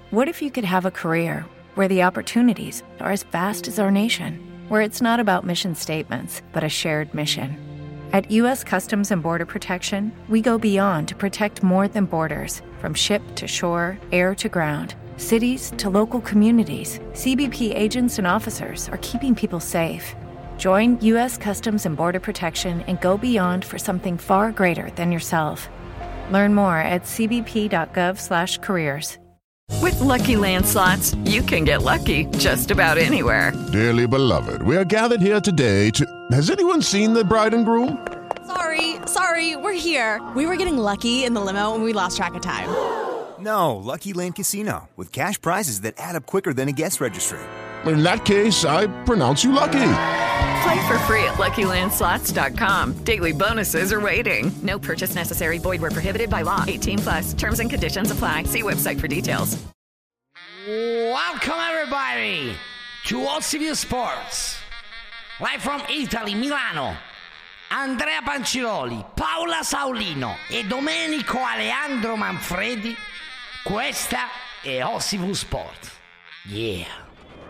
What if you could have a career where the opportunities are as vast as our nation, where it's not about mission statements, but a shared mission? At U.S. Customs and Border Protection, we go beyond to protect more than borders. From ship to shore, air to ground, cities to local communities, CBP agents and officers are keeping people safe. Join U.S. Customs and Border Protection and go beyond for something far greater than yourself. Learn more at cbp.gov/careers. With Lucky Land Slots, you can get lucky just about anywhere. Dearly beloved, we are gathered here today to... Has anyone seen the bride and groom? Sorry, we're here. We were getting lucky in the limo and we lost track of time. No, Lucky Land Casino, with cash prizes that add up quicker than a guest registry. In that case, I pronounce you lucky. Play for free at LuckyLandSlots.com. Daily bonuses are waiting. No purchase necessary. Void where prohibited by law. 18+. Terms and conditions apply. See website for details. Welcome everybody to OCV Sports. Live from Italy, Milano. Andrea Panciroli, Paola Saulino e Domenico Aleandro Manfredi. Questa è OCV Sport. Yeah.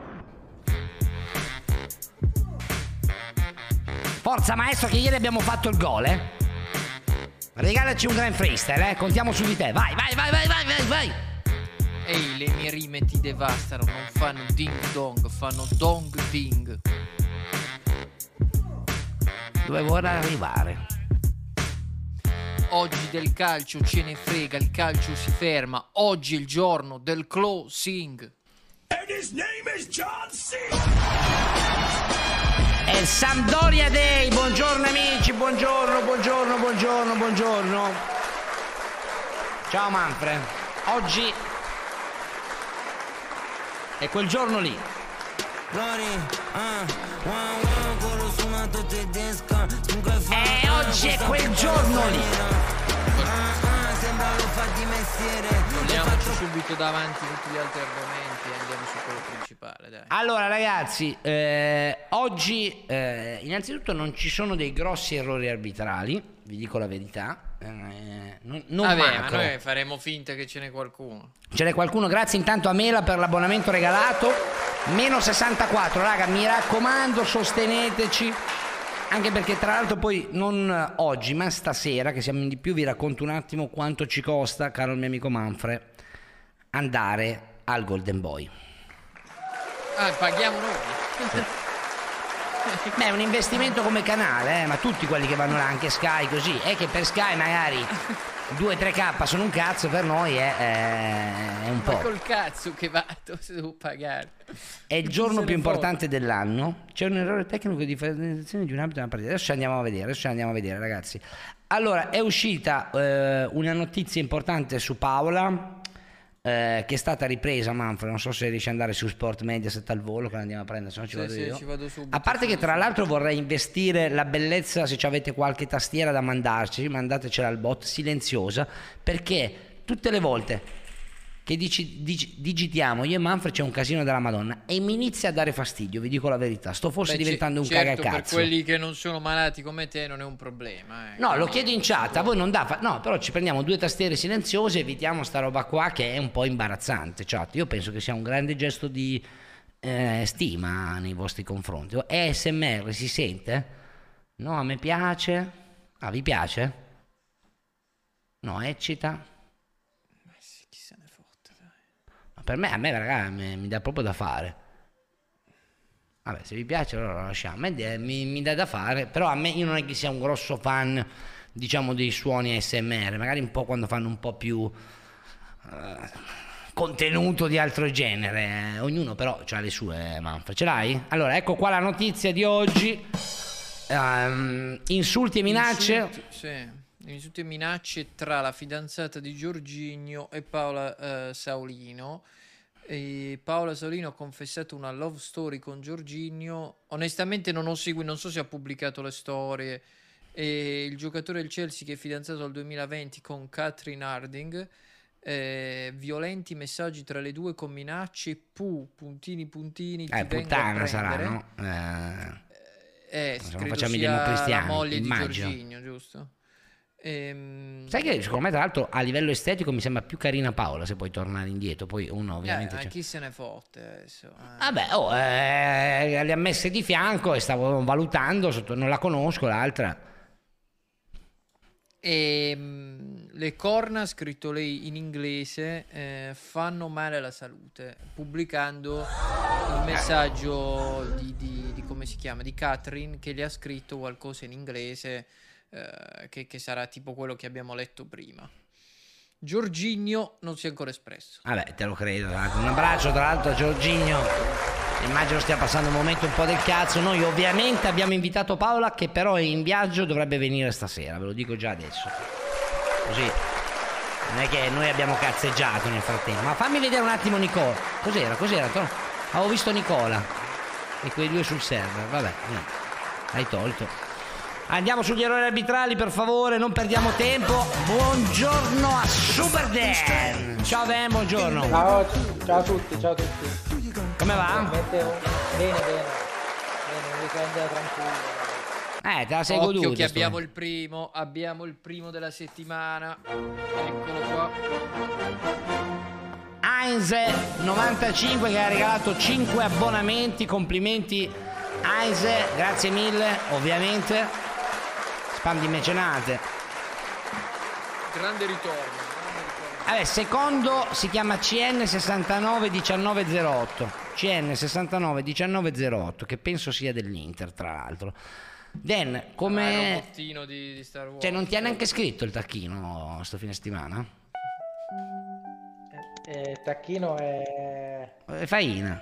Forza maestro, che ieri abbiamo fatto il gol, Regalaci un gran freestyle, Contiamo su di te. Vai. Ehi, le mie rime ti devastano, non fanno ding dong, fanno dong ding. Dove vorrei arrivare? Oggi del calcio ce ne frega, il calcio si ferma. Oggi è il giorno del closing. And his name is John C. È il Sampdoria Day, buongiorno amici, buongiorno. Ciao Manfred, oggi è quel giorno lì. Oggi è quel giorno lì. Togliamoci subito davanti tutti gli altri argomenti e andiamo su quello principale, dai. Allora ragazzi, oggi innanzitutto non ci sono dei grossi errori arbitrali, vi dico la verità. Non Vabbè, ma noi faremo finta che ce n'è qualcuno. Ce n'è qualcuno, grazie intanto a Mela per l'abbonamento regalato. Meno 64, raga, mi raccomando, sosteneteci. Anche perché tra l'altro poi non oggi ma stasera, che siamo in di più, vi racconto un attimo quanto ci costa, caro il mio amico Manfred, andare al Golden Boy. Paghiamo noi. Beh, è un investimento come canale, ma tutti quelli che vanno là, anche Sky così, è che per Sky magari 2-3K sono un cazzo, per noi è un po'. Ma col cazzo che vado se devo pagare. È il giorno più importante dell'anno. C'è un errore tecnico di differenziazione di un arbitro nella partita. Adesso ci andiamo a vedere, ragazzi. Allora, è uscita una notizia importante su Paola, che è stata ripresa, Manfred, non so se riesci ad andare su Sport Mediaset al volo, che la andiamo a prendere, se no ci vado io. Ci vado subito. A parte che tra l'altro vorrei investire la bellezza, se avete qualche tastiera da mandarci, mandatecela al bot, silenziosa, perché tutte le volte che digitiamo io e Manfred c'è un casino della Madonna e mi inizia a dare fastidio, vi dico la verità. Sto forse diventando un cagacazzo. Per quelli che non sono malati come te non è un problema. No, lo chiedo in chat, a voi non dà no, però ci prendiamo 2 tastiere silenziose, evitiamo sta roba qua che è un po' imbarazzante, chat. Io penso che sia un grande gesto di stima nei vostri confronti. ASMR si sente? No, a me piace. Ah, vi piace? No, eccita. Per me, a me raga, mi dà proprio da fare. Vabbè, se vi piace allora lo lasciamo. Mi dà da fare, però a me, io non è che sia un grosso fan, diciamo, dei suoni ASMR, magari un po' quando fanno un po' più contenuto di altro genere. Ognuno però ha le sue, Manfred. Ce l'hai? Allora, ecco qua la notizia di oggi. Insulti e minacce. Insulti e minacce tra la fidanzata di Jorginho e Paola Saulino. E Paola Saulino ha confessato una love story con Jorginho. Onestamente non so se ha pubblicato le storie. E il giocatore del Chelsea, che è fidanzato dal 2020 con Catherine Harding, violenti messaggi tra le due con minacce, puntini ti vengo a prendere. Sarà, no? Credo facciamo i sia democristiani, la moglie immagino. di Jorginho, giusto? Sai che secondo me tra l'altro a livello estetico mi sembra più carina Paola, se puoi tornare indietro, poi uno ovviamente chi se ne fotte adesso? Vabbè, le ha messe di fianco e stavo valutando, non la conosco l'altra. Le corna, scritto lei in inglese, fanno male alla salute, pubblicando il messaggio di come si chiama, di Catherine, che gli ha scritto qualcosa in inglese, che sarà tipo quello che abbiamo letto prima. Giorginio non si è ancora espresso. Vabbè, te lo credo. Un abbraccio tra l'altro a Giorginio. Immagino stia passando un momento un po' del cazzo. Noi ovviamente abbiamo invitato Paola, che però è in viaggio, dovrebbe venire stasera, ve lo dico già adesso. Così non è che noi abbiamo cazzeggiato nel frattempo. Ma fammi vedere un attimo Nicola. Cos'era? Avevo visto Nicola e quei due sul server. Vabbè, niente. Hai tolto. Andiamo sugli errori arbitrali, per favore, non perdiamo tempo. Buongiorno a Super Dan. Ciao Dan, buongiorno. Ciao a tutti. Come va? Bene, un weekend tranquillo. Te la sei goduta. Occhio che abbiamo il primo della settimana. Eccolo qua. Heinz 95 che ha regalato 5 abbonamenti. Complimenti Heinz, grazie mille, ovviamente. Spam di mecenate. Grande ritorno. Vabbè, secondo si chiama CN691908. CN691908, che penso sia dell'Inter, tra l'altro. Dan, come... un bottino di Star Wars. Cioè, non ti ha neanche scritto il tacchino sto fine settimana? Tacchino è... Faina.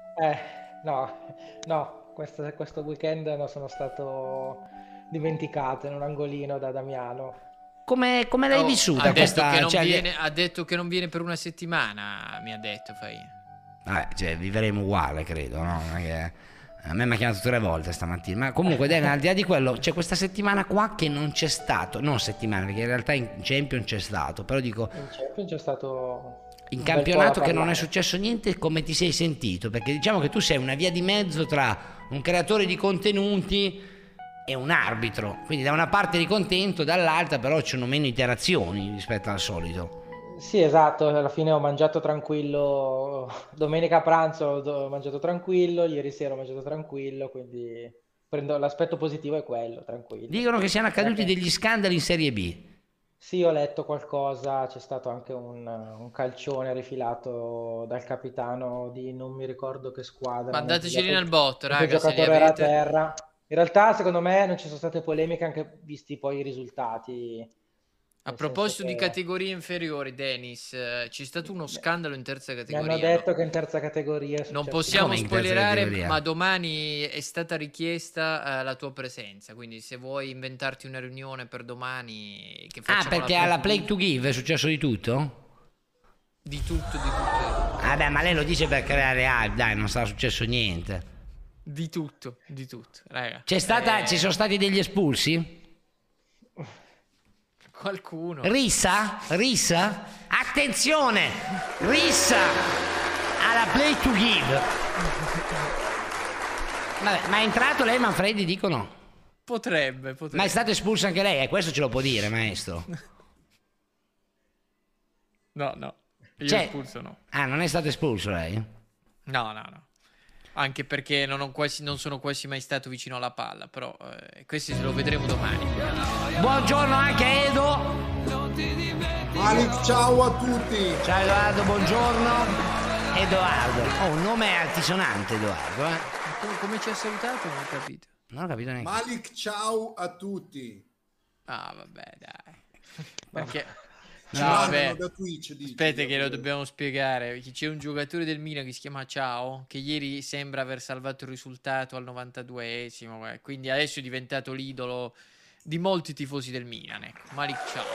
No, questo weekend non sono stato dimenticato in un angolino da Damiano. Come l'hai vissuta questa? Ha detto che non viene per una settimana, mi ha detto Vabbè, vivremo uguale, credo, no? A me mi ha chiamato 3 volte stamattina. Ma comunque, Dan, al di là di quello, c'è questa settimana qua che non c'è stato. Non settimana, perché in realtà in Champions c'è stato. Però dico, in Champions c'è stato in campionato che non è successo niente. Come ti sei sentito? Perché diciamo che tu sei una via di mezzo tra un creatore di contenuti e un arbitro, quindi da una parte eri contento, dall'altra però ci sono meno interazioni rispetto al solito. Sì, esatto, alla fine ho mangiato tranquillo, domenica a pranzo ho mangiato tranquillo, ieri sera ho mangiato tranquillo, quindi l'aspetto positivo è quello, tranquillo. Dicono che siano accaduti degli scandali in Serie B. Sì, ho letto qualcosa, c'è stato anche un calcione rifilato dal capitano di non mi ricordo che squadra. Mandateceli nel bot, raga, il giocatore era a terra. In realtà, secondo me, non ci sono state polemiche, anche visti poi i risultati. A proposito di categorie inferiori, Dennis, c'è stato uno scandalo in terza categoria. Mi hanno detto che in terza categoria non possiamo spoilerare, ma domani è stata richiesta la tua presenza. Quindi, se vuoi inventarti una riunione per domani, che facciamo perché alla Play to Give è successo di tutto? Di tutto. Vabbè, ma lei lo dice per creare hype, dai, non sarà successo niente. Di tutto, raga. Ci sono stati degli espulsi? Qualcuno. Rissa? Attenzione! Rissa alla Play to Give. Vabbè, ma è entrato lei, Manfredi, dicono? Potrebbe. Ma è stato espulso anche lei, questo ce lo può dire, maestro? No. Io espulso no. Non è stato espulso lei? No. Anche perché non sono quasi mai stato vicino alla palla. Però questo lo vedremo domani. Buongiorno anche a Edo. Malik, ciao a tutti. Ciao Edoardo, buongiorno. Edoardo. Un nome altisonante, Edoardo. Come ci ha salutato? Non ho capito. Non ho capito neanche. Malik, ciao a tutti. Vabbè, dai. Perché... da Twitch, aspetta che lo dobbiamo spiegare. C'è un giocatore del Milan che si chiama Ciao, che ieri sembra aver salvato il risultato al 92esimo, quindi adesso è diventato l'idolo di molti tifosi del Milan, ecco. Malik Ciao.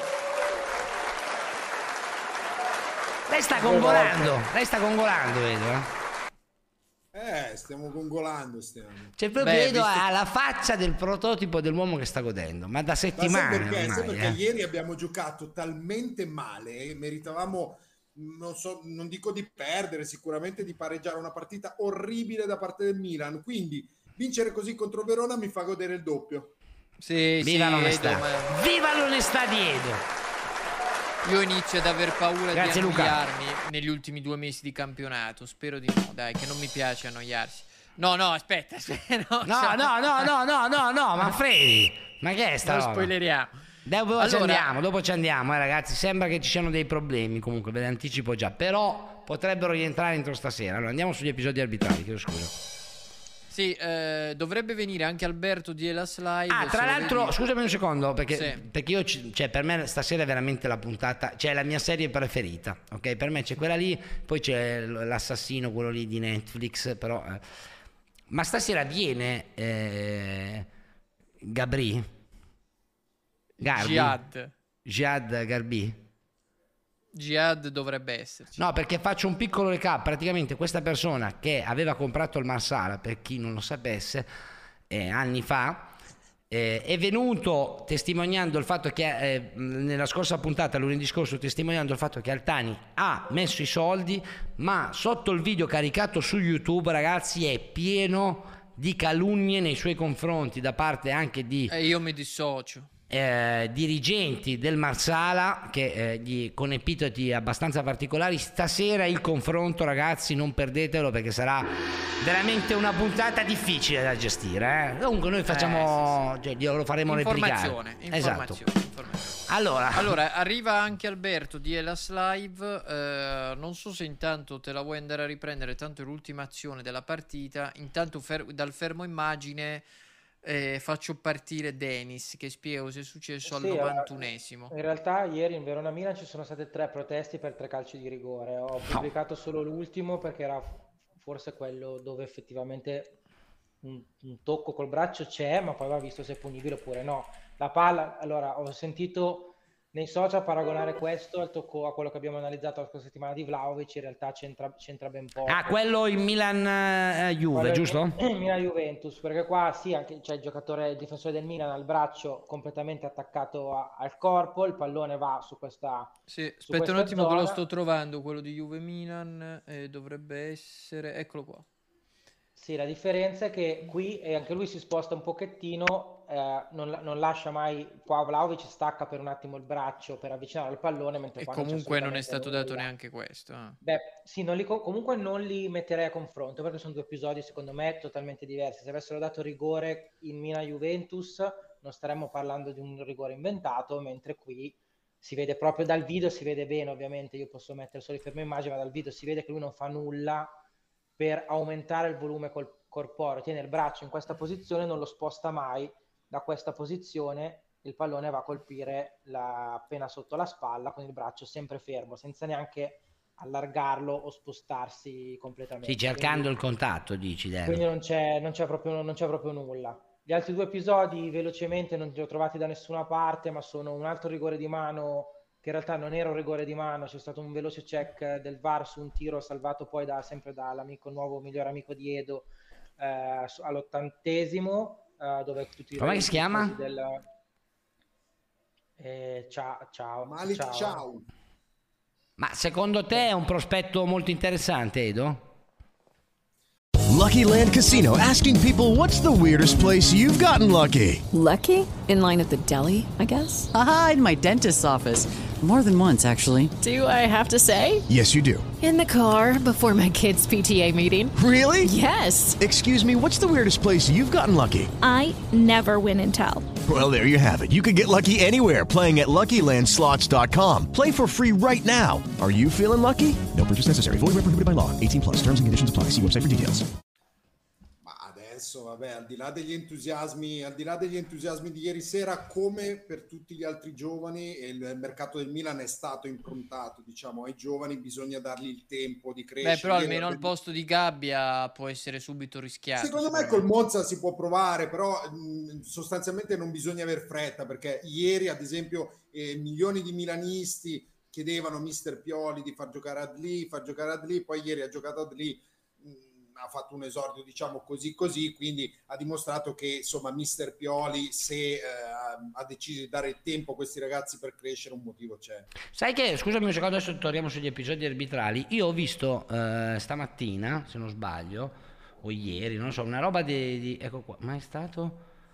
Lei sta gongolando, vedo. Stiamo gongolando, Cioè proprio vedo la faccia del prototipo dell'uomo che sta godendo, ma da settimane. Ma sai perché ieri abbiamo giocato talmente male, meritavamo, non dico di perdere, sicuramente di pareggiare una partita orribile da parte del Milan, quindi vincere così contro Verona mi fa godere il doppio. Sì, Viva sì, l'onestà. Edo, ma Viva l'onestà di Edo. io inizio ad aver paura Grazie, di Luca. annoiarmi negli ultimi 2 mesi di campionato. Spero di no, dai, che non mi piace annoiarsi. No, aspetta, no, No, Manfredi, ma che è sta non roba? spoileriamo. Dopo ci andiamo, ragazzi. Sembra che ci siano dei problemi. Comunque, ve ne anticipo già. Però potrebbero rientrare entro stasera. Allora, andiamo sugli episodi arbitrali. Chiedo scusa. Sì, dovrebbe venire anche Alberto di Elas Live. Tra l'altro, scusami un secondo, perché Sì. io, cioè, per me stasera è veramente la puntata, cioè la mia serie preferita, ok? Per me c'è quella lì, poi c'è l'assassino, quello lì di Netflix, però... Ma stasera viene Garbi? Jihad Garbi? Jihad dovrebbe esserci. No, perché faccio un piccolo recap. Praticamente questa persona che aveva comprato il Marsala, per chi non lo sapesse, anni fa, è venuto testimoniando il fatto che nella scorsa puntata, lunedì scorso, testimoniando il fatto che Altani ha messo i soldi, ma sotto il video caricato su YouTube, ragazzi, è pieno di calunnie nei suoi confronti da parte anche di io mi dissocio. dirigenti del Marsala che con epiteti abbastanza particolari. Stasera il confronto, ragazzi, non perdetelo, perché sarà veramente una puntata difficile da gestire, Comunque noi facciamo sì. Cioè, lo faremo replicare. Informazione. Esatto. Allora arriva anche Alberto di Elas Live. Non so se intanto te la vuoi andare a riprendere, tanto è l'ultima azione della partita. Intanto dal fermo immagine faccio partire Dennis che spiega cosa è successo al 91esimo. In realtà ieri in Verona Milan ci sono state 3 proteste per 3 calci di rigore. Ho pubblicato solo l'ultimo perché era forse quello dove effettivamente un tocco col braccio c'è, ma poi va visto se è punibile oppure no. La palla, allora ho sentito nei social paragonare questo al tocco a quello che abbiamo analizzato la scorsa settimana di Vlahovic. In realtà c'entra ben poco. quello in Milan Juve, giusto? Milan Juventus, perché qua sì, anche c'è il difensore del Milan al braccio completamente attaccato al corpo, il pallone va su questa aspetta un attimo che lo sto trovando, quello di Juve Milan, dovrebbe essere, eccolo qua. Sì, la differenza è che qui anche lui si sposta un pochettino, non lascia mai, qua Vlahovic stacca per un attimo il braccio per avvicinare il pallone, mentre E qua comunque non è stato dato neanche questo. Beh, sì, comunque non li metterei a confronto, perché sono 2 episodi secondo me totalmente diversi. Se avessero dato rigore in Milan Juventus non staremmo parlando di un rigore inventato, mentre qui si vede proprio dal video, si vede bene, ovviamente io posso mettere solo il fermo immagine, ma dal video si vede che lui non fa nulla per aumentare il volume corporeo, tiene il braccio in questa posizione, non lo sposta mai da questa posizione, il pallone va a colpire appena sotto la spalla con il braccio sempre fermo, senza neanche allargarlo o spostarsi completamente. Sì, cercando il contatto, dici. Quindi non c'è proprio nulla. Gli altri 2 episodi velocemente non li ho trovati da nessuna parte, ma sono un altro rigore di mano che in realtà non era un rigore di mano, c'è stato un veloce check del VAR su un tiro salvato poi sempre dall'amico, nuovo migliore amico di Edo, all'80esimo, dove tutti come si chiama? Ciao. Malik Ciao. Ma secondo te è un prospetto molto interessante, Edo? Lucky Land Casino, asking people, what's the weirdest place you've gotten lucky? Lucky? In line at the deli, I guess? Aha, in my dentist's office. More than once, actually. Do I have to say? Yes, you do. In the car before my kids' PTA meeting. Really? Yes. Excuse me, what's the weirdest place you've gotten lucky? I never win and tell. Well, there you have it. You can get lucky anywhere, playing at LuckyLandSlots.com. Play for free right now. Are you feeling lucky? No purchase necessary. Void where prohibited by law. 18+. Terms and conditions apply. See website for details. Adesso, vabbè, al di là degli entusiasmi di ieri sera, come per tutti gli altri giovani, il mercato del Milan è stato improntato, diciamo, ai giovani bisogna dargli il tempo di crescere. Beh, però almeno al posto di Gabbia può essere subito rischiato. Secondo me col Monza si può provare, però sostanzialmente non bisogna aver fretta, perché ieri, ad esempio, milioni di milanisti chiedevano a Mister Pioli di far giocare Adli, poi ieri ha giocato Adli, ha fatto un esordio diciamo così, quindi ha dimostrato che insomma Mister Pioli, se ha deciso di dare il tempo a questi ragazzi per crescere, un motivo c'è. Sai che, scusami un secondo, adesso torniamo sugli episodi arbitrali. Io ho visto stamattina, se non sbaglio, o ieri, non so, una roba di ecco qua, ma è stato...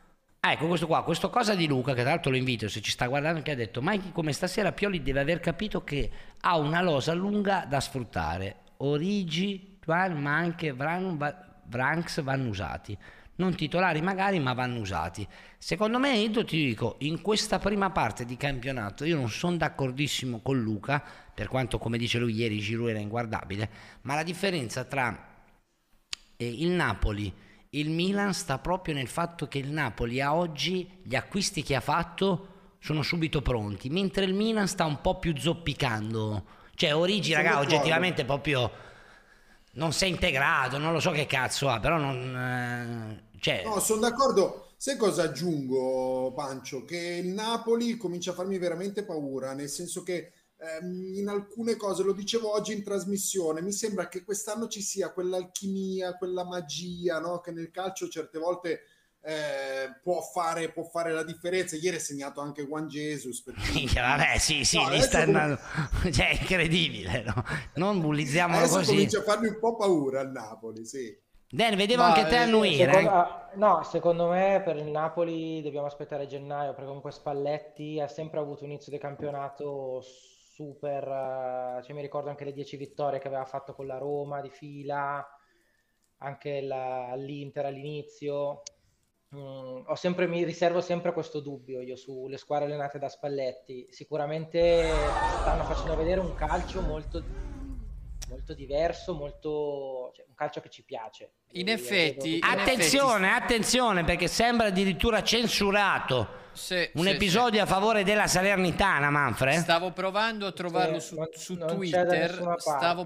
Ecco questo qua, questo cosa di Luca, che tra l'altro lo invito se ci sta guardando, che ha detto: Mikey, come stasera Pioli deve aver capito che ha una rosa lunga da sfruttare, Origi, Tuan, ma anche Vranks vanno usati, non titolari magari, ma vanno usati. Secondo me, io ti dico, in questa prima parte di campionato io non sono d'accordissimo con Luca, per quanto, come dice lui, ieri Giroud era inguardabile, ma la differenza tra il Napoli, il Milan sta proprio nel fatto che il Napoli a oggi gli acquisti che ha fatto sono subito pronti, mentre il Milan sta un po' più zoppicando. Cioè Origi, raga, oggettivamente proprio non si è integrato, non lo so che cazzo ha, però non... No, sono d'accordo. Sai cosa aggiungo, Pancio? Che il Napoli comincia a farmi veramente paura, nel senso che in alcune cose, lo dicevo oggi in trasmissione, mi sembra che quest'anno ci sia quell'alchimia, quella magia, no? Che nel calcio certe volte può fare la differenza. Ieri è segnato anche Juan Jesus, vabbè, sì, no, gli sta andando, cioè è incredibile, no? Non bullizziamolo così. Comincia a farmi un po' paura il Napoli, sì. Dan, vedevo anche te annuire. No, secondo me per il Napoli dobbiamo aspettare gennaio, perché comunque Spalletti ha sempre avuto un inizio di campionato super, cioè mi ricordo anche le 10 vittorie che aveva fatto con la Roma di fila, anche l'Inter all'inizio. Mi riservo sempre questo dubbio io sulle squadre allenate da Spalletti. Sicuramente stanno facendo vedere un calcio molto diverso, cioè, un calcio che ci piace. In effetti, attenzione, perché sembra addirittura censurato un episodio a favore della Salernitana, Manfred. Stavo provando a trovarlo su Twitter.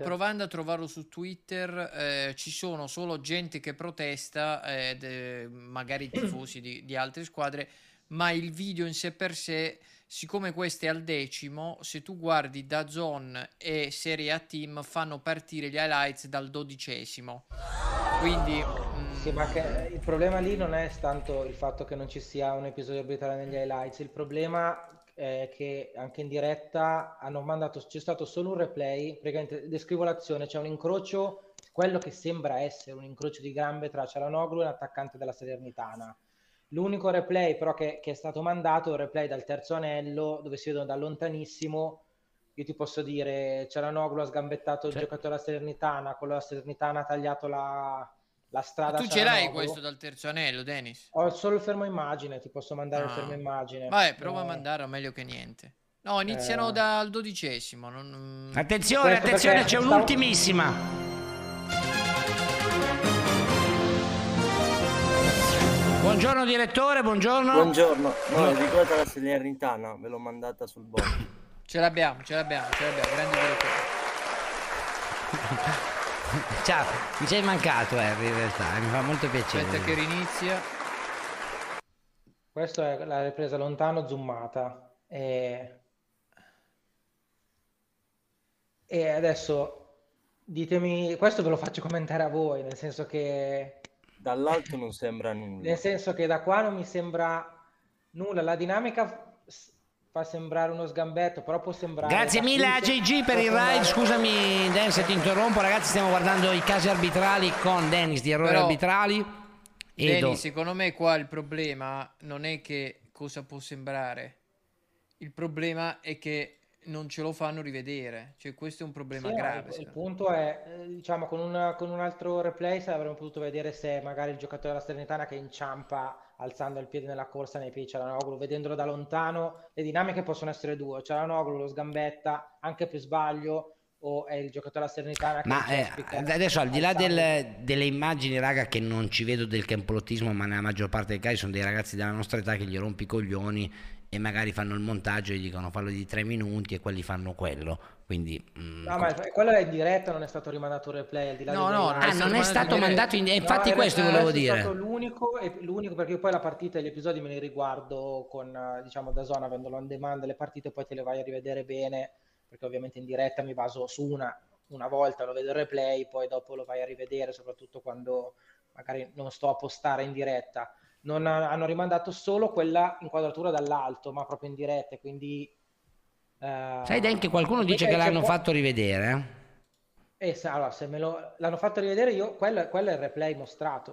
Ci sono solo gente che protesta, magari tifosi di altre squadre, ma il video in sé per sé, siccome questo è al 10°, se tu guardi DAZN e Serie A Team fanno partire gli highlights dal 12°, quindi sì, ma che il problema lì non è tanto il fatto che non ci sia un episodio arbitrale negli highlights, il problema è che anche in diretta c'è stato solo un replay, praticamente descrivo l'azione, c'è un incrocio, quello che sembra essere un incrocio di gambe tra Çalhanoğlu e l'attaccante della Salernitana. L'unico replay però che è stato mandato è un replay dal terzo anello, dove si vedono da lontanissimo. Io ti posso dire, Çalhanoğlu ha sgambettato il giocatore della Salernitana, quello della Salernitana ha tagliato la strada. Tu ce l'hai questo dal terzo anello, Dennis? Ho solo il fermo immagine, ti posso mandare il fermo immagine. Vabbè, prova a mandarlo, meglio che niente. No, iniziano dal 12°. Attenzione, c'è un'ultimissima. Buongiorno direttore, buongiorno. Buongiorno, no, ricordate la Salernitana, ve l'ho mandata sul blog. Ce l'abbiamo, grande direttore. Ciao, mi sei mancato in realtà, mi fa molto piacere. Aspetta che rinizia. Questa è la ripresa lontano zoomata e adesso ditemi, questo ve lo faccio commentare a voi, nel senso che dall'alto non sembra nulla. Nel senso che da qua non mi sembra nulla, la dinamica fa sembrare uno sgambetto, però può sembrare... Grazie mille AJG per il ride, scusami Dennis se ti interrompo, ragazzi, stiamo guardando i casi arbitrali con Dennis di errori arbitrali. Dennis, secondo me qua il problema non è che cosa può sembrare, il problema è che non ce lo fanno rivedere, cioè questo è un problema grave. Il punto è, diciamo, con un altro replay avremmo potuto vedere se magari il giocatore della Salernitana che inciampa alzando il piede nella corsa nei piedi Çalhanoğlu, vedendolo da lontano, le dinamiche possono essere due: Çalhanoğlu lo sgambetta anche per sbaglio, o è il giocatore della Salernitana che... Ma adesso, al di là delle immagini, raga, che non ci vedo del complottismo, ma nella maggior parte dei casi sono dei ragazzi della nostra età che gli rompi i coglioni e magari fanno il montaggio e gli dicono fallo di 3 minuti e quelli fanno quello, quindi no, ma quello è in diretta, non è stato rimandato il replay al di là non è stato mandato infatti questo volevo dire. È stato l'unico perché io poi la partita e gli episodi me li riguardo con, diciamo, DAZN, avendolo on demand, le partite poi te le vai a rivedere bene, perché ovviamente in diretta mi baso su una volta, lo vedo il replay, poi dopo lo vai a rivedere, soprattutto quando magari non sto a postare in diretta. Non hanno rimandato solo quella inquadratura dall'alto, ma proprio in diretta, quindi sai anche qualcuno dice che l'hanno fatto rivedere allora, se l'hanno fatto rivedere, quello è il replay mostrato,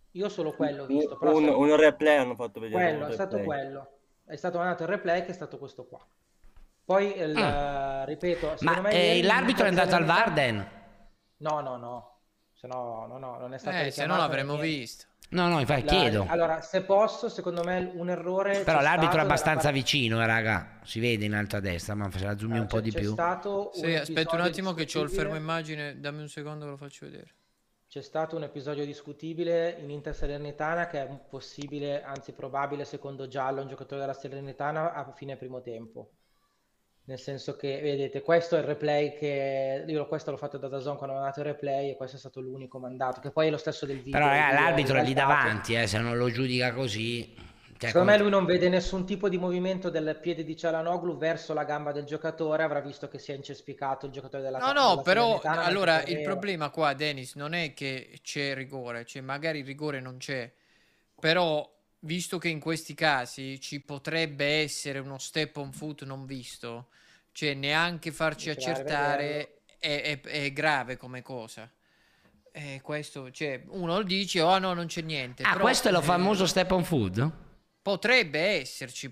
Io solo quello ho visto, però Un replay hanno fatto vedere. quello, è stato quello. È stato mandato il replay che è stato questo qua. Poi, ripeto, secondo Ma me ieri l'arbitro è andato al l'Inter Varden? No. Se no, non è stato se no richiamato l'avremmo niente. visto. No, infatti chiedo. Allora, se posso, secondo me un errore Però c'è l'arbitro è stato abbastanza vicino, raga. Si vede in alto a destra, ma se la zoomi un po' di c'è più. stato Sì, un aspetta un episodio attimo che c'ho il fermo discutibile. immagine, dammi un secondo che lo faccio vedere. C'è stato un episodio discutibile in Inter Salernitana che è un possibile, anzi probabile secondo giallo a un giocatore della Salernitana a fine primo tempo. Nel senso che, vedete, questo è il replay che io questo l'ho fatto da DAZN quando ho mandato il replay e questo è stato l'unico mandato, che poi è lo stesso del video. Però ragazzi, il video l'arbitro è lì ribaltato. davanti, se non lo giudica così. Secondo me lui non vede nessun tipo di movimento del piede di Çalhanoğlu verso la gamba del giocatore, avrà visto che si è incespicato il giocatore della No, però Salernitana allora mentre il correva. problema qua, Dennis, non è che c'è rigore, cioè magari il rigore non c'è, però visto che in questi casi ci potrebbe essere uno step on foot non visto, cioè neanche farci Bisogna accertare è grave come cosa. Questo, cioè, uno lo dice, oh no, non c'è niente. Ah, però, questo è lo famoso step on food? Potrebbe esserci,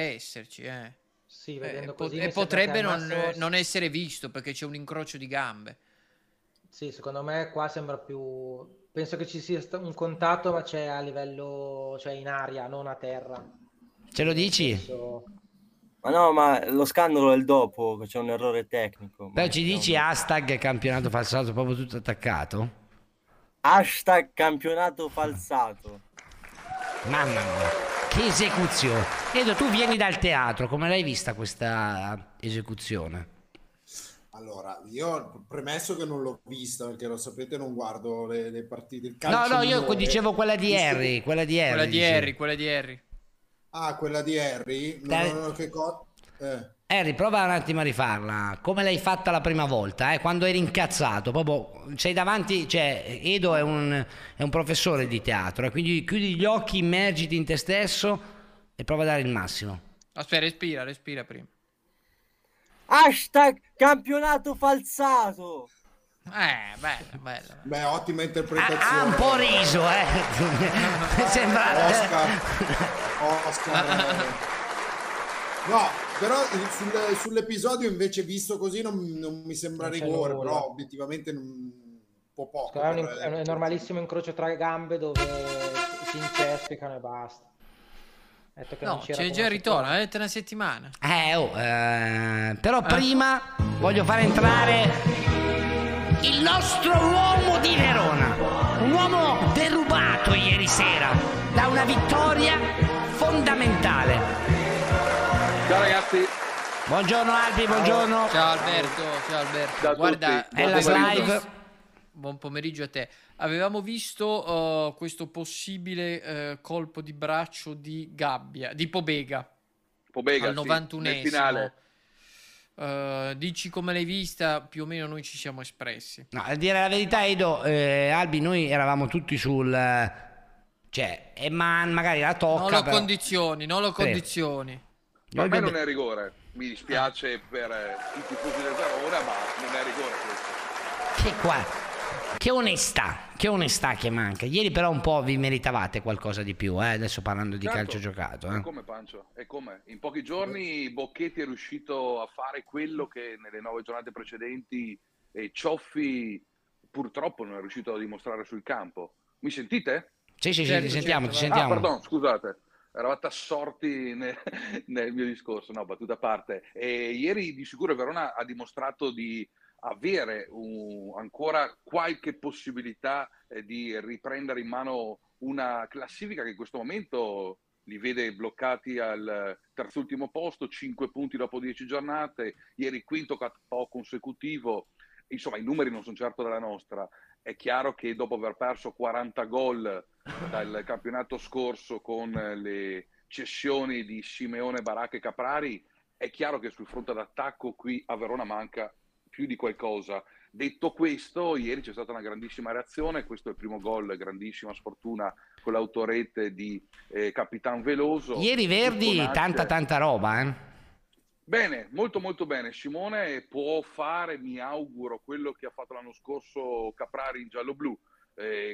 Sì, vedendo così mi e sembra potrebbe che al massimo- non essere visto perché c'è un incrocio di gambe. Sì, secondo me qua sembra più... Penso che ci sia un contatto, ma c'è a livello... cioè in aria, non a terra. Ce lo dici? Ma no, ma lo scandalo è il dopo, che c'è un errore tecnico. Però ci dici hashtag campionato falsato proprio tutto attaccato? Hashtag campionato falsato. Mamma mia, che esecuzione. Edo, tu vieni dal teatro, come l'hai vista questa esecuzione? Allora, io premesso che non l'ho vista, perché lo sapete non guardo le partite, il calcio No, io minore. dicevo quella di Harry, quella di Harry. dicevo. Quella di Harry. Ah, quella di Harry? Harry, prova un attimo a rifarla. Come l'hai fatta la prima volta, quando eri incazzato, proprio sei davanti, cioè Edo è un professore di teatro, quindi chiudi gli occhi, immergiti in te stesso e prova a dare il massimo. Aspetta, respira prima. Hashtag campionato falsato. Bella. Beh, ottima interpretazione. Ha un po' riso, Sembra Oscar. No, però sull'episodio invece visto così non mi sembra Non c'è rigore, nulla. però obiettivamente un po' poco. Secondo me è un normalissimo incrocio tra gambe dove si incespicano e basta. Ha detto che non No, c'era c'è come già il si ritorno, può. ha detto una settimana. però prima voglio fare entrare il nostro uomo di Verona, un uomo derubato ieri sera da una vittoria fondamentale. Ciao ragazzi. Buongiorno Albi, buongiorno. Ciao Alberto. Ciao a Guarda, tutti. È la live. Buon pomeriggio a te. Avevamo visto questo possibile colpo di braccio di Gabbia, di Pobega al sì, 91esimo. nel finale. Dici come l'hai vista, più o meno noi ci siamo espressi. No, a dire la verità, Edo, Albi, noi eravamo tutti sul... cioè, Eman magari la tocca, Non lo però... condizioni. Ma a me non è rigore, mi dispiace per i tifosi del Verona, ma non è rigore questo. Che onestà che manca. Ieri però un po' vi meritavate qualcosa di più, adesso parlando di Certo, calcio giocato. E come Pancio? E come? In pochi giorni Bocchetti è riuscito a fare quello che nelle 9 giornate precedenti Cioffi purtroppo non è riuscito a dimostrare sul campo. Mi sentite? Sì, ti sentiamo, ti sentiamo. Ah, pardon, scusate. Eravate assorti nel mio discorso, no, battuta a parte. E ieri di sicuro Verona ha dimostrato di avere ancora qualche possibilità di riprendere in mano una classifica che in questo momento li vede bloccati al terzultimo posto, 5 punti dopo 10 giornate, ieri quinto KO consecutivo. Insomma, i numeri non sono certo della nostra. È chiaro che dopo aver perso 40 gol dal campionato scorso con le cessioni di Simeone, Baracca e Caprari, è chiaro che sul fronte d'attacco qui a Verona manca più di qualcosa. Detto questo, ieri c'è stata una grandissima reazione, questo è il primo gol, grandissima sfortuna con l'autorete di Capitan Veloso. Ieri Verdi, tanta roba, Bene, molto bene. Simone può fare, mi auguro, quello che ha fatto l'anno scorso Caprari in giallo-blu.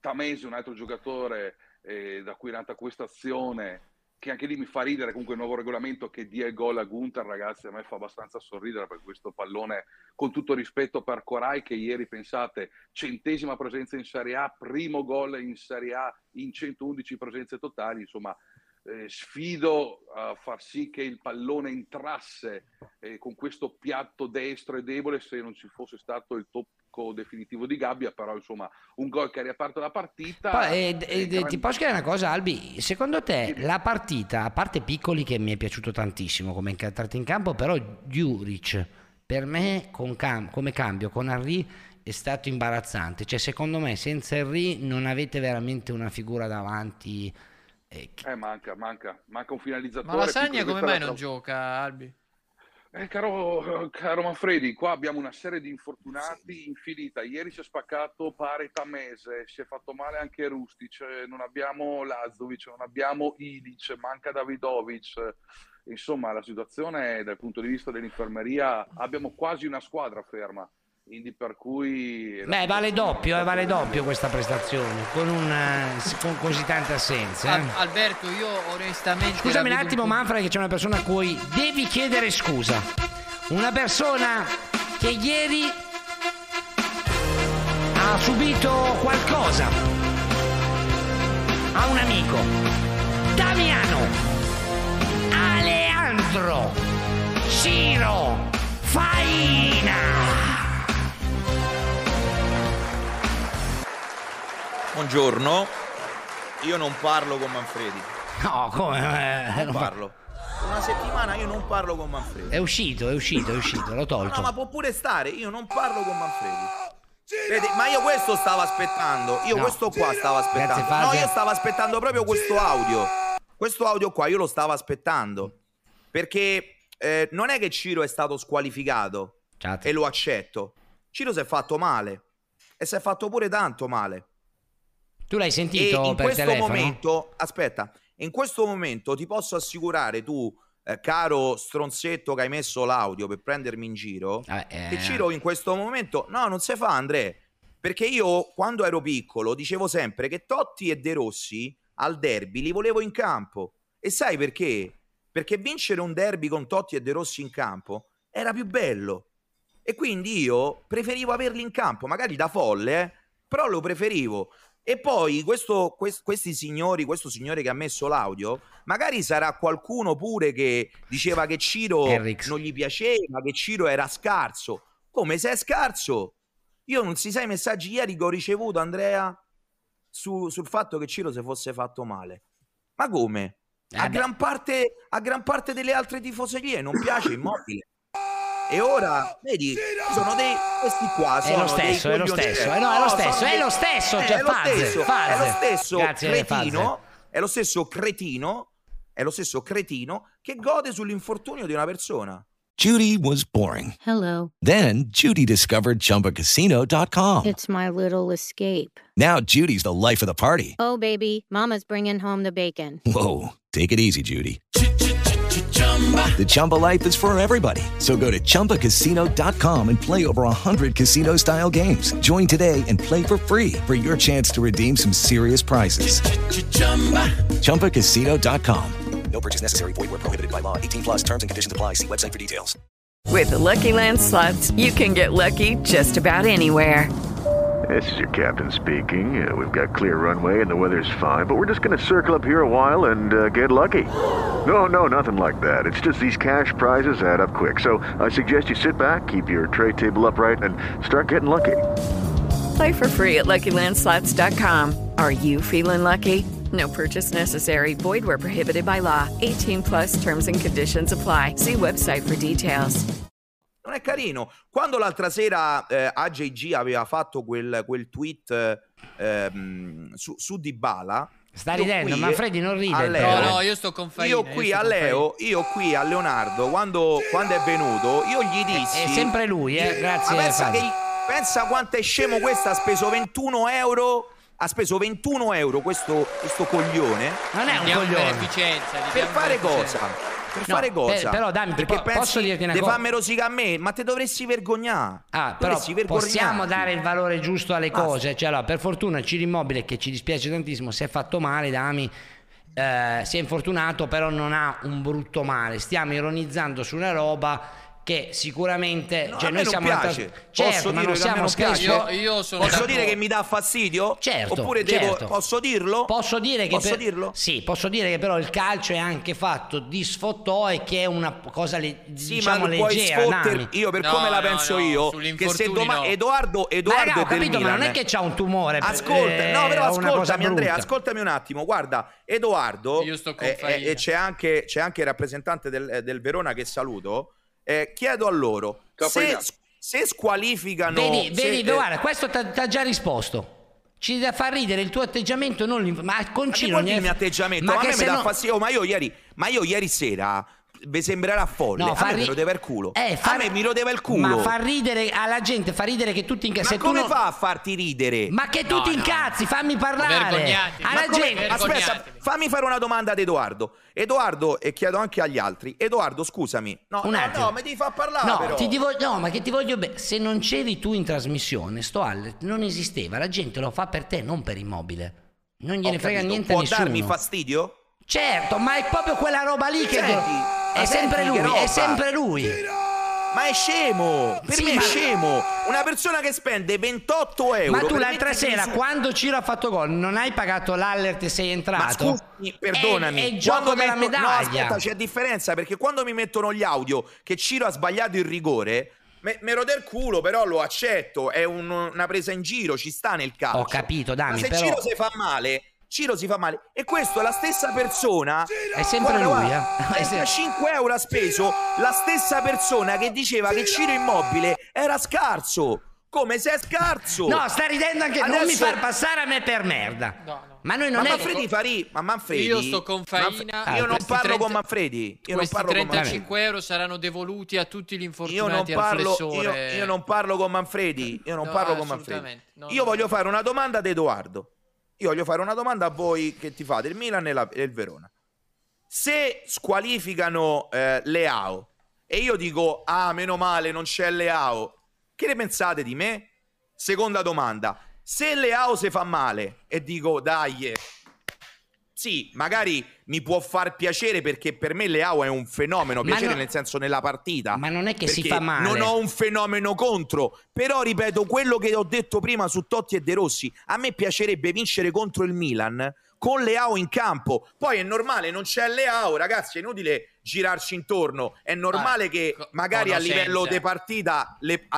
Tamese, un altro giocatore da cui è nata questa azione, che anche lì mi fa ridere, comunque il nuovo regolamento che dia il gol a Gunther, ragazzi, a me fa abbastanza sorridere per questo pallone, con tutto rispetto per Corai, che ieri, pensate, 100ª presenza in Serie A, primo gol in Serie A in 111 presenze totali, insomma, sfido a far sì che il pallone entrasse con questo piatto destro e debole, se non ci fosse stato il tocco definitivo di Gabbia, però insomma un gol che ha riaperto la partita. Ti posso chiedere una cosa, Albi? Secondo te la partita, a parte Piccoli che mi è piaciuto tantissimo come entrato in campo, però Juric per me come cambio con Henry è stato imbarazzante, cioè secondo me senza Henry non avete veramente una figura davanti. Manca un finalizzatore. Ma Lasagna come mai non gioca, Albi? Caro Manfredi, qua abbiamo una serie di infortunati infinita. Ieri si è spaccato pare Tamese, si è fatto male anche Rustic, non abbiamo Lazovic, non abbiamo Ilic, manca Davidovic. Insomma, la situazione dal punto di vista dell'infermeria, abbiamo quasi una squadra ferma. Quindi per cui vale doppio questa prestazione con così tante assenze. Alberto, io onestamente scusami un attimo, Manfred, che c'è una persona a cui devi chiedere scusa, una persona che ieri ha subito qualcosa a un amico, Damiano Aleandro Ciro Faina. Buongiorno, io non parlo con Manfredi. No, come? Non parlo. Una settimana io non parlo con Manfredi. È uscito, l'ho tolto. No, ma può pure stare, io non parlo con Manfredi. Vedi, ma io questo stavo aspettando, questo qua stavo aspettando. Grazie, no, io stavo aspettando proprio questo audio. Questo audio qua io lo stavo aspettando. Perché non è che Ciro è stato squalificato e lo accetto. Ciro si è fatto male e si è fatto pure tanto male. Tu l'hai sentito in per questo telefono? momento, aspetta, in questo momento ti posso assicurare tu, caro stronzetto che hai messo l'audio per prendermi in giro, che Ciro in questo momento, no, non si fa, Andrea, perché io quando ero piccolo dicevo sempre che Totti e De Rossi al derby li volevo in campo. E sai perché? Perché vincere un derby con Totti e De Rossi in campo era più bello. E quindi io preferivo averli in campo, magari da folle, però lo preferivo. E poi questi signori, questo signore che ha messo l'audio, magari sarà qualcuno pure che diceva che Ciro non gli piaceva, che Ciro era scarso. Come, se è scarso? Io non si sa i messaggi ieri che ho ricevuto, Andrea, sul fatto che Ciro si fosse fatto male. Ma come? A gran parte delle altre tifoserie non piace Immobile. E ora, vedi, sono questi qua sono è lo stesso, è lo stesso, è lo stesso cretino che gode sull'infortunio di una persona. Judy was boring. Hello. Then Judy discovered ChumbaCasino.com. It's my little escape. Now Judy's the life of the party. Oh, baby, mama's bringing home the bacon. Whoa, take it easy, Judy. The Chumba life is for everybody. So go to ChumbaCasino.com and play over 100 casino-style games. Join today and play for free for your chance to redeem some serious prizes. ChumbaCasino.com. No purchase necessary. Void where prohibited by law. 18 plus terms and conditions apply. See website for details. With the Lucky Land Slots, you can get lucky just about anywhere. This is your captain speaking. We've got clear runway and the weather's fine, but we're just going to circle up here a while and get lucky. No, nothing like that. It's just these cash prizes add up quick. So I suggest you sit back, keep your tray table upright, and start getting lucky. Play for free at LuckyLandSlots.com. Are you feeling lucky? No purchase necessary. Void where prohibited by law. 18 plus terms and conditions apply. See website for details. Non è carino. Quando l'altra sera AJG aveva fatto quel tweet su Dybala, sta ridendo, ma Freddy non ride. No, io sto con Faina. Io qui a Leonardo, quando è venuto, io gli dissi... È sempre lui, grazie. Pensa quanto è scemo questo, ha speso 21 euro... Ha speso 21 euro questo coglione. Non è un coglione. Per fare cosa? Per fare cosa? Però dammi, perché posso dirti una cosa? Devi farmi rosica a me, ma te dovresti vergognare. Però possiamo dare il valore giusto alle cose. Cioè, allora, per fortuna il Ciro Immobile, che ci dispiace tantissimo, si è fatto male, Dami, si è infortunato, però non ha un brutto male. Stiamo ironizzando su una roba che sicuramente noi siamo piace. Certo, ma non siamo scherzi. Posso dire che mi dà fastidio? Certo. Oppure posso dirlo? Posso dire che dirlo? Sì, posso dire che però il calcio è anche fatto di sfottò e che è una cosa diciamo leggera. Io per come la penso io, che se domani Edoardo è del Milan, ma non è che c'ha un tumore. Però ascoltami Andrea, ascoltami un attimo. Guarda, Edoardo e c'è anche il rappresentante del Verona che saluto. Chiedo a loro se squalificano. Vedi, guarda, questo ti ha già risposto. Ci fa ridere il tuo atteggiamento, ma con Ciro il mio atteggiamento, ma a me mi dà fastidio. Ma io ieri sera vi sembrerà folle. A me mi rodeva il culo. A me mi rodeva il culo. Ma fa ridere alla gente, fa ridere che tu ti incazzi. Ma come fa a farti ridere? Ma che tu ti incazzi, fammi parlare. Aspetta, fammi fare una domanda ad Edoardo. Edoardo, e chiedo anche agli altri. Edoardo, scusami. No, mi devi far parlare. Ma che ti voglio bene. Se non c'eri tu in trasmissione, non esisteva. La gente lo fa per te, non per Immobile. Non gliene frega niente a nessuno. Può darmi fastidio? Certo, ma è proprio quella roba lì che è sempre lui. Ma è scemo! Per me è scemo! Una persona che spende 28 euro. Ma tu l'altra sera, quando Ciro ha fatto gol, non hai pagato l'allert e sei entrato? Ma scusami, perdonami. È il gioco della medaglia. No, aspetta, c'è differenza, perché quando mi mettono gli audio che Ciro ha sbagliato il rigore, me rode il culo, però lo accetto. È una presa in giro, ci sta nel calcio. Ho capito, Dami, ma se Ciro si fa male, e questo è la stessa persona. È sempre lui, 5 euro ha speso la stessa persona che diceva che Ciro Immobile era scarso. Come se è scarso? No, sta ridendo anche. Non mi far passare a me per merda. No. Ma noi non Manfredi. Io sto con Faina. Io non parlo con Manfredi. Questi 35 euro saranno devoluti a tutti gli infortunati al flessore. Io non parlo con Manfredi. Io voglio fare una domanda ad Edoardo. Io voglio fare una domanda a voi che ti fate il Milan e il Verona. Se squalificano Leao e io dico meno male non c'è Leao, che ne pensate di me? Seconda domanda: se Leao si fa male e dico dai, sì, magari mi può far piacere, perché per me Leao è un fenomeno, piacere nel senso nella partita. Ma non è che si fa male. Non ho un fenomeno contro, però ripeto quello che ho detto prima su Totti e De Rossi. A me piacerebbe vincere contro il Milan con Leao in campo. Poi è normale, non c'è Leao, ragazzi, è inutile girarci intorno. È normale che magari a livello di partita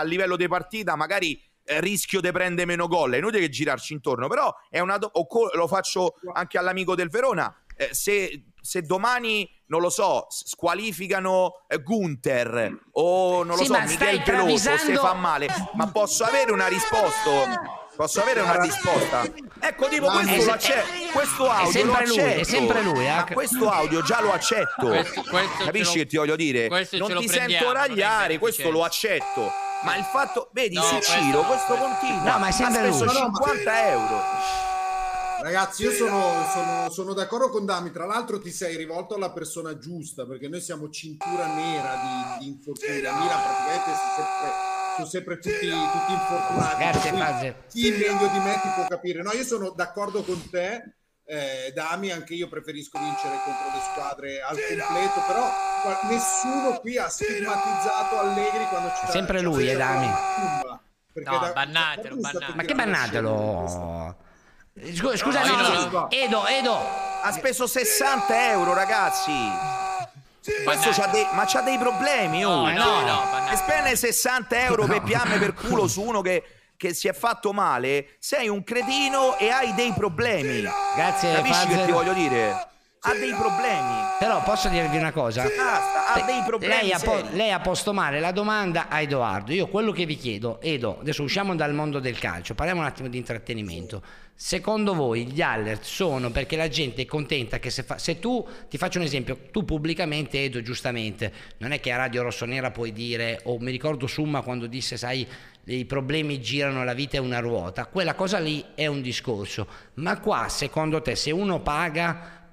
magari rischio di prendere meno gol, è inutile che girarci intorno, però è lo faccio anche all'amico del Verona. Se domani, non lo so, squalificano Gunther o non lo so, Michel Peloso, se fa male, ma posso avere una risposta? Posso avere una risposta? Ecco, tipo questo audio lo accetto. È sempre lui, ma questo audio già lo accetto. Capisci che ti voglio dire? Non ti sento ragliare, questo lo accetto. Ma il fatto, vedi, su Ciro questo continua. No, ma è sempre lui. 50 euro. Ragazzi, io sono d'accordo con Dami. Tra l'altro ti sei rivolto alla persona giusta, perché noi siamo cintura nera di infortuni. A Milan praticamente sono sempre tutti infortunati. Grazie. Chi meglio di me ti può capire. No, io sono d'accordo con te, Dami, anche io preferisco vincere contro le squadre al completo, però nessuno qui ha stigmatizzato Allegri quando c'è sempre lui, Dami. No, bannatelo. Ma che bannatelo? Scusa, no. Edo ha speso 60 euro, ragazzi. Questo c'ha dei problemi. No, e spende 60 euro per piamme per culo su uno che si è fatto male. Sei un cretino e hai dei problemi. Grazie. Capisci che ti voglio dire? Ha dei problemi. Però posso dirvi una cosa? Ha dei problemi. Lei ha posto male la domanda a Edoardo. Io quello che vi chiedo, Edo, adesso usciamo dal mondo del calcio, parliamo un attimo di intrattenimento. Secondo voi gli alert sono perché la gente è contenta che se tu, ti faccio un esempio, tu pubblicamente, Edo, giustamente, non è che a Radio Rossonera puoi dire, o mi ricordo Summa quando disse, sai, i problemi girano, la vita è una ruota, quella cosa lì è un discorso, ma qua secondo te se uno paga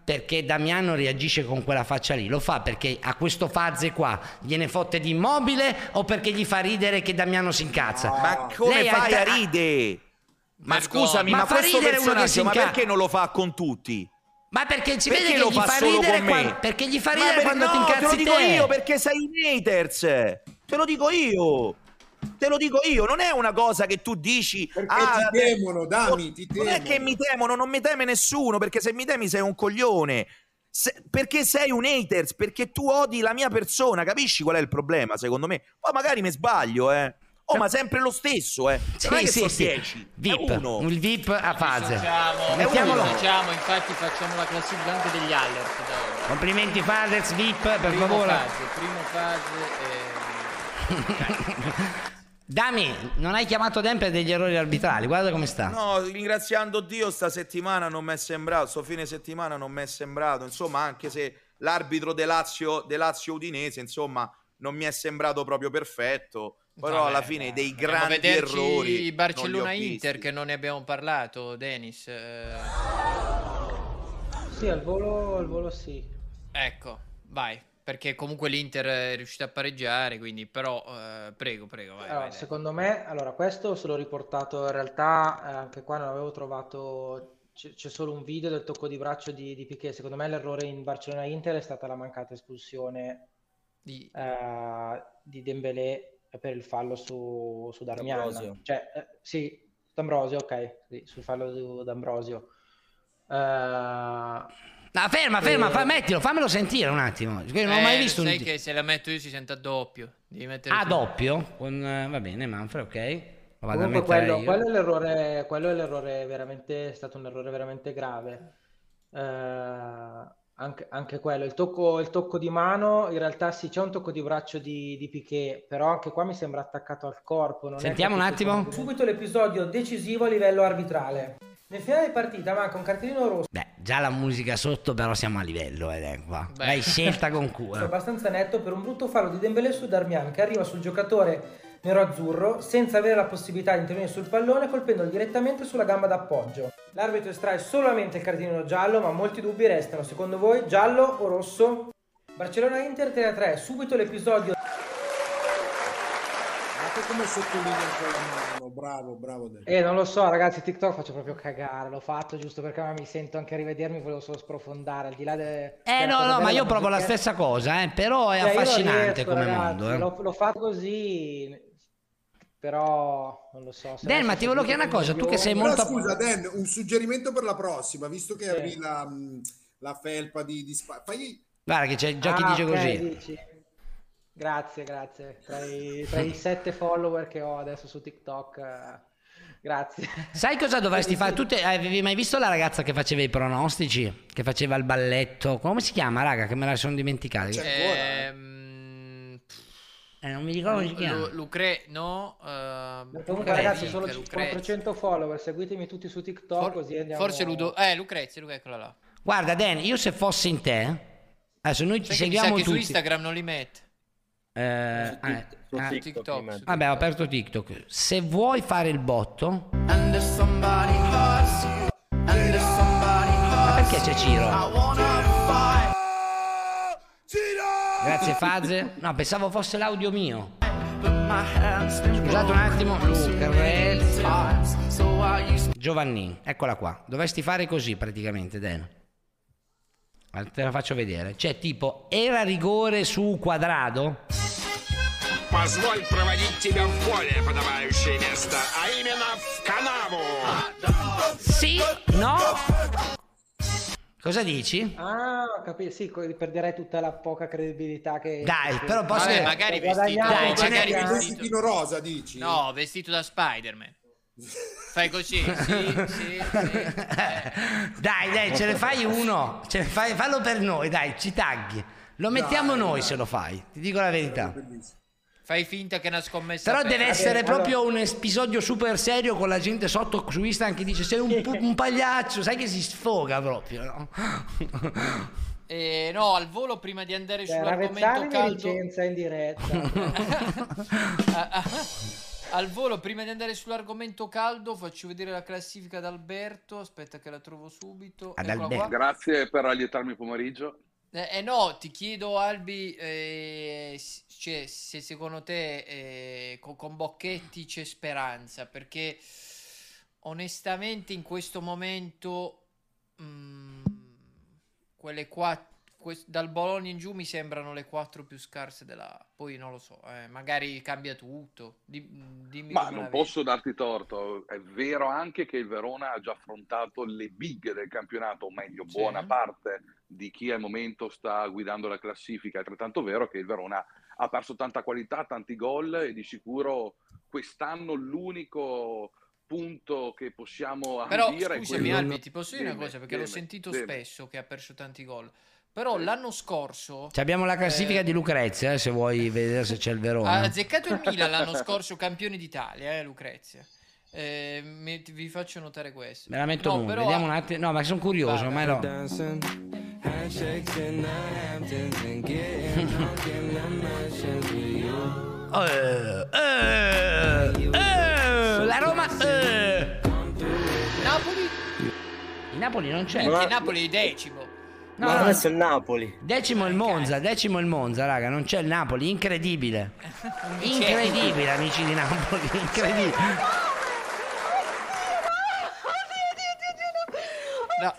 perché Damiano reagisce con quella faccia lì? Lo fa perché ha questo fazze qua, gliene fotte di immobile, o perché gli fa ridere che Damiano si incazza? Ma come fai a ridere? Ma scusami, ma questo personaggio, ma perché non lo fa con tutti? Ma perché ci perché vede che lo gli fa solo ridere con me? perché gli fa ridere quando ti incazzi te lo dico te. io, perché sei un haters. Te lo dico io. Te lo dico io, non è una cosa che tu dici. Perché ti temono, Dami, ti temono. Non è che mi temono, non mi teme nessuno, perché se mi temi sei un coglione. Perché sei un haters, perché tu odi la mia persona, capisci qual è il problema secondo me? Poi magari mi sbaglio, Oh, ma sempre lo stesso, non è che sono 10, VIP, è uno. il VIP a fase. Mettiamolo. Infatti facciamo la classifica anche degli alert. Dai. Complimenti Fadez, VIP, per favore. Primo fase. Dami, non hai chiamato Dan per degli errori arbitrali, guarda come sta. No, ringraziando Dio sta settimana non mi è sembrato, sto fine settimana non mi è sembrato, insomma, anche se l'arbitro de Lazio Udinese, insomma, non mi è sembrato proprio perfetto. Però alla fine dei grandi errori. Barcellona-Inter che non ne abbiamo parlato, Denis. Sì, al volo sì. Ecco, vai. Perché comunque l'Inter è riuscita a pareggiare, quindi però prego, vai. Allora, vai. Secondo me, questo se l'ho riportato in realtà, anche qua non avevo trovato, c'è solo un video del tocco di braccio di Piqué. Secondo me l'errore in Barcellona-Inter è stata la mancata espulsione di Dembélé per il fallo su Darmian. D'Ambrosio. Sì, D'Ambrosio, ok, sì, sul fallo di D'Ambrosio. Ferma, mettilo, fammelo sentire un attimo. Non ho mai visto sai che se la metto io si sente a doppio. Devi mettere doppio? Va bene, Manfred, ok. Comunque quello è l'errore veramente, è stato un errore veramente grave. Anche quello, il tocco di mano, in realtà sì, c'è un tocco di braccio di Piqué, però anche qua mi sembra attaccato al corpo. Sentiamo un attimo. Subito l'episodio decisivo a livello arbitrale. Nel finale di partita manca un cartellino rosso. Già la musica sotto, però siamo a livello, qua. L'hai scelta con cura. Abbastanza netto per un brutto fallo di Dembélé su Darmian, che arriva sul giocatore nero-azzurro senza avere la possibilità di intervenire sul pallone, colpendolo direttamente sulla gamba d'appoggio. L'arbitro estrae solamente il cartellino giallo, ma molti dubbi restano. Secondo voi giallo o rosso? Barcellona-Inter 3-3, subito l'episodio. Come sottolinea con la mano, bravo. Non lo so, ragazzi, TikTok faccio proprio cagare. L'ho fatto giusto perché mi sento anche a rivedermi, volevo solo sprofondare al di là no, ma io provo la stessa cosa, però è affascinante come ragazzi, mondo. L'ho fatto così, però non lo so. Dan, ma ti volevo chiedere una cosa, tu che sei molto... Scusa Dan, un suggerimento per la prossima, visto che avevi la felpa di fai... Guarda che c'è già chi dice così. Dici. Grazie. Tra i 7 follower che ho adesso su TikTok, grazie. Sai cosa dovresti fare? Tu avevi mai visto la ragazza che faceva i pronostici? Che faceva il balletto? Come si chiama, raga? Che me la sono dimenticata. Non mi ricordo come si chiama. Comunque ragazzi, solo 400 follower, seguitemi tutti su TikTok così andiamo... Forse Lucrezia, eccola là. Guarda Dan, io se fossi in te, adesso noi ci seguiamo tutti. Su Instagram non li mette. TikTok. Vabbè, ho aperto TikTok. Se vuoi fare il botto, ma perché c'è Ciro? Grazie Fazze. No, pensavo fosse l'audio mio. Scusate un attimo. Lucrezia Giovannin, eccola qua. Dovresti fare così praticamente, Dan. Te la faccio vedere. Cioè tipo, era rigore su Quadrado? Позволь проводить тебя в более подобающее место, а именно в канаву. Sì, no? Cosa dici? Capito, sì, perderei tutta la poca credibilità che... Dai, però posso... magari vestito... vestitino rosa, dici? No, vestito da Spider-Man. Fai così, sì. Dai, ce ne fai uno. Fallo per noi, dai, ci tagghi. Lo mettiamo noi se lo fai, ti dico la verità. Fai finta che è una scommessa. Però deve essere proprio un episodio super serio con la gente sotto su Instagram che dice sei un pagliaccio, sai che si sfoga proprio, no? No, al volo prima di andare sull'argomento caldo. Licenza in diretta. Al volo, prima di andare sull'argomento caldo, faccio vedere la classifica ad Alberto. Aspetta che la trovo subito. Eccola qua. Grazie per allietarmi il pomeriggio. No, ti chiedo, Albi, se secondo te con Bocchetti c'è speranza, perché onestamente in questo momento quelle dal Bologna in giù mi sembrano le 4 più scarse poi non lo so, magari cambia tutto. Dimmi. Ma non posso darti torto, è vero anche che il Verona ha già affrontato le big del campionato, o meglio, buona parte di chi al momento sta guidando la classifica. È altrettanto vero che il Verona ha perso tanta qualità, tanti gol, e di sicuro quest'anno l'unico punto che possiamo ambire. Però scusami Albi, ti posso dire una cosa, perché l'ho sentito spesso che ha perso tanti gol. Però l'anno scorso abbiamo la classifica di Lucrezia, se vuoi vedere se c'è il Verona. Ha azzeccato il Milan l'anno scorso campione d'Italia, Lucrezia. Vi faccio notare questo. Me la metto vediamo un attimo. No, ma sono curioso, ma no. La Roma. Napoli. Il Napoli non c'è. Perché Napoli è decimo. No, adesso il Napoli. Decimo il Monza, raga, non c'è il Napoli, incredibile. Incredibile, amici di Napoli, incredibile. No.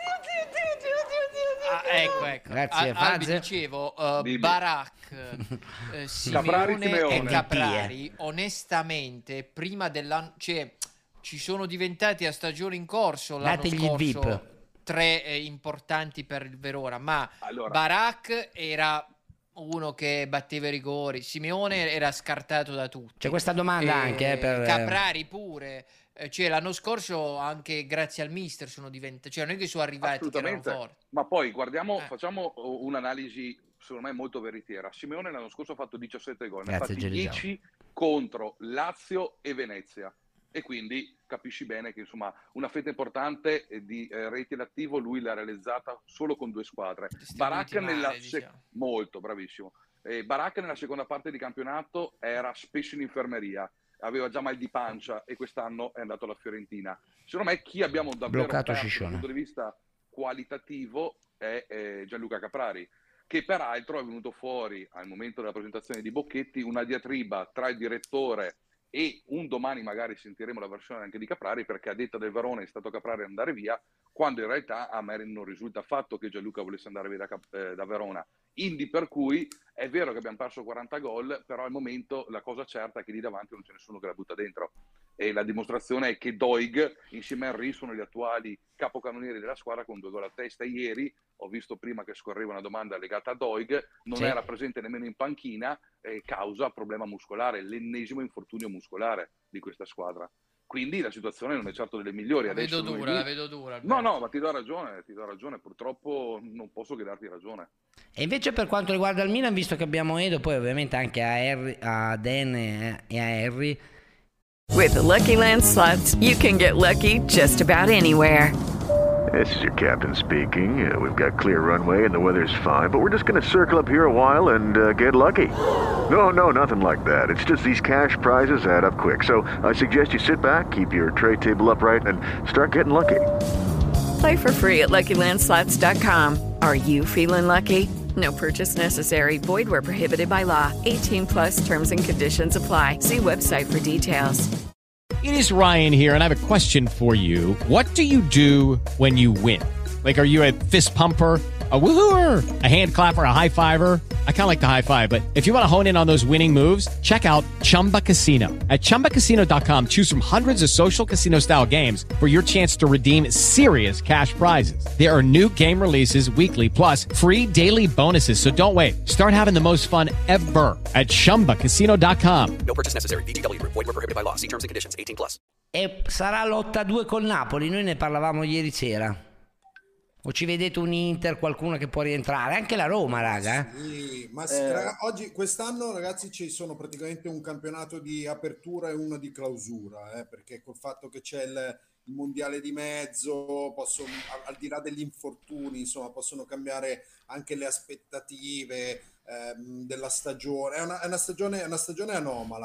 Ecco. Grazie, Albi, dicevo, Barak, Simeone e Caprari, onestamente, prima dell'anno, cioè, ci sono diventati a stagione in corso l'anno scorso VIP. 3 importanti per il Verona, ma Barak era uno che batteva i rigori, Simeone era scartato da tutti. C'è questa domanda anche per Caprari pure. Cioè l'anno scorso anche grazie al mister sono diventati, cioè non è che sono arrivati che erano forti. Ma poi facciamo un'analisi secondo me molto veritiera. Simeone l'anno scorso ha fatto 17 gol, ne ha fatti 10 contro Lazio e Venezia, e quindi capisci bene che insomma una fetta importante di reti all'attivo lui l'ha realizzata solo con 2 squadre. Barak molto bravissimo. Barak nella seconda parte di campionato era spesso in infermeria, aveva già mal di pancia e quest'anno è andato alla Fiorentina. Secondo me chi abbiamo davvero perso dal punto di vista qualitativo è Gianluca Caprari, che peraltro è venuto fuori al momento della presentazione di Bocchetti una diatriba tra il direttore e un domani magari sentiremo la versione anche di Caprari, perché a detta del Verona è stato Caprari andare via, quando in realtà a me non risulta affatto che Gianluca volesse andare via da Verona. Indi per cui è vero che abbiamo perso 40 gol, però al momento la cosa certa è che lì davanti non c'è nessuno che la butta dentro, e la dimostrazione è che Doig insieme a Henry sono gli attuali capocannonieri della squadra con 2 gol a testa. Ieri ho visto prima che scorreva una domanda legata a Doig, non era presente nemmeno in panchina, causa problema muscolare, l'ennesimo infortunio muscolare di questa squadra. Quindi la situazione non è certo delle migliori. La vedo dura. No, ma ti do ragione, purtroppo non posso che darti ragione. E invece per quanto riguarda il Milan, visto che abbiamo Edo, poi ovviamente anche a Dan e a Harry. With the Lucky Land Slots, you can get lucky just about anywhere. This is your captain speaking. We've got clear runway and the weather's fine, but we're just going to circle up here a while and get lucky. No, nothing like that. It's just these cash prizes add up quick. So I suggest you sit back, keep your tray table upright, and start getting lucky. Play for free at LuckyLandSlots.com. Are you feeling lucky? No purchase necessary. Void where prohibited by law. 18 plus terms and conditions apply. See website for details. It is Ryan here, and I have a question for you. What do you do when you win? Like, are you a fist pumper, a woohooer, a hand clapper, a high fiver? I kind of like the high five, but if you want to hone in on those winning moves, check out Chumba Casino. At ChumbaCasino.com, choose from hundreds of social casino-style games for your chance to redeem serious cash prizes. There are new game releases weekly, plus free daily bonuses, so don't wait. Start having the most fun ever at ChumbaCasino.com. No purchase necessary. VGW. Void where prohibited by law. See terms and conditions. 18 plus. E sarà l'8-2 col Napoli, noi ne parlavamo ieri sera. O ci vedete un Inter, qualcuno che può rientrare? Anche la Roma, raga. Sì, ma oggi, quest'anno, ragazzi, ci sono praticamente un campionato di apertura e uno di clausura, perché col fatto che c'è il mondiale di mezzo, al di là degli infortuni, insomma, possono cambiare anche le aspettative della stagione. È una stagione anomala.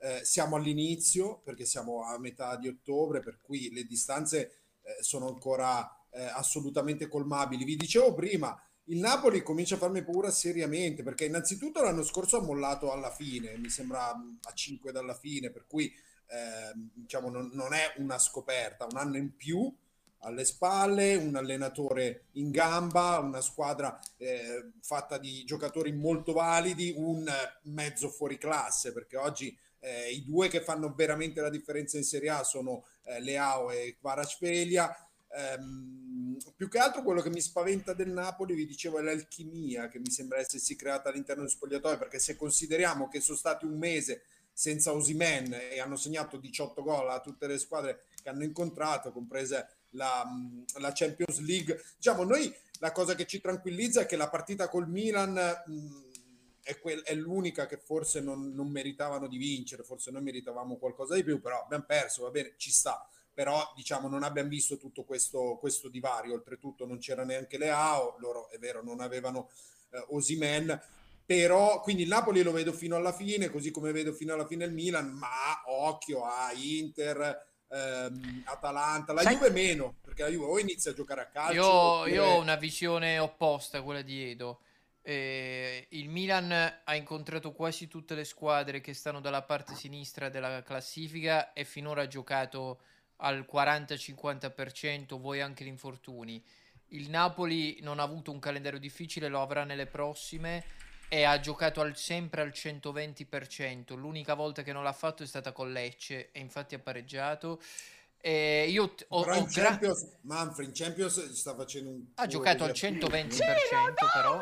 siamo all'inizio, perché siamo a metà di ottobre, per cui le distanze sono ancora assolutamente colmabili. Vi dicevo prima, il Napoli comincia a farmi paura seriamente, perché innanzitutto l'anno scorso ha mollato alla fine, mi sembra a 5 dalla fine, per cui diciamo non è una scoperta, un anno in più alle spalle, un allenatore in gamba, una squadra fatta di giocatori molto validi, un mezzo fuori classe, perché oggi i due che fanno veramente la differenza in Serie A sono Leao e Kvaratskhelia. Più che altro quello che mi spaventa del Napoli, vi dicevo, è l'alchimia che mi sembra essersi creata all'interno del spogliatoio, perché se consideriamo che sono stati un mese senza Osimhen e hanno segnato 18 gol a tutte le squadre che hanno incontrato, comprese la Champions League, diciamo, noi la cosa che ci tranquillizza è che la partita col Milan è l'unica che forse non meritavano di vincere, forse noi meritavamo qualcosa di più, però abbiamo perso, va bene, ci sta. Però diciamo non abbiamo visto tutto questo divario, oltretutto non c'era neanche Leao, loro è vero non avevano Osimhen, però quindi il Napoli lo vedo fino alla fine, così come vedo fino alla fine il Milan, ma occhio a Inter, Atalanta, la Juve meno, perché la Juve o inizia a giocare a calcio. Io ho una visione opposta a quella di Edo. Il Milan ha incontrato quasi tutte le squadre che stanno dalla parte sinistra della classifica e finora ha giocato al 40-50%, vuoi anche gli infortuni. Il Napoli non ha avuto un calendario difficile, lo avrà nelle prossime e ha giocato sempre al 120%. L'unica volta che non l'ha fatto è stata con Lecce e infatti ha pareggiato. Io però in Champions, Manfred in Champions sta facendo un ha giocato al 120%, però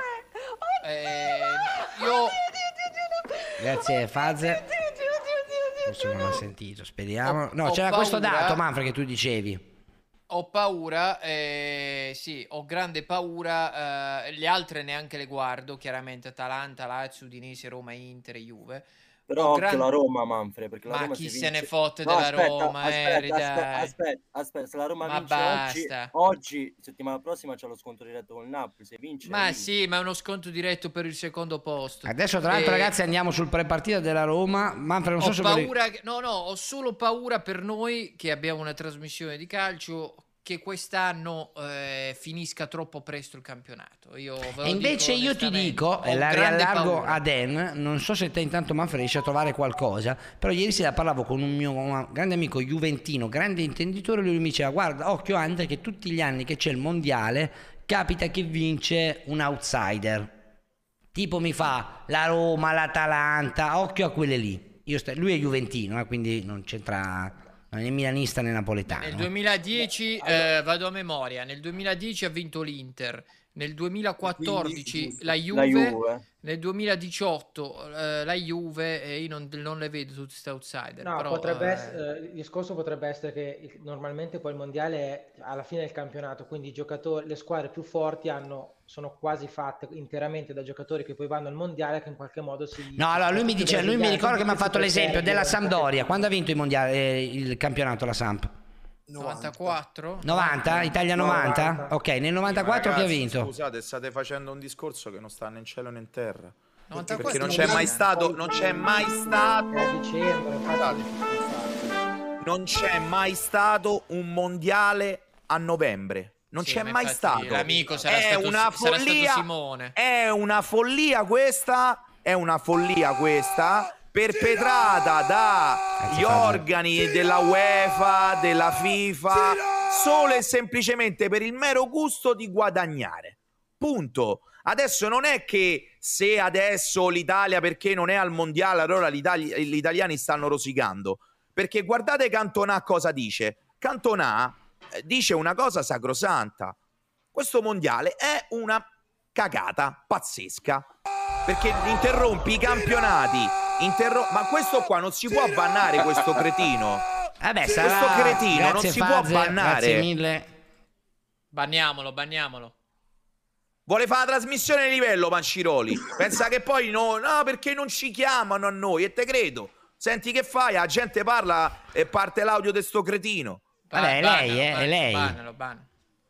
grazie Fazer. Forse non ha sentito, speriamo. No, c'era questo dato, Manfred, che tu dicevi. Ho paura, sì, ho grande paura. Le altre neanche le guardo, chiaramente Atalanta, Lazio, Udinese, Roma, Inter, Juve. Però occhio la Roma, Manfred, perché la ma Roma chi si se vince... ne fotte della Roma? Aspetta, se la Roma ma vince basta. oggi, settimana prossima c'è lo scontro diretto con il Napoli, se vince... Ma sì, ma è uno scontro diretto per il secondo posto. Adesso tra l'altro ragazzi andiamo sul pre-partita della Roma. Manfred, non so se paura ho solo paura per noi che abbiamo una trasmissione di calcio che quest'anno finisca troppo presto il campionato. E invece io ti dico, la riallargo ad En, non so se te intanto Manfred riesci a trovare qualcosa, però ieri sera parlavo con un mio grande amico juventino, grande intenditore, lui mi diceva guarda, occhio Andre, che tutti gli anni che c'è il mondiale capita che vince un outsider, tipo mi fa la Roma, l'Atalanta, occhio a quelle lì. Lui è juventino, quindi non c'entra... non è milanista né napoletano. Nel 2010 vado a memoria, nel 2010 ha vinto l'Inter, nel 2014 la Juve, nel 2018 la Juve, e io non le vedo tutte queste outsider. No, però, potrebbe essere, il discorso potrebbe essere che normalmente poi il mondiale è alla fine del campionato, quindi i giocatori, le squadre più forti sono quasi fatte interamente da giocatori che poi vanno al mondiale, che in qualche modo si... No, allora lui mi ricorda che mi ha fatto l'esempio della Sampdoria. Quando ha vinto il campionato la Samp? 94? 90? Italia 90? Ok, nel 94 chi ha vinto? Scusate, state facendo un discorso che non sta né in cielo né in terra. 94 perché non c'è mai stato, non c'è mai stato un mondiale a novembre. Non c'è mai stato. L'amico sarà stato Simone. È una follia questa. È una follia questa. Perpetrata dagli organi della UEFA, della FIFA, solo e semplicemente per il mero gusto di guadagnare. Punto. Adesso non è che se adesso l'Italia, perché non è al mondiale, allora gli italiani stanno rosicando. Perché guardate Cantona cosa dice. Cantona dice una cosa sacrosanta. Questo mondiale è una cagata pazzesca. Perché interrompi i campionati. Ma questo qua non si può bannare, questo cretino. Questo cretino non si può bannare. Grazie mille. Banniamolo. Vuole fare la trasmissione di livello, Panciroli. Pensa che poi no, perché non ci chiamano a noi, e te credo. Senti che fai, la gente parla e parte l'audio di sto cretino. Vabbè, è lei. Bannalo.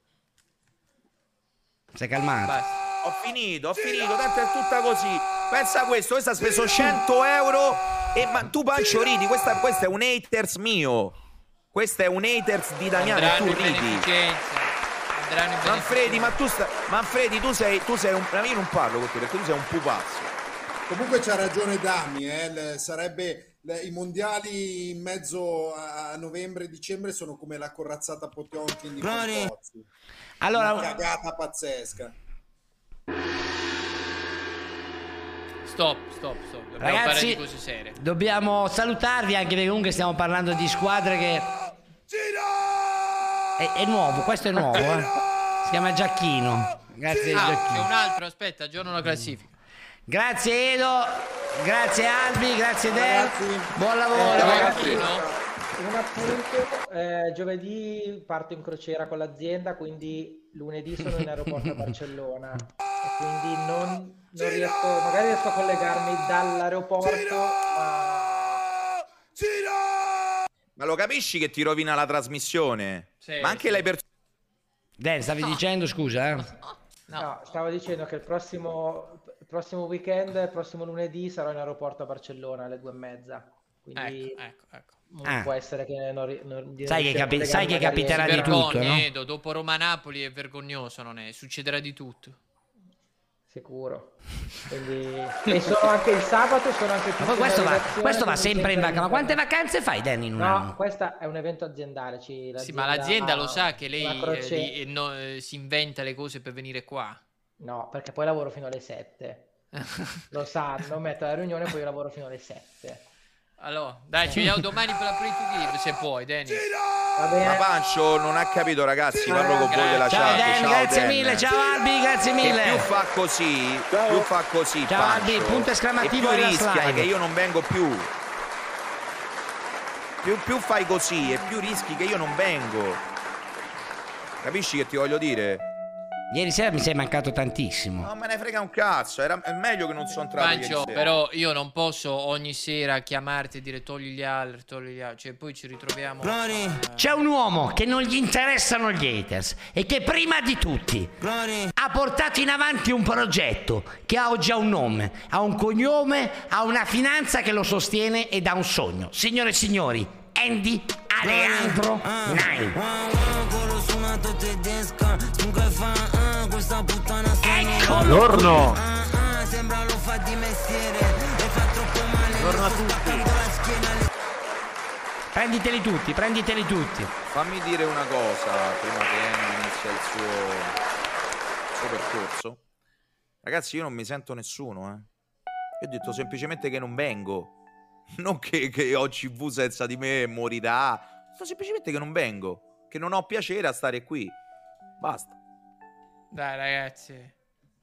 Sei calmato. Ho finito, tanto è tutta così. Pensa a questo ha speso 100 euro Ma tu Pancio ridi, questo è un haters mio. Questo è un haters di Damiano e tu ridi. Manfredi, tu sei un... Io non parlo con te perché tu sei un pupazzo. Comunque c'ha ragione Dami, sarebbe i mondiali in mezzo a novembre e dicembre sono come la corazzata Potionkin di Fantozzi. Allora, una cagata pazzesca. Stop. Dobbiamo ragazzi, parlare di cose serie. Dobbiamo salutarvi anche perché comunque stiamo parlando di squadre che... È nuovo, questo è nuovo, Si chiama Giacchino. Grazie Giacchino. C'è un altro, aspetta, aggiorno la classifica. Grazie Edo, grazie Albi, grazie Dan. Buon lavoro. Ragazzi, un appunto, giovedì parto in crociera con l'azienda, quindi lunedì sono in aeroporto a Barcellona e quindi non riesco, magari riesco a collegarmi dall'aeroporto, Ma lo capisci che ti rovina la trasmissione? Sì, ma anche lei per... Dan, stavi dicendo, scusa? No, stavo dicendo che il prossimo weekend, il prossimo lunedì sarò in aeroporto a Barcellona alle 2:30. Quindi ecco. Può essere che non sai che capiterà di tutto, no? Edo, dopo Roma-Napoli è vergognoso, non è? Succederà di tutto. Sicuro. Quindi... e sono anche il sabato, sono anche ma poi questo va sempre in vacanza. Ma quante vacanze fai, Dan, in un anno? No, questo è un evento aziendale. Sì, ma l'azienda lo sa che lei si inventa le cose per venire qua. No, perché poi lavoro fino alle 7. Lo sanno, metto la riunione e poi io lavoro fino alle 7. Allora, dai, ci vediamo domani per la Play to Give, se puoi, Danny. Ma Pancio non ha capito, ragazzi, parlo con voi della ciao, chat. Dan, grazie mille, ciao Albi, grazie mille. Più fa così, ciao Albi, punto esclamativo e più alla rischia slide. che io non vengo più. Più fai così e più rischi che io non vengo. Capisci che ti voglio dire? Ieri sera mi sei mancato tantissimo. Non me ne frega un cazzo, è meglio che non sono entrato Pancio, però io non posso ogni sera chiamarti e dire togli gli altri, cioè poi ci ritroviamo. C'è un uomo che non gli interessano gli haters e che prima di tutti ha portato in avanti un progetto che oggi ha un nome, ha un cognome, ha una finanza che lo sostiene ed ha un sogno. Signore e signori, Andy Alejandro Nine. Buongiorno. Buongiorno a tutti. Prenditeli tutti. Fammi dire una cosa prima che Andy inizia il suo percorso. Ragazzi, io non mi sento nessuno, Io ho detto semplicemente che non vengo. Non che OCV senza di me morirà. Sto semplicemente che non vengo. Che non ho piacere a stare qui. Basta. Dai, ragazzi.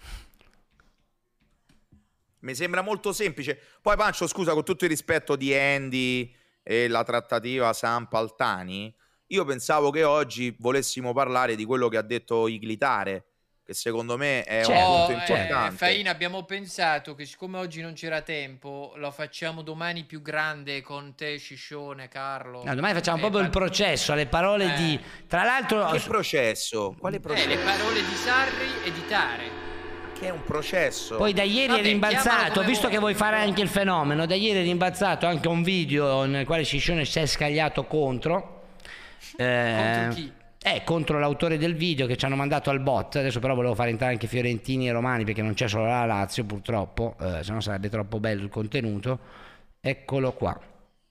Mi sembra molto semplice. Poi Pancio, scusa, con tutto il rispetto di Andy e la trattativa Samp-Altani, io pensavo che oggi volessimo parlare di quello che ha detto Iglitare, che secondo me è un punto importante. Faina, abbiamo pensato che siccome oggi non c'era tempo, lo facciamo domani più grande con te, Ciccione, Carlo. No, domani facciamo proprio il processo alle parole di... Tra l'altro... Che processo? Quale processo? Le parole di Sarri e di Tare. Che è un processo. Poi da ieri è rimbalzato, visto che vuoi fare anche il fenomeno, da ieri è rimbalzato anche un video nel quale Ciccione si è scagliato contro. Contro chi? Contro l'autore del video che ci hanno mandato al bot. Adesso però volevo fare entrare anche Fiorentini e Romani perché non c'è solo la Lazio purtroppo, se no sarebbe troppo bello il contenuto. Eccolo qua.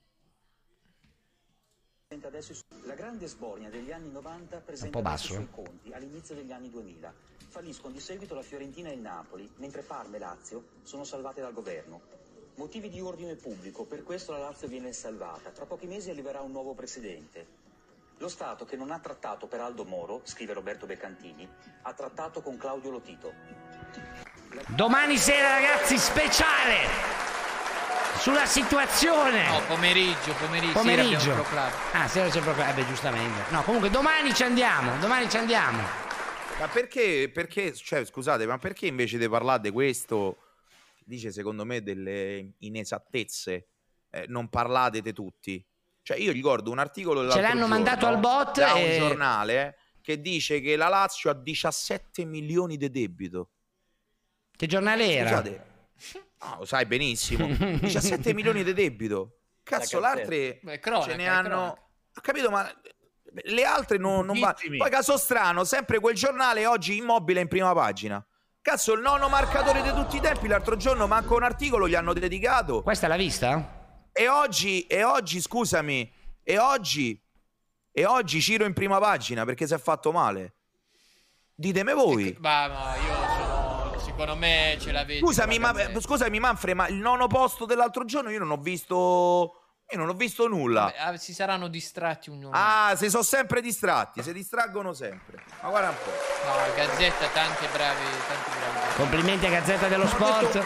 Adesso la grande sbornia degli anni 90 presenta un po' basso, i suoi conti all'inizio degli anni 2000. Falliscono di seguito la Fiorentina e il Napoli, mentre Parma e Lazio sono salvate dal governo. Motivi di ordine pubblico, per questo la Lazio viene salvata. Tra pochi mesi arriverà un nuovo presidente. Lo Stato, che non ha trattato per Aldo Moro, scrive Roberto Beccantini, ha trattato con Claudio Lotito. Domani sera, ragazzi, speciale sulla situazione. No, pomeriggio. Sera c'è proclama. Giustamente. No, comunque domani ci andiamo. Ma perché, cioè, scusate, ma perché invece di parlare di questo, dice secondo me delle inesattezze, non parlate di tutti? Cioè io ricordo un articolo dell'altro giorno, ce l'hanno mandato al bot da un giornale che dice che la Lazio ha 17 milioni di debito. Che giornale era? Scusate, No, lo sai benissimo. 17 milioni di debito. Cazzo, le altre ce ne hanno... Ho capito, ma le altre non va. Poi caso strano, sempre quel giornale oggi Immobile in prima pagina. Cazzo, il nono marcatore di tutti i tempi. L'altro giorno manco un articolo gli hanno dedicato. Questa l'ha vista? E oggi, scusami, e oggi Ciro in prima pagina perché si è fatto male. Ditemi voi. Ma io sono... Secondo me ce l'avete. Scusami Manfred, ma il nono posto dell'altro giorno io non ho visto nulla. Vabbè, si saranno distratti ognuno. Ah, si sono sempre distratti, si distraggono sempre. Ma guarda un po'. No, Gazzetta, tanti bravi. Complimenti a Gazzetta dello Sport.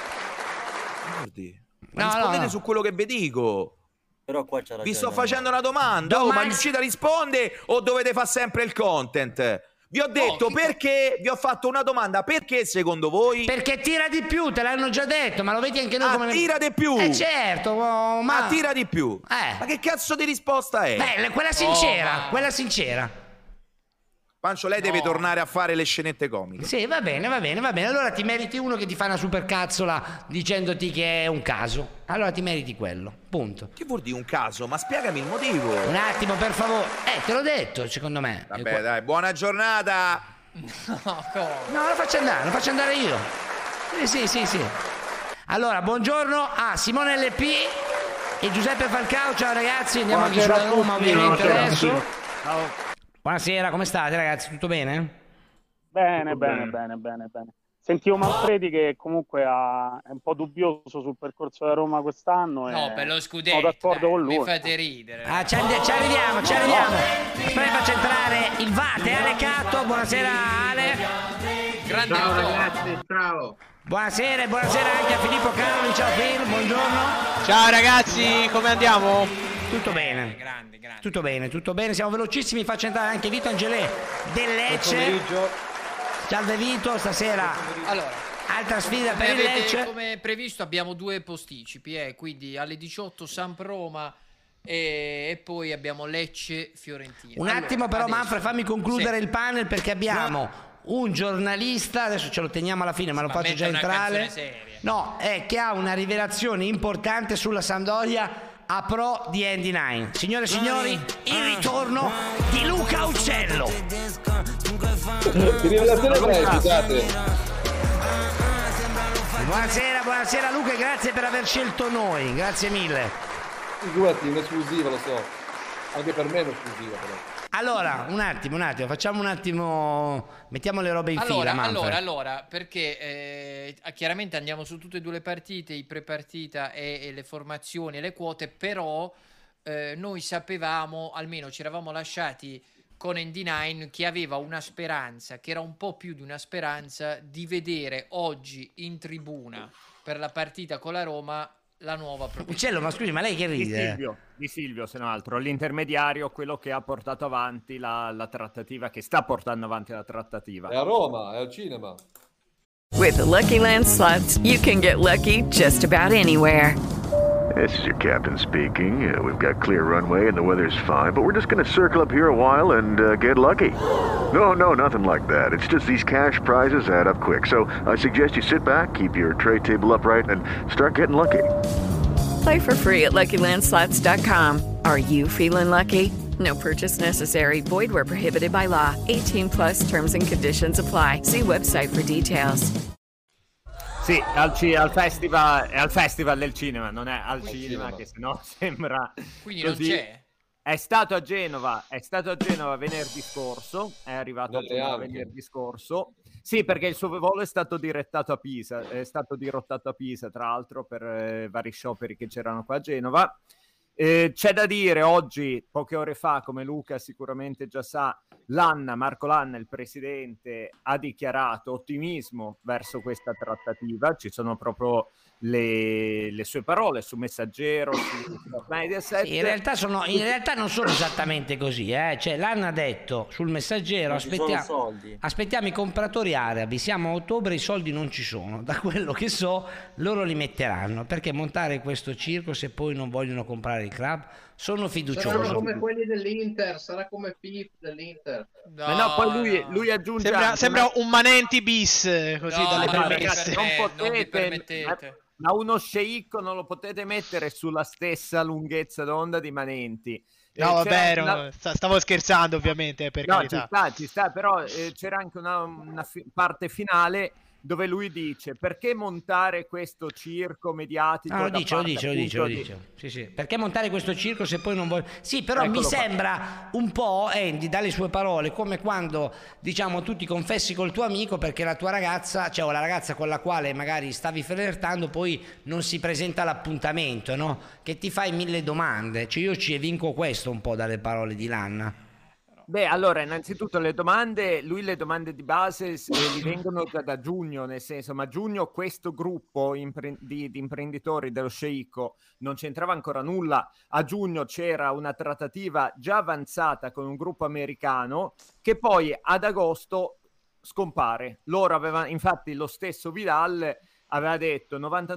Guardi, rispondete su quello che vi dico. Però qua c'ha ragione. Vi sto facendo una domanda. Ma riuscite a rispondere o dovete fare sempre il content? Vi ho detto perché, vi ho fatto una domanda, perché secondo voi? Perché tira di più, te l'hanno già detto, ma lo vedi anche noi come... tira di più! Certo, ma... tira di più! Ma che cazzo di risposta è? Beh, quella sincera, quella sincera. Pancio, lei deve tornare a fare le scenette comiche. Sì, va bene. Allora ti meriti uno che ti fa una supercazzola dicendoti che è un caso. Allora ti meriti quello, punto. Che vuol dire un caso? Ma spiegami il motivo. Un attimo, per favore. Te l'ho detto, secondo me. Vabbè, dai, buona giornata. No, lo faccio andare io. Sì. Allora, buongiorno a Simone LP e Giuseppe Falcao. Ciao ragazzi, andiamo anche sulla Roma ovviamente adesso. Ciao. Buonasera, come state ragazzi? Tutto bene? Bene. Sentivo Manfredi che comunque è un po' dubbioso sul percorso della Roma quest'anno. No, per lo scudetto. Sono d'accordo con lui. Mi fate ridere. Ci arriviamo. Poi faccio entrare il Vate, Ale Catto. Buonasera Ale. Grande ciao ragazzi, ciao. Buonasera anche a Filippo Caroli. Ciao Phil, buongiorno. Ciao ragazzi, come andiamo? Tutto bene. Grande. Tutto bene, siamo velocissimi. Faccio entrare anche Vito Angelè del Lecce. Salve Vito, stasera. Allora, altra sfida per il Lecce. Come previsto abbiamo due posticipi, quindi alle 18 Samp-Roma e poi abbiamo Lecce-Fiorentina. Un attimo però Manfred, fammi concludere il panel perché abbiamo un giornalista, adesso ce lo teniamo alla fine ma lo faccio già entrare. No, che ha una rivelazione importante sulla Sampdoria a pro di Andy Nine. Signore e signori, il ritorno di Luca Uccello. Che rivelazione scusate. Buonasera Luca e grazie per aver scelto noi, grazie mille. Figurati, un'esclusiva, lo so. Anche per me è un'esclusiva però. Allora, un attimo, facciamo un attimo, mettiamo le robe in fila, Manfred. Allora, perché chiaramente andiamo su tutte e due le partite, i prepartita e le formazioni e le quote, però noi sapevamo, almeno ci eravamo lasciati con Andy Nine, che aveva una speranza, che era un po' più di una speranza, di vedere oggi in tribuna per la partita con la Roma la nuova proprietà. Uccello, ma scusi, ma lei che ride? Di Silvio, se non altro, l'intermediario, quello che ha portato avanti la trattativa, che sta portando avanti la trattativa. È a Roma, è al cinema. With the Lucky Land Slots, you can get lucky just about anywhere. This is your captain speaking. We've got clear runway and the weather's fine, but we're just going to circle up here a while and get lucky. No, nothing like that. It's just these cash prizes add up quick. So I suggest you sit back, keep your tray table upright, and start getting lucky. Play for free at LuckyLandSlots.com. Are you feeling lucky? No purchase necessary. Void where prohibited by law. 18+ terms and conditions apply. See website for details. Sì, al festival del cinema, non è al cinema, che sennò sembra. Quindi così. Non c'è? È stato a Genova venerdì scorso, è arrivato a Genova venerdì scorso. Sì, perché il suo volo è stato dirottato a Pisa, tra l'altro per vari scioperi che c'erano qua a Genova. C'è da dire oggi, poche ore fa, come Luca sicuramente già sa, Marco Lanna, il presidente, ha dichiarato ottimismo verso questa trattativa. Ci sono proprio le sue parole su Messaggero, su Mediaset. Sì, in realtà non sono esattamente così, cioè Lanna ha detto sul Messaggero aspettiamo i compratori arabi, siamo a ottobre, i soldi non ci sono, da quello che so loro li metteranno, perché montare questo circo se poi non vogliono comprare il club sono fiducioso. Sarà come quelli dell'Inter, sarà come Pip dell'Inter. No, poi lui aggiunge sembra un Manenti bis, così dalle premesse. Non potete, ma uno sceicco non lo potete mettere sulla stessa lunghezza d'onda di Manenti. No, vabbè, stavo scherzando ovviamente, per carità. Ci sta, però c'era anche una parte finale dove lui dice: perché montare questo circo mediatico? Lo dice. Sì. Perché montare questo circo se poi non vuole? Sì, però mi sembra un po', Andy, dalle sue parole, come quando, diciamo, tu ti confessi col tuo amico perché la tua ragazza, cioè o la ragazza con la quale magari stavi flirtando, poi non si presenta all'appuntamento, no? Che ti fai 1000 domande. Cioè io ci evinco questo un po' dalle parole di Lanna. Beh, allora, innanzitutto le domande di base gli vengono da giugno, nel senso, ma a giugno questo gruppo di imprenditori dello sceicco non c'entrava ancora nulla. A giugno c'era una trattativa già avanzata con un gruppo americano che poi ad agosto scompare. Loro avevano, infatti lo stesso Vidal aveva detto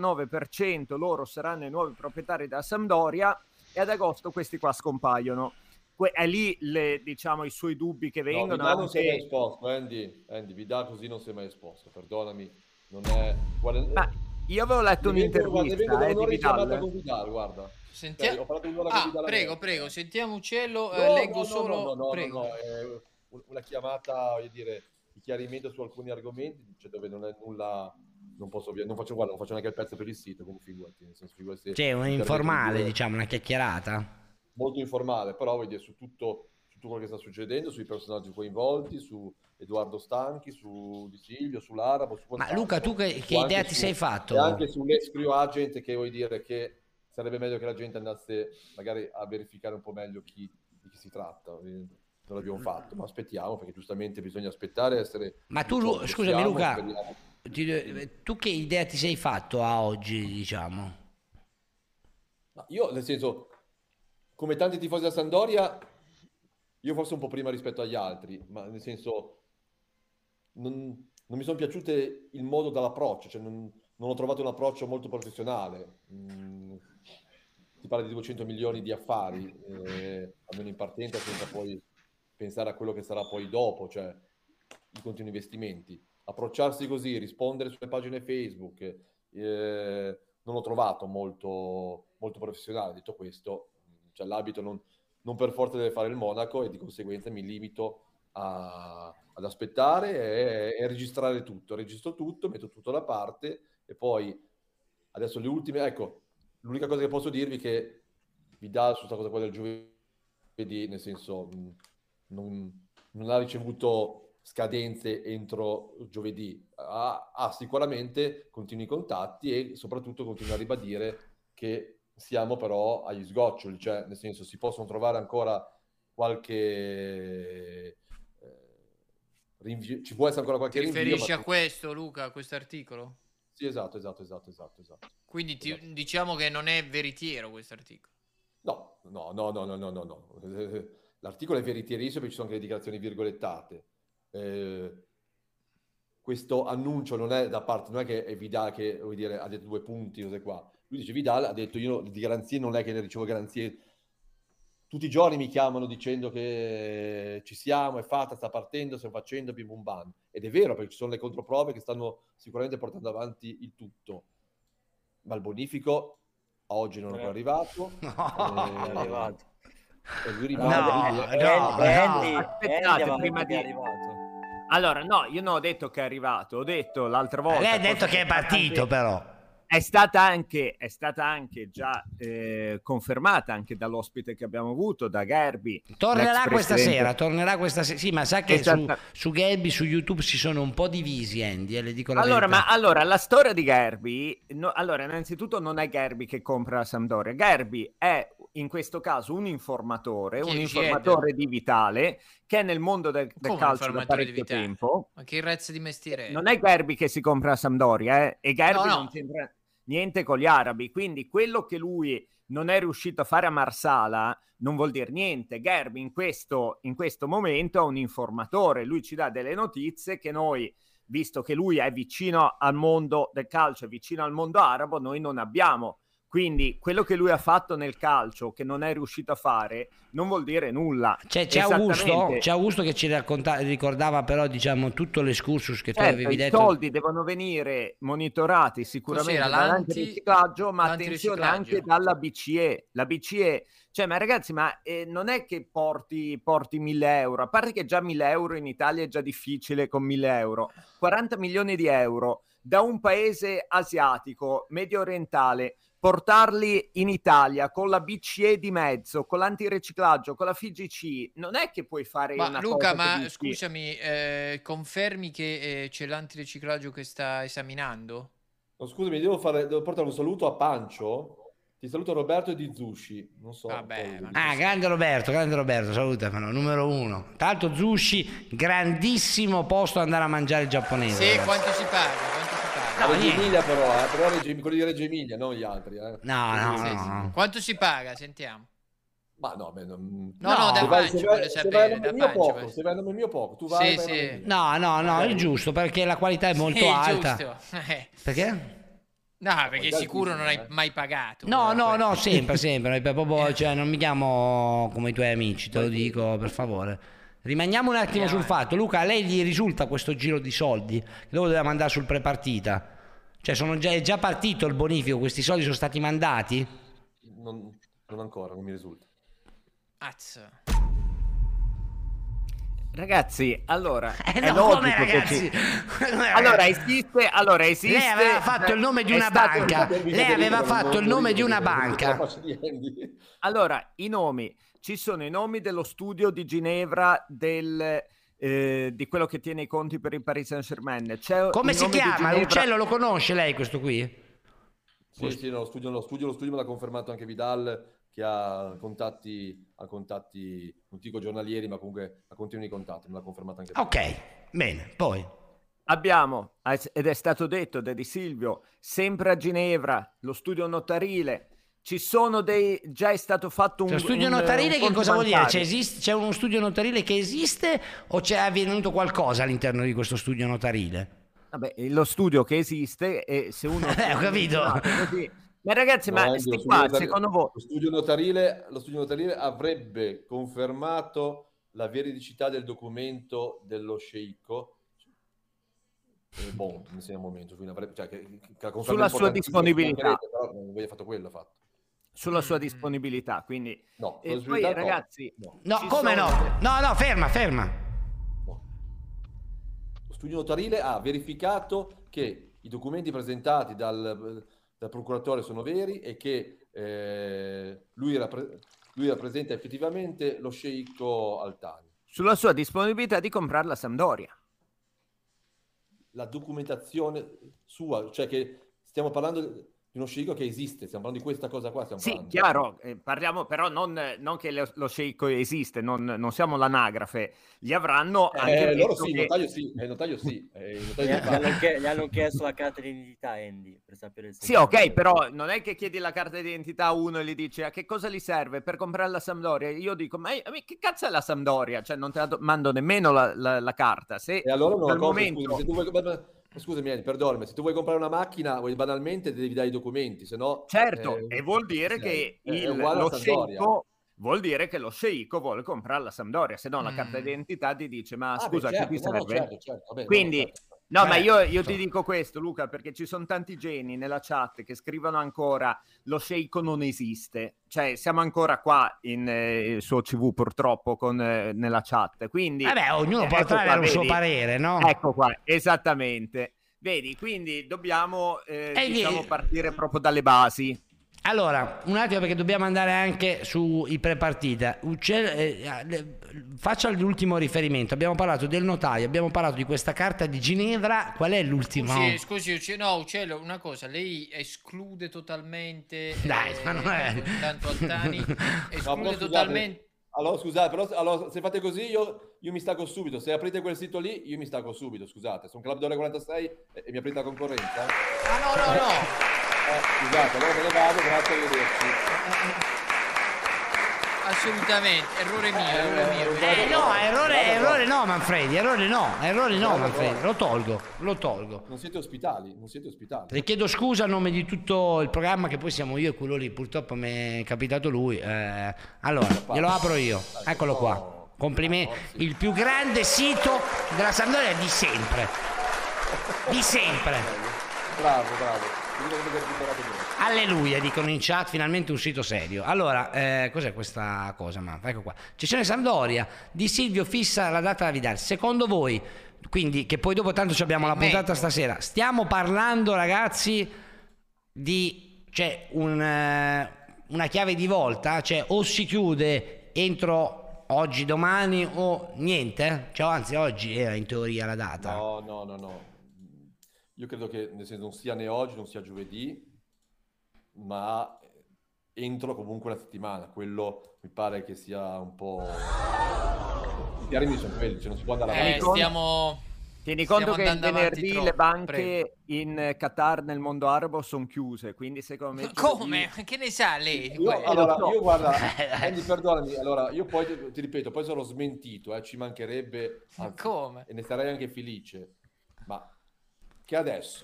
99% loro saranno i nuovi proprietari della Sampdoria, e ad agosto questi qua scompaiono. È lì diciamo i suoi dubbi che vengono. Vidal non si è mai esposto, Andy, Vidal così non si è mai esposto, perdonami, non è... Ma io avevo letto un'intervista di Vidal. Con Vidal, guarda. Ho parlato prego, sentiamo Uccello, leggo solo... Prego. Una chiamata, voglio dire, di chiarimento su alcuni argomenti, cioè dove non è nulla... Non faccio neanche il pezzo per il sito, come figurati, nel senso, cioè un informale, diciamo, una chiacchierata molto informale, però vuol dire su tutto quello che sta succedendo, sui personaggi coinvolti, su Edoardo Stanchi, su Di Silvio, sull'Arabo. Ma Luca, tu che idea ti sei fatto? E anche sull'ex crew agent, che vuoi dire che sarebbe meglio che la gente andasse magari a verificare un po' meglio di chi si tratta. Non l'abbiamo fatto, ma aspettiamo, perché giustamente bisogna aspettare, essere... Ma tu, scusami Luca, tu che idea ti sei fatto a oggi, diciamo? Io, nel senso... Come tanti tifosi della Sampdoria, io forse un po' prima rispetto agli altri, ma nel senso non mi sono piaciute il modo dall'approccio, cioè non ho trovato un approccio molto professionale. Si parla di 200 milioni di affari, almeno in partenza, senza poi pensare a quello che sarà poi dopo, cioè i continui investimenti. Approcciarsi così, rispondere sulle pagine Facebook, non l'ho trovato molto, molto professionale. Detto questo, cioè l'abito non per forza deve fare il Monaco, e di conseguenza mi limito ad aspettare e registrare tutto. Registro tutto, metto tutto da parte, e poi adesso le ultime, ecco, l'unica cosa che posso dirvi è che Vidal su questa cosa qua del giovedì, nel senso non ha ricevuto scadenze entro giovedì, ha sicuramente continui contatti, e soprattutto continua a ribadire che siamo però agli sgoccioli, cioè nel senso si possono trovare ancora qualche ci può essere ancora qualche rinvio. Ti riferisci a questo, Luca, a questo articolo? Sì, esatto. Quindi diciamo che non è veritiero questo articolo? No. L'articolo è veritierissimo, perché ci sono anche le dichiarazioni virgolettate. Questo annuncio non è che è Vidal che, vuol dire, ha detto 2 punti, cose qua. Lui dice, Vidal ha detto, io di garanzie non è che ne ricevo garanzie, tutti i giorni mi chiamano dicendo che ci siamo, è fatta, sta partendo, stiamo facendo, bim bum bam. Ed è vero, perché ci sono le controprove che stanno sicuramente portando avanti il tutto, ma il bonifico a oggi non è ancora arrivato. È arrivato. E lui aspettate prima di... Allora, no, io non ho detto che è arrivato, ho detto l'altra volta... Lei ha detto che è partito, però. È stata anche già confermata anche dall'ospite che abbiamo avuto, da Gerbi. Tornerà questa sera. Sì, ma sa che su Gerbi, su YouTube si sono un po' divisi, Andy, le dico la verità. Allora, la storia di Gerbi, allora, innanzitutto non è Gerbi che compra la Sampdoria. Gerbi è in questo caso un informatore di Vitale, che è nel mondo del calcio da parecchio tempo. Ma che razza di mestiere è? Non è Gerbi che si compra la Sampdoria, e Gerbi non c'entra niente con gli arabi, quindi quello che lui non è riuscito a fare a Marsala non vuol dire niente. Gerbi in questo momento è un informatore, lui ci dà delle notizie che noi, visto che lui è vicino al mondo del calcio, è vicino al mondo arabo, noi non abbiamo Quindi quello che lui ha fatto nel calcio, che non è riuscito a fare, non vuol dire nulla. C'è Augusto che ci ricordava però, diciamo, tutto l'escursus che tu avevi detto. I soldi devono venire monitorati sicuramente dall'antiriciclaggio, ma attenzione anche dalla BCE. La BCE, cioè, ma ragazzi, non è che porti 1.000 euro, a parte che già 1.000 euro in Italia è già difficile con 1.000 euro, 40 milioni di euro da un paese asiatico, medio orientale, portarli in Italia con la BCE di mezzo, con l'antiriciclaggio, con la FIGC, non è che puoi fare una Luca, cosa. Ma scusami, confermi che c'è l'antiriciclaggio che sta esaminando? No, scusami, devo portare un saluto a Pancio. Ti saluto Roberto e di Zushi. Non so. Grande Roberto, salutamelo, numero 1. Tra l'altro Zushi, grandissimo posto andare a mangiare il giapponese. Sì, quanto si paga? No, Reggio Emilia però quelli di Reggio Emilia, non gli altri. No. Quanto si paga? Sentiamo. Ma no, da Pancio voglio sapere. Se vai a nome mio poco, tu vai. Sì. No, è giusto, perché la qualità è molto alta. Perché? No, perché sicuro non hai mai pagato. No, sempre. Proprio, cioè, non mi chiamo come i tuoi amici, te lo dico, per favore. Rimaniamo un attimo sul fatto. Luca, a lei gli risulta questo giro di soldi che dopo doveva mandare sul prepartita? Cioè, è già partito il bonifico? Questi soldi sono stati mandati? Non ancora, non mi risulta. Ragazzi, allora è logico che allora esiste. Lei aveva fatto il nome di una banca. Allora, i nomi, ci sono i nomi dello studio di Ginevra di quello che tiene i conti per il Paris Saint-Germain. Come si chiama? Uccello lo conosce lei questo qui? Sì, lo studio me l'ha confermato anche Vidal, che ha contatti, non dico giornalieri, ma comunque ha continui contatti, me l'ha confermato anche. Ok, bene, poi abbiamo, ed è stato detto da Di Silvio, sempre a Ginevra, lo studio notarile. Ci sono già è stato fatto un studio notarile, che cosa vuol dire? C'è uno studio notarile che esiste o c'è avvenuto qualcosa all'interno di questo studio notarile? Vabbè, lo studio che esiste, e se uno ho capito. Così. Ma ragazzi, secondo voi lo studio notarile avrebbe confermato la veridicità del documento dello sceicco? Non sia un momento, sulla sua disponibilità, però non aveva fatto quello fatto. Sulla sua disponibilità, quindi no, e poi ragazzi, ferma. Lo studio notarile ha verificato che i documenti presentati dal procuratore sono veri e che lui rappresenta effettivamente lo sceicco Al-Thani. Sulla sua disponibilità di comprare la Sampdoria. La documentazione sua, cioè che stiamo parlando di uno sceicco che esiste, stiamo parlando di questa cosa qua. Chiaro, parliamo però non che lo sceicco esiste, non siamo l'anagrafe, gli avranno anche loro sì, il notaio sì. Gli hanno chiesto la carta d'identità, Andy, per sapere se... Sì, ok, però non è che chiedi la carta d'identità a uno e gli dici a che cosa gli serve per comprare la Sampdoria. Io dico, ma che cazzo è la Sampdoria? Cioè non te la mando nemmeno la carta. Se e allora dal momento... scusa, se tu vuoi... Scusami, perdonami, se tu vuoi comprare una macchina, banalmente devi dare i documenti, se no... Certo, e vuol dire che lo sceicco vuol dire che lo sceicco vuole comprare la Sampdoria, se no la carta d'identità ti dice, ma scusa, che ti serve? Certo. Vabbè, quindi... ma io ti dico questo, Luca, perché ci sono tanti geni nella chat che scrivono ancora lo sceicco non esiste, cioè siamo ancora qua in suo CV purtroppo nella chat, quindi ognuno può trarre un suo parere, no? Ecco qua, esattamente, vedi, quindi dobbiamo partire proprio dalle basi. Allora, un attimo, perché dobbiamo andare anche sui prepartita. Faccia l'ultimo riferimento. Abbiamo parlato del notaio, abbiamo parlato di questa carta di Ginevra. Qual è l'ultimo? Scusi, Uccello, una cosa. Lei esclude totalmente... Dai, ma non è... Tanto Al-Thani, esclude totalmente... Allora, scusate, però se fate così io mi stacco subito. Se aprite quel sito lì, io mi stacco subito, scusate. Sono Club Dore 46 e mi aprite la concorrenza? No. Scusate, allora me ne vado, grazie, arrivederci. assolutamente, errore mio. No, errore no, Manfredi, errore no, Manfredi, lo tolgo. Non siete ospitali. Le chiedo scusa a nome di tutto il programma, che poi siamo io e quello lì, purtroppo mi è capitato lui. Allora, glielo apro io, eccolo qua. Complimenti, il più grande sito della Sampdoria di sempre. Bravo. Alleluia, dicono in chat, finalmente un sito serio. Allora, cos'è questa cosa? Ecco qua. Cessione Sampdoria, Di Silvio fissa la data da Vidal. Secondo voi, quindi, che poi dopo tanto abbiamo la puntata stasera, stiamo parlando, ragazzi, di una chiave di volta? Cioè, o si chiude entro oggi, domani, o niente? Cioè, anzi, oggi era in teoria la data. No. Io credo che, nel senso, non sia né oggi, non sia giovedì, ma entro comunque una settimana. Quello mi pare che sia un po'... I termini sono quelli, cioè non si può andare avanti. Tieni conto che il venerdì le banche in Qatar, nel mondo arabo, sono chiuse, quindi secondo me... Come? Che ne sa lei? Io guarda, Andy, perdonami, allora io poi ti ripeto, poi sarò smentito, ci mancherebbe, anzi, come? E ne sarei anche felice, ma che adesso,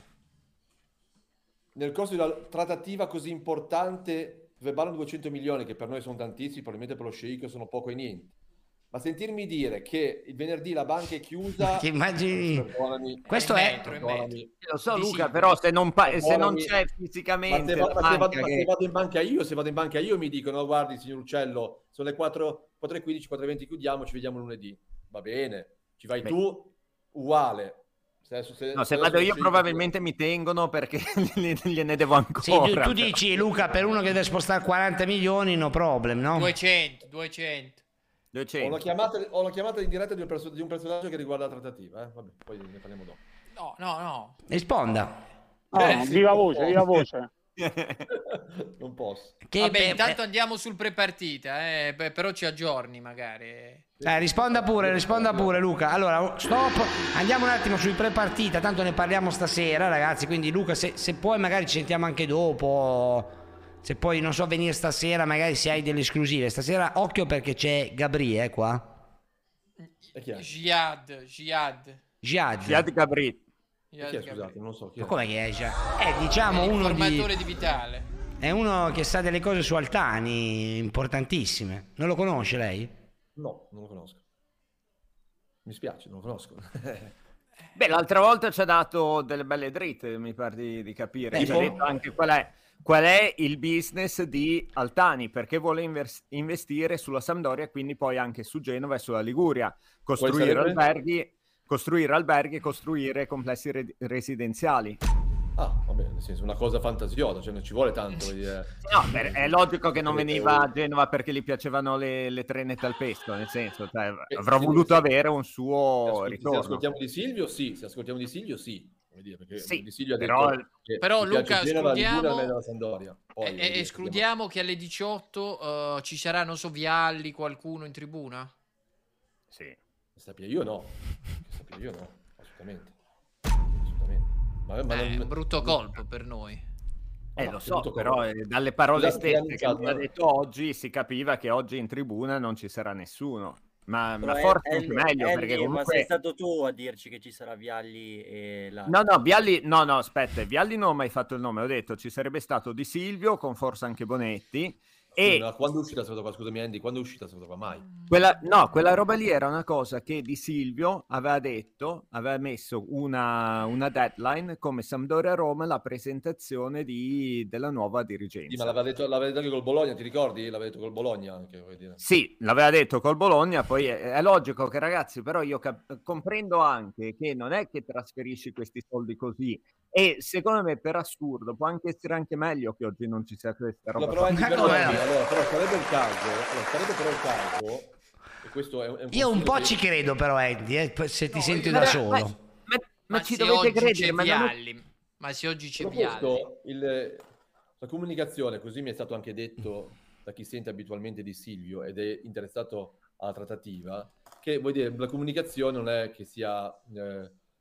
nel corso di una trattativa così importante, dove parlano 200 milioni, che per noi sono tantissimi, probabilmente per lo sceicco sono poco e niente, ma sentirmi dire che il venerdì la banca è chiusa... Che immagini? Questo è... Lo so, Luca, però se non c'è fisicamente... Se vado in banca io mi dicono, no, guardi signor Uccello, sono le 4:15, 4:20 chiudiamo, ci vediamo lunedì. Va bene, ci vai tu, uguale. Se vado io probabilmente mi tengono perché gliene devo ancora. Sì, tu dici, Luca, per uno che deve spostare 40 milioni, no problem, no? 200. Ho una chiamata in diretta di un personaggio che riguarda la trattativa. Vabbè, poi ne parliamo dopo. No. Risponda. Viva voce. Non posso. Vabbè, intanto andiamo sul prepartita, però ci aggiorni magari. Risponda pure Luca. Allora, stop, andiamo un attimo sui prepartita, tanto ne parliamo stasera, ragazzi, quindi Luca, se puoi magari ci sentiamo anche dopo. Se poi, non so, venire stasera, magari se hai delle esclusive. Stasera, occhio perché c'è Gabri, qua. Jihad Gabri. Scusate, non so chi è. Ma come che è già? Diciamo uno formatore di Vitale. È uno che sa delle cose su Altani importantissime. Non lo conosce lei? No, non lo conosco. Mi spiace, non lo conosco. Beh, l'altra volta ci ha dato delle belle dritte, mi pare di capire. Ci ha detto anche qual è il business di Altani, perché vuole investire sulla Sampdoria e quindi poi anche su Genova e sulla Liguria, costruire alberghi e costruire complessi residenziali. Vabbè, nel senso, una cosa fantasiosa, cioè non ci vuole tanto. No, è logico che non veniva a Genova perché gli piacevano le trenette al pesto, nel senso, avrà voluto avere un suo ritorno. Se ascoltiamo di Silvio, sì. Sì, di Silvio ha però Luca, escludiamo che alle 18 ci sarà, non so, Vialli, qualcuno in tribuna? Sì. Sappia io no, assolutamente. Ma è un brutto colpo per noi. Lo so, però dalle parole stesse che mi ha detto oggi si capiva che oggi in tribuna non ci sarà nessuno. Ma forse è meglio perché comunque... Ma sei stato tu a dirci che ci sarà Vialli e aspetta, Vialli non ho mai fatto il nome, ho detto ci sarebbe stato Di Silvio con forse anche Bonetti. Quando è uscita questa cosa qua? Scusami Andy, quando è uscita questa cosa qua? Mai? Quella roba lì era una cosa che Di Silvio aveva detto, aveva messo una deadline come Sampdoria-Roma, la presentazione della nuova dirigenza. Sì, ma l'aveva detto anche col Bologna, ti ricordi? L'aveva detto col Bologna anche, vuoi dire. Sì, l'aveva detto col Bologna, poi è logico che ragazzi, però io comprendo anche che non è che trasferisci questi soldi così. E secondo me, per assurdo, può anche essere anche meglio che oggi non ci sia questa roba. Però sarebbe il caso, e questo è io un po' ci credo però, Andy, se ti senti da solo. Ma ci dovete credere, ma se oggi c'è Vialli. La comunicazione, così mi è stato anche detto da chi sente abitualmente Di Silvio ed è interessato alla trattativa, che vuol dire la comunicazione non è che sia...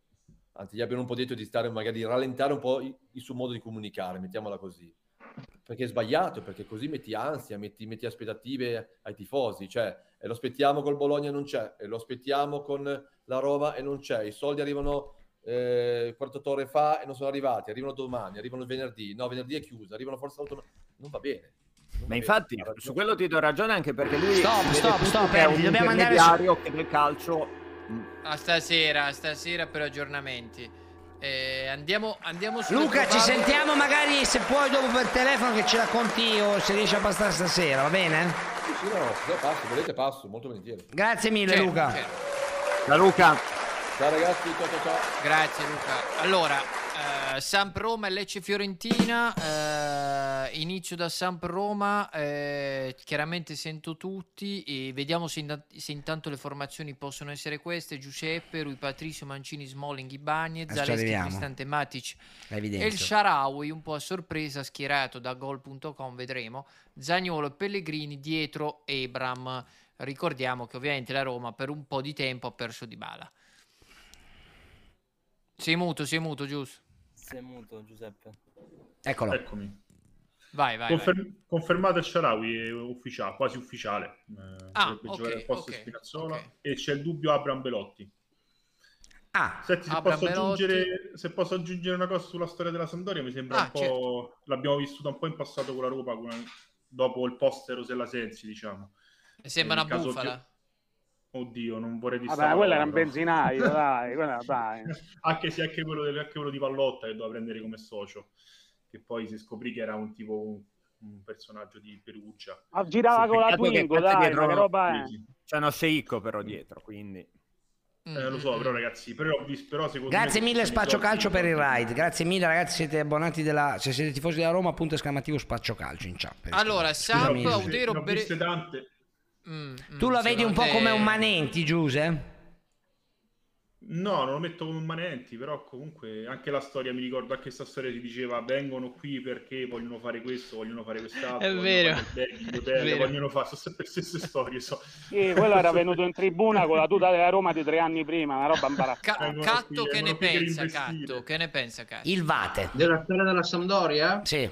anzi, gli abbiano un po' detto di stare, magari di rallentare un po' il suo modo di comunicare, mettiamola così. perché è sbagliato, perché così metti ansia, metti aspettative ai tifosi, cioè e lo aspettiamo col Bologna non c'è, e lo aspettiamo con la Roma e non c'è, i soldi arrivano 48 ore fa e non sono arrivati, arrivano domani, arrivano venerdì, no, venerdì è chiusa, arrivano forse non va bene. Ma infatti su quello ti do ragione, anche perché lui stop, è un dobbiamo andare intermediario che nel calcio a stasera per aggiornamenti. Andiamo su Luca, ci sentiamo magari, se puoi, dopo per telefono, che ci racconti o se riesci a passare stasera, va bene? Sì, no, se passo, volete passo, molto volentieri. Grazie mille, Luca. Ciao Luca. Ciao ragazzi, ciao. Grazie Luca. Allora, Samp Roma e Lecce Fiorentina, inizio da Samp Roma, chiaramente sento tutti e vediamo se intanto le formazioni possono essere queste: Giuseppe, Rui Patricio, Mancini, Smalling, Ibañez, Zaleschi, Cristante, Matic e il Shaarawy, un po' a sorpresa, schierato da Gol.com, vedremo, Zaniolo e Pellegrini, dietro Ebram. Ricordiamo che ovviamente la Roma per un po' di tempo ha perso Dybala. Sei muto, giusto? Sei muto, Giuseppe. Eccolo. Eccomi. Vai. Confermato il Shaarawy, è ufficiale, quasi ufficiale. Dovrebbe giocare al posto di Spinazzola. E c'è il dubbio Abraham Belotti. Senti, se posso aggiungere una cosa sulla storia della Sampdoria, mi sembra un po'... Certo. L'abbiamo vissuta un po' in passato con la Roma, dopo il post Rosella Sensi, diciamo. Mi sembra una bufala. Oddio, non vorrei Vabbè, quello era un benzinaio, dai. Anche se anche quello di Pallotta che doveva prendere come socio, che poi si scoprì che era un personaggio di Perugia. Girava con la Twingo, dai, ma che roba è? C'è uno sceicco però dietro, quindi... Lo so, però ragazzi, però secondo grazie me mille Spaccio Calcio per il ride, grazie mille ragazzi, siete abbonati se siete tifosi della Roma, punto esclamativo Spaccio Calcio in chat. Allora, Samp, Audero, tante. Tu la vedi un po' come un Manenti, Giuse? No, non lo metto come un Manenti, però comunque anche la storia, mi ricordo anche questa storia, si diceva vengono qui perché vogliono fare questo, vogliono fare quest'altro, è vero, vogliono fare, sono sempre le stesse storie. Sì, quello era venuto in tribuna con la tuta della Roma di 3 anni prima, una roba imbarazzante. Catto, che ne pensa Catto? Che ne pensa Catto? Il Vate. Della storia della Sampdoria? Sì.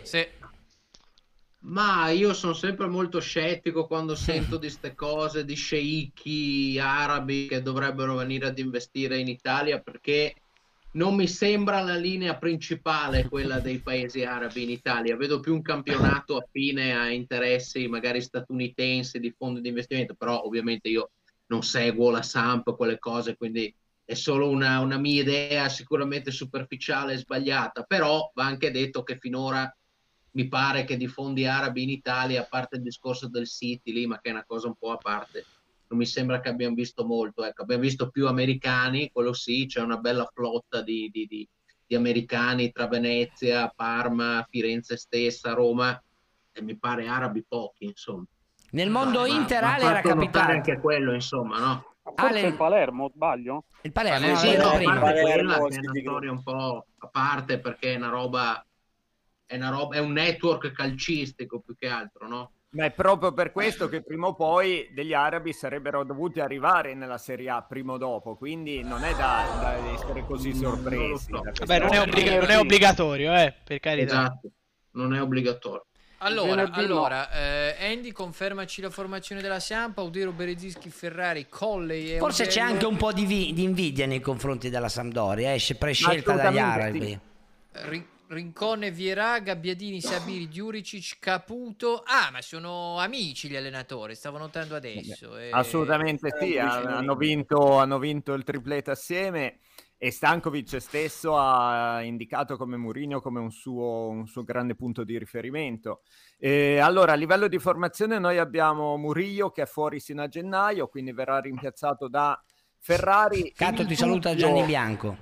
Ma io sono sempre molto scettico quando sento di ste cose di sceicchi arabi che dovrebbero venire ad investire in Italia, perché non mi sembra la linea principale quella dei paesi arabi in Italia. Vedo più un campionato affine a interessi magari statunitensi di fondi di investimento, però ovviamente io non seguo la Samp, quelle cose, quindi è solo una mia idea sicuramente superficiale e sbagliata. Però va anche detto che finora mi pare che di fondi arabi in Italia, a parte il discorso del City lì, ma che è una cosa un po' a parte, non mi sembra che abbiamo visto molto. Ecco, abbiamo visto più americani, quello sì, c'è una bella flotta di americani tra Venezia, Parma, Firenze stessa, Roma, e mi pare arabi pochi, insomma. Nel mondo Inter Ale era capitato anche quello, insomma, no? Forse il Palermo, sbaglio? Il Palermo, sì, no, a parte quella che è una storia un po' a parte, perché è una roba, è un network calcistico più che altro, no? Ma è proprio per questo che prima o poi degli arabi sarebbero dovuti arrivare nella Serie A prima o dopo, quindi non è da essere così sorpresi. Vabbè, non è obbligatorio, per carità. Esatto, non è obbligatorio. Allora, Andy, confermaci la formazione della Samp: Audero, Berezinski, Ferrari, Colley e forse c'è anche un po' di invidia nei confronti della Sampdoria, prescelta dagli arabi. Rincone, Vierà, Gabbiadini, Sabiri, Djuricic, Caputo. Ma sono amici gli allenatori, stavo notando adesso. Assolutamente sì, hanno vinto il triplete assieme, e Stankovic stesso ha indicato come Mourinho come un suo grande punto di riferimento. Allora, a livello di formazione noi abbiamo Murillo che è fuori sino a gennaio, quindi verrà rimpiazzato da Ferrari. Catto ti saluta Gianni Bianco.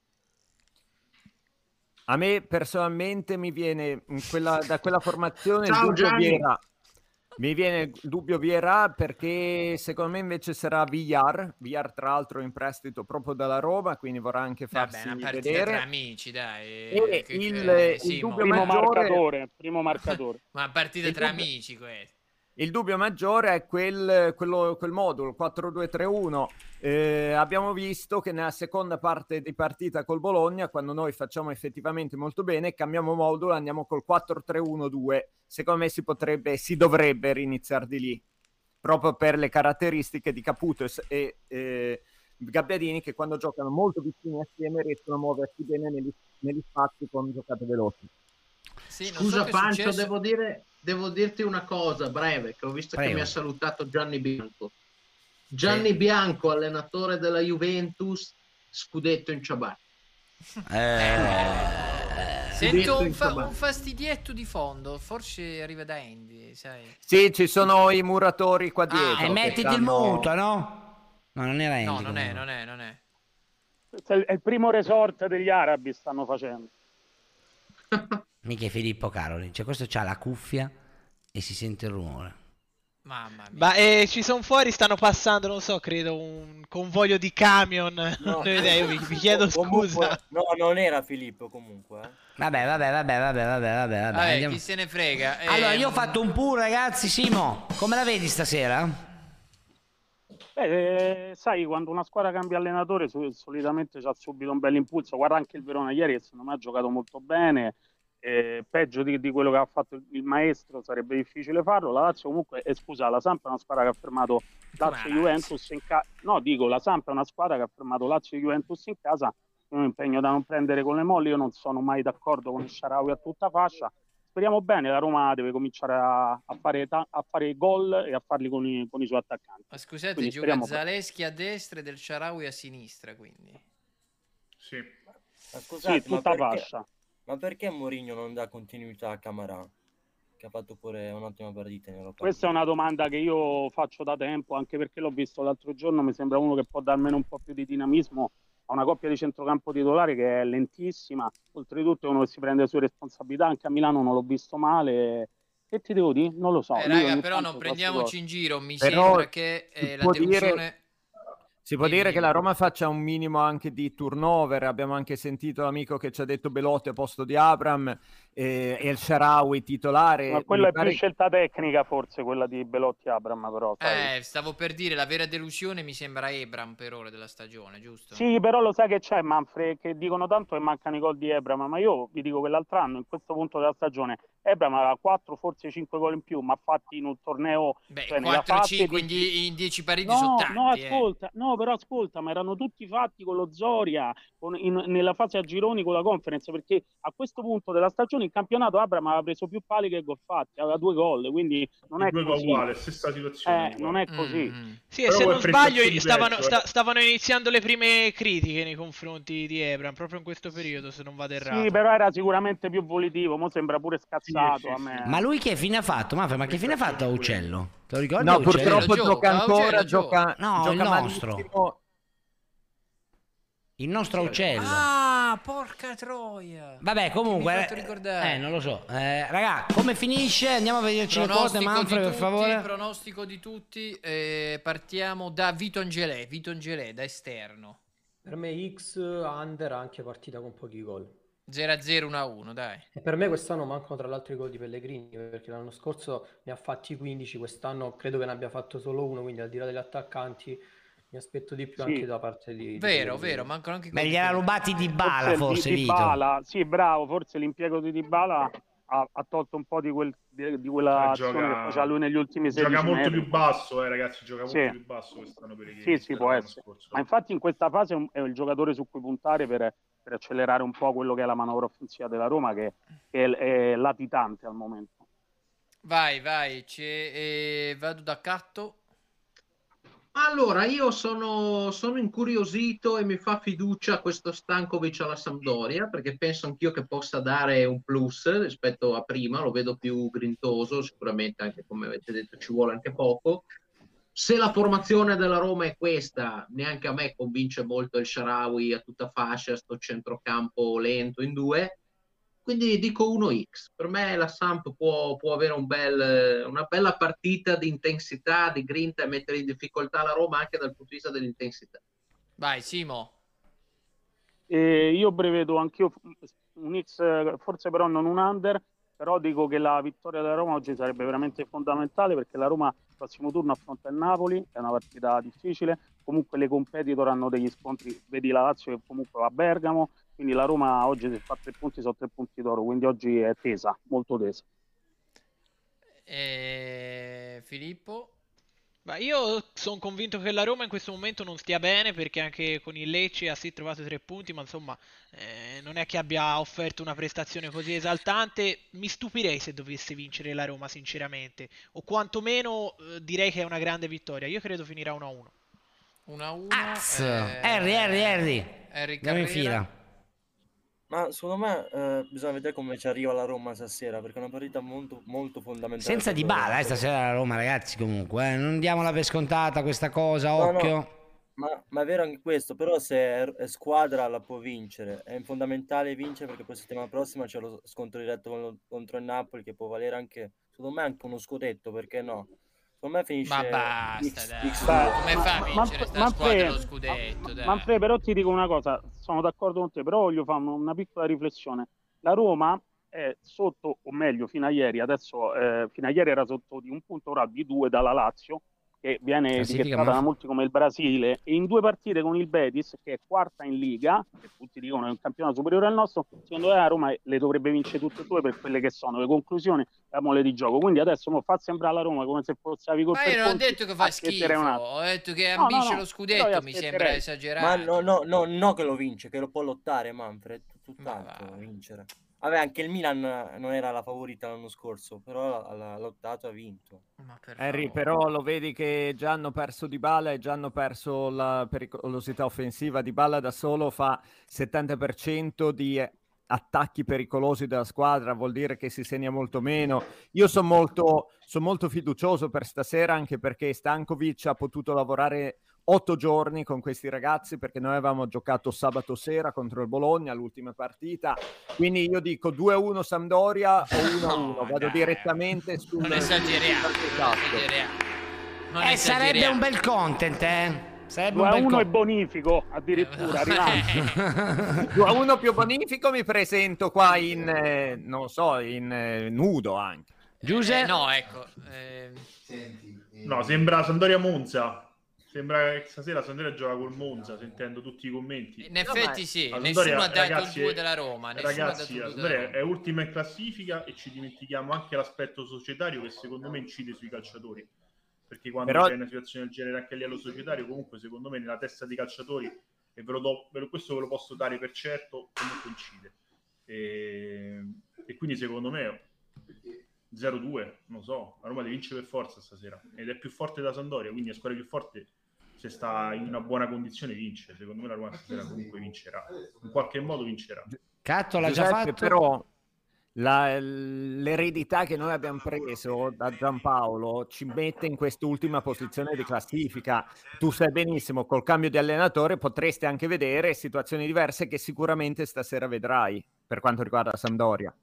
A me personalmente mi viene da quella formazione mi viene il dubbio Vieira, perché secondo me invece sarà Villar tra l'altro in prestito proprio dalla Roma, quindi vorrà anche farsi vedere. Tra amici, dai. E il dubbio maggiore... primo marcatore. Ma partite tra amici queste. Il dubbio maggiore è quel modulo 4-2-3-1. Abbiamo visto che nella seconda parte di partita col Bologna, quando noi facciamo effettivamente molto bene, cambiamo modulo, andiamo col 4-3-1-2. Secondo me si dovrebbe riniziare di lì, proprio per le caratteristiche di Caputo e Gabbiadini, che quando giocano molto vicini assieme riescono a muoversi bene negli spazi con giocate veloci. Sì, scusa Pancio, devo dirti una cosa breve, che ho visto che mi ha salutato Gianni Bianco. Gianni Bianco, allenatore della Juventus, scudetto in ciabatte. Sento un fastidietto di fondo, forse arriva da Andy, sai. Sì, ci sono i muratori qua dietro. E mettiti il muto, no? No, non era Andy. No, non è. È il primo resort degli arabi, stanno facendo. Mica Filippo Caroli, cioè questo c'ha la cuffia e si sente il rumore. Mamma mia. Ma ci sono fuori, stanno passando, non so, credo un convoglio di camion. No. Io vi chiedo scusa. No, non era Filippo comunque. Vabbè, chi se ne frega. Allora, io ho fatto un pool, ragazzi. Simo, come la vedi stasera? Sai, quando una squadra cambia allenatore solitamente c'ha subito un bel impulso. Guarda anche il Verona ieri, secondo me ha giocato molto bene. Peggio di quello che ha fatto il maestro sarebbe difficile farlo. La Lazio comunque, la Samp è una squadra che ha fermato Lazio e Juventus in casa. No, dico, la Samp è una squadra che ha fermato Lazio e Juventus in casa. È un impegno da non prendere con le molli. Io non sono mai d'accordo con il Shaarawy a tutta fascia. Speriamo bene, la Roma deve cominciare a fare gol e a farli con i suoi attaccanti. Ma scusate, quindi gioca Zaleschi a destra e del Shaarawy a sinistra, quindi. Sì. Ma scusate, tutta fascia. Ma perché Mourinho non dà continuità a Camarà, che ha fatto pure un'ottima partita in Europa? Questa è una domanda che io faccio da tempo, anche perché l'ho visto l'altro giorno, mi sembra uno che può darmene un po' più di dinamismo a una coppia di centrocampo titolari che è lentissima, oltretutto è uno che si prende le sue responsabilità, anche a Milano non l'ho visto male. Che ti devo dire? Non lo so. Raga, però non prendiamoci in giro, mi sembra che la delusione... Si può dire che la Roma faccia un minimo anche di turnover. Abbiamo anche sentito l'amico che ci ha detto Belotti a posto di Abraham e il Shaarawy titolare. Ma quella è più scelta tecnica, forse, quella di Belotti e Abraham, però. Stavo per dire, la vera delusione mi sembra Abraham per ora della stagione, giusto? Sì, però lo sai che c'è, Manfred, che dicono tanto che mancano i gol di Abraham, ma io vi dico che l'altro anno, in questo punto della stagione, Abraham aveva 4, forse 5 gol in più, ma fatti in un torneo... Beh, cioè 4-5 in 10 pareggi sono tanti. Però ascolta, ma erano tutti fatti con lo Zoria, nella fase a gironi con la Conference, perché a questo punto della stagione in campionato Abraham aveva preso più pali che gol fatti, aveva 2 gol, quindi non è così. Uguale, stessa situazione. Non è così. Sì, e se non sbaglio stavano iniziando le prime critiche nei confronti di Abraham, proprio in questo periodo, se non vado errato. Sì, però era sicuramente più volitivo, mo sembra pure scazzato a me. Ma lui che fine ha fatto? Ma che fine ha fatto a Uccello? Te lo ricordi? No, purtroppo gioca ancora, gioca il nostro. Malissimo. Il nostro Uccello. Ah, porca troia. Vabbè, comunque non lo so. Raga, come finisce? Andiamo a vederci le cose, Manfred, per favore. Pronostico di tutti. Partiamo da Vito Angelè, da esterno. Per me X under, anche partita con pochi gol. 0-0, 1-1, dai. E per me quest'anno mancano tra l'altro i gol di Pellegrini, perché l'anno scorso ne ha fatti 15, quest'anno credo che ne abbia fatto solo uno, quindi al di là degli attaccanti mi aspetto di più anche da parte di vero, mancano anche i gol. Beh, gli era rubati Dybala, forse Vito. Sì, bravo, forse l'impiego di Dybala ha tolto un po' di quella azione che faceva lui negli ultimi 16 gioca molto metri. più basso, ragazzi, gioca molto più basso quest'anno Pellegrini. Sì, può essere. Ma infatti in questa fase è il giocatore su cui puntare per accelerare un po' quello che è la manovra offensiva della Roma, che è latitante al momento. Vai, vado da Catto. Allora, io sono incuriosito e mi fa fiducia questo Stankovic alla Sampdoria, perché penso anch'io che possa dare un plus rispetto a prima, lo vedo più grintoso, sicuramente anche come avete detto ci vuole anche poco. Se la formazione della Roma è questa, neanche a me convince molto il Shaarawy a tutta fascia, sto centrocampo lento in due, quindi dico 1x. Per me la Samp può avere una bella partita di intensità, di grinta e mettere in difficoltà la Roma anche dal punto di vista dell'intensità. Vai Simo. Io prevedo anch'io un X, forse però non un under, però dico che la vittoria della Roma oggi sarebbe veramente fondamentale, perché la Roma il prossimo turno affronta il Napoli, è una partita difficile, comunque le competitor hanno degli scontri, vedi la Lazio che comunque va a Bergamo, quindi la Roma oggi se fa 3 punti sono 3 punti d'oro, quindi oggi è tesa, molto tesa. Filippo? Ma io sono convinto che la Roma in questo momento non stia bene, perché anche con il Lecce ha sì trovato 3 punti, ma insomma non è che abbia offerto una prestazione così esaltante. Mi stupirei se dovesse vincere la Roma, sinceramente, o quantomeno direi che è una grande vittoria. Io credo finirà 1-1. 1-1. Harry andiamo in fila. Ma secondo me bisogna vedere come ci arriva la Roma stasera, perché è una partita molto, molto fondamentale. Senza Dybala stasera la Roma, ragazzi, comunque non diamola per scontata questa cosa, occhio. No. Ma è vero anche questo, però se è squadra la può vincere, è fondamentale vincere, perché poi settimana prossima c'è lo scontro diretto contro il Napoli, che può valere anche, secondo me, anche uno scudetto, perché no? Secondo me finisce. Ma basta, dai. Come fa a vincere sta squadra lo scudetto? Dai. Manfred, però ti dico una cosa, sono d'accordo con te, però voglio fare una piccola riflessione. La Roma è sotto, o meglio, fino a ieri, adesso fino a ieri era sotto di 1 punto, ora di 2 dalla Lazio, che viene etichettata da molti come il Brasile, e in 2 partite con il Betis, che è quarta in Liga, che tutti dicono è un campionato superiore al nostro, secondo me la Roma le dovrebbe vincere tutte e 2 per quelle che sono le conclusioni e la mole di gioco. Quindi adesso fa sembrare la Roma come se fosse la Vigor. Ma io non ho detto che fa schifo, ho detto che ambisce lo scudetto, mi sembra esagerato. Ma no che lo vince, che lo può lottare Manfred, tutt'altro vincere. Vabbè, anche il Milan non era la favorita l'anno scorso, però ha lottato e ha vinto. Harry, però lo vedi che già hanno perso Dybala e già hanno perso la pericolosità offensiva. Dybala da solo fa 70% di attacchi pericolosi della squadra, vuol dire che si segna molto meno. Io sono molto fiducioso per stasera, anche perché Stankovic ha potuto lavorare 8 giorni con questi ragazzi, perché noi avevamo giocato sabato sera contro il Bologna l'ultima partita, quindi io dico 2-1 Sampdoria o 1-1, vado direttamente sul... Non esageriamo. Sarebbe un bel content, Sarebbe 2-1 e bonifico addirittura, 2-1 più bonifico, mi presento qua in nudo anche. Giuseppe? No, ecco. No, sembra Sampdoria Monza. Sembra che stasera Sampdoria gioca col Monza, sentendo tutti i commenti. In effetti sì, nessuno ha dato il 2 della Roma. Ragazzi, la Sampdoria è ultima in classifica e ci dimentichiamo anche l'aspetto societario, che secondo me incide sui calciatori. Perché quando c'è una situazione del genere anche a livello societario, comunque secondo me nella testa dei calciatori, e questo ve lo posso dare per certo, comunque incide. E quindi secondo me 0-2, non so, la Roma deve vincere per forza stasera, ed è più forte da Sampdoria, quindi la squadra più forte, se sta in una buona condizione, vince. Secondo me la Roma stasera comunque vincerà, in qualche modo vincerà. Catto l'ha già fatto, però l'eredità che noi abbiamo preso da Giampaolo ci mette in quest'ultima posizione di classifica. Tu sai benissimo, col cambio di allenatore potreste anche vedere situazioni diverse, che sicuramente stasera vedrai per quanto riguarda Sampdoria.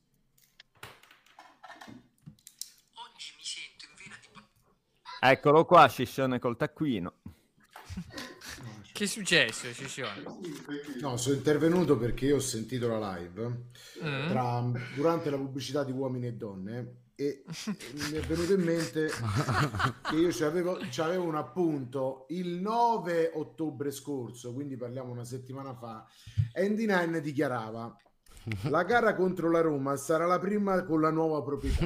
Eccolo qua, Sciscione col taccuino. Che è successo, Sciscione? No, sono intervenuto perché io ho sentito la live durante la pubblicità di Uomini e Donne e mi è venuto in mente che io c'avevo un appunto il 9 ottobre scorso, quindi parliamo una settimana fa. Andy Nine dichiarava: la gara contro la Roma sarà la prima con la nuova proprietà.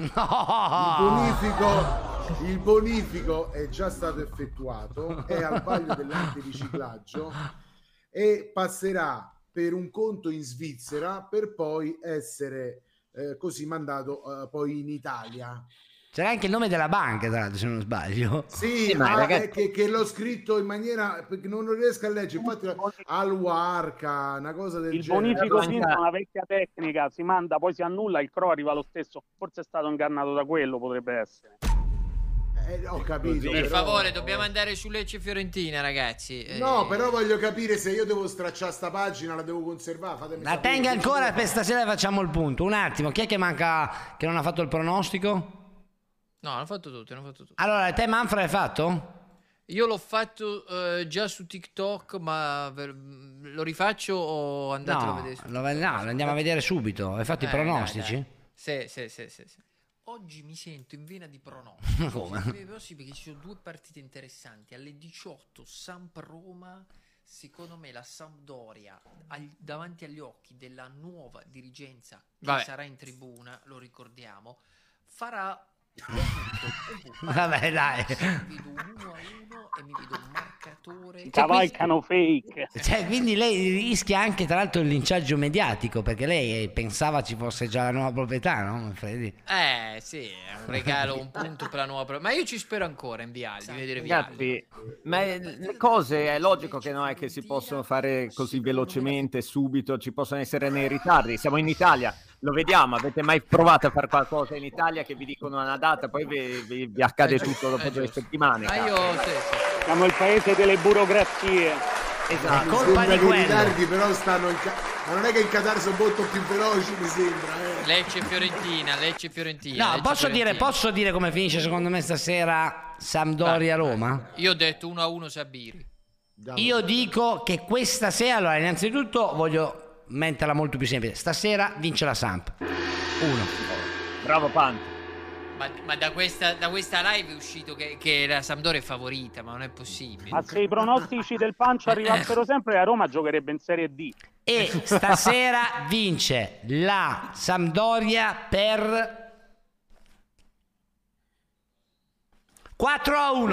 Il bonifico è già stato effettuato, è al vaglio dell'antiriciclaggio e passerà per un conto in Svizzera per poi essere così mandato poi in Italia. C'era anche il nome della banca, tra l'altro, se non sbaglio. Sì, ragazzi... che l'ho scritto in maniera perché non riesco a leggere. Infatti, Al-Warka, una cosa del genere. Il bonifico è una vecchia tecnica, si manda, poi si annulla, il CRO arriva lo stesso. Forse è stato ingannato da quello, potrebbe essere. Ho capito. Per favore, dobbiamo andare su Lecce Fiorentina, ragazzi. No, però voglio capire se io devo stracciare sta pagina, la devo conservare. Fatemi la tenga ancora per stasera e facciamo il punto. Un attimo, chi è che manca, che non ha fatto il pronostico? No, hanno fatto tutti, Allora, te Manfred hai fatto? Io l'ho fatto già su TikTok, ma lo rifaccio o andatelo a vedere su TikTok? No, lo andiamo a vedere subito. Hai fatto i pronostici? Dai. Sì. Oggi mi sento in vena di pronostico. Perché ci sono due partite interessanti. Alle 18 Samp-Roma. Secondo me la Sampdoria, davanti agli occhi della nuova dirigenza che sarà in tribuna, lo ricordiamo, farà vabbè, dai. Mi vedo 1-1 e mi vedo un marcatore. Cavalcano fake. Cioè, quindi lei rischia anche tra l'altro il linciaggio mediatico, perché lei pensava ci fosse già la nuova proprietà, no? Freddy? Sì, è un regalo, un punto per la nuova proprietà. Ma io ci spero ancora in Vialli, di vedere Ragazzi, ma le cose è logico che non è che si possono fare così velocemente, subito, ci possono essere nei ritardi. Siamo in Italia, lo vediamo. Avete mai provato a fare qualcosa in Italia che vi dicono una data, poi vi accade tutto dopo 2 settimane? Siamo il paese delle burocrazie. Esatto. Colpa di quello. Ritardi, però stanno ma non è che in Qatar sono molto più veloci, mi sembra. Lecce Fiorentina. No, posso dire come finisce secondo me stasera Sampdoria-Roma? Io ho detto 1-1 Sabiri. Io dico che questa sera, allora innanzitutto voglio metterla molto più semplice. Stasera vince la Samp 1. Bravo Panti. Ma da questa live è uscito che la Sampdoria è favorita, ma non è possibile. Ma se i pronostici del Pancio arrivassero sempre, a Roma giocherebbe in Serie D. E stasera vince la Sampdoria per 4-1.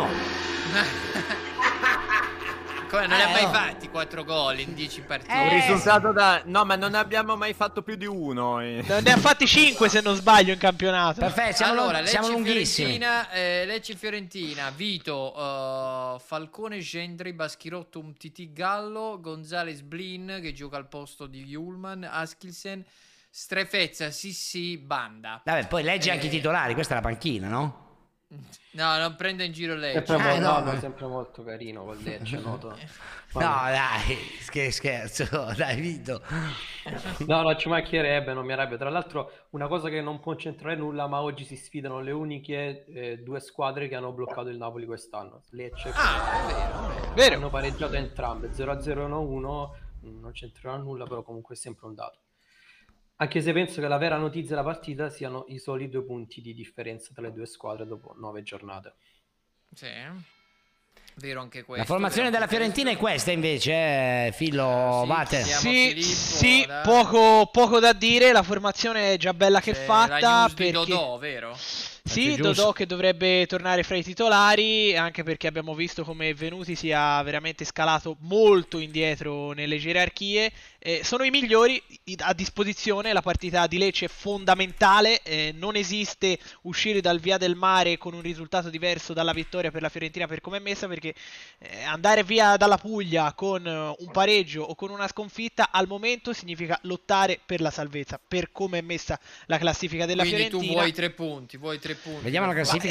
Come non ne ha mai fatti 4 gol in 10 partite? Un risultato no, ma non ne abbiamo mai fatto più di uno. Ne ha fatti 5 se non sbaglio in campionato. Perfetto, siamo lunghissimi. Lecce-Fiorentina, Vito, Falcone, Gendry, Baschirotto, Umtiti, Gallo, Gonzales, Blin che gioca al posto di Ullman, Askilsen, Strefezza, Sissi, Banda. Vabbè, poi leggi anche i titolari, questa è la panchina, no? No, non prendo in giro lei. Sempre molto carino col Lecce, noto. No, dai, scherzo, dai Vito. No, ci mancherebbe, non mi arrabbio. Tra l'altro, una cosa che non può c'entrare nulla, ma oggi si sfidano le uniche 2 squadre che hanno bloccato il Napoli quest'anno. Lecce è vero. Hanno pareggiato entrambe, 0-0 e 1-1, non c'entrerà nulla, però comunque è sempre un dato. Anche se penso che la vera notizia della partita siano i soli 2 punti di differenza tra le 2 squadre dopo 9 giornate. Sì, vero anche questo. La formazione della Fiorentina è questa invece, Filo Vate. Sì, poco da dire, la formazione è già bella che è fatta. La news di Dodò, vero? Sì, Dodò che dovrebbe tornare fra i titolari, anche perché abbiamo visto come Venuti sia veramente scalato molto indietro nelle gerarchie. Sono i migliori a disposizione, la partita di Lecce è fondamentale, non esiste uscire dal via del mare con un risultato diverso dalla vittoria per la Fiorentina per come è messa, perché andare via dalla Puglia con un pareggio o con una sconfitta al momento significa lottare per la salvezza, per come è messa la classifica della Fiorentina. Quindi tu vuoi 3 punti, Vediamo la classifica.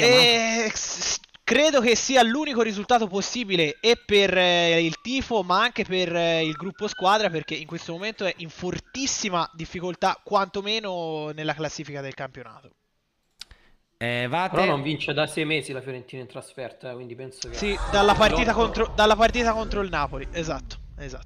Credo che sia l'unico risultato possibile e per il tifo ma anche per il gruppo squadra, perché in questo momento è in fortissima difficoltà, quantomeno nella classifica del campionato. Però non vince da 6 mesi la Fiorentina in trasferta, quindi penso che... Sì, dalla partita contro il Napoli, esatto.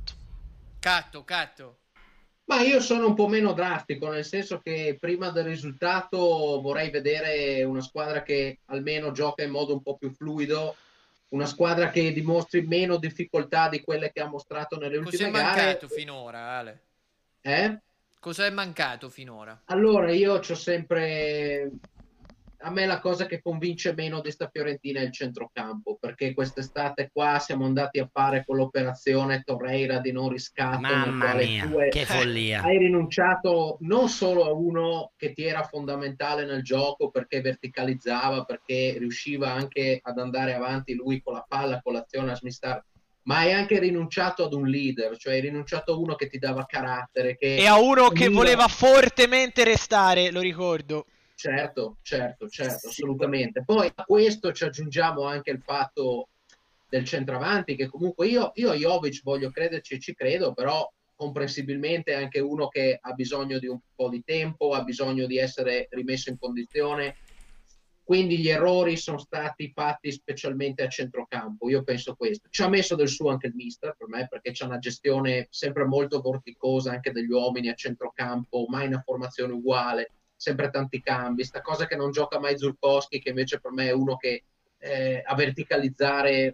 Catto. Ma io sono un po' meno drastico, nel senso che prima del risultato vorrei vedere una squadra che almeno gioca in modo un po' più fluido, una squadra che dimostri meno difficoltà di quelle che ha mostrato nelle ultime gare. Cos'è mancato finora, Ale? Cosa è mancato finora? Allora, io c'ho sempre... A me la cosa che convince meno di sta Fiorentina è il centrocampo, perché quest'estate qua siamo andati a fare quell'operazione Torreira di non riscatto. Mamma mia, che follia. Hai rinunciato non solo a uno che ti era fondamentale nel gioco perché verticalizzava, perché riusciva anche ad andare avanti lui con la palla, con l'azione a smistare, ma hai anche rinunciato ad un leader, cioè hai rinunciato a uno che ti dava carattere. E a uno che voleva fortemente restare, lo ricordo. Certo, assolutamente. Poi a questo ci aggiungiamo anche il fatto del centravanti, che comunque io Jovic voglio crederci, ci credo, però comprensibilmente è anche uno che ha bisogno di un po' di tempo, ha bisogno di essere rimesso in condizione, quindi gli errori sono stati fatti specialmente a centrocampo, io penso questo. Ci ha messo del suo anche il mister per me, perché c'è una gestione sempre molto vorticosa anche degli uomini a centrocampo, mai una formazione uguale. sempre tanti cambi, sta cosa che non gioca mai Zulkowski, che invece per me è uno che a verticalizzare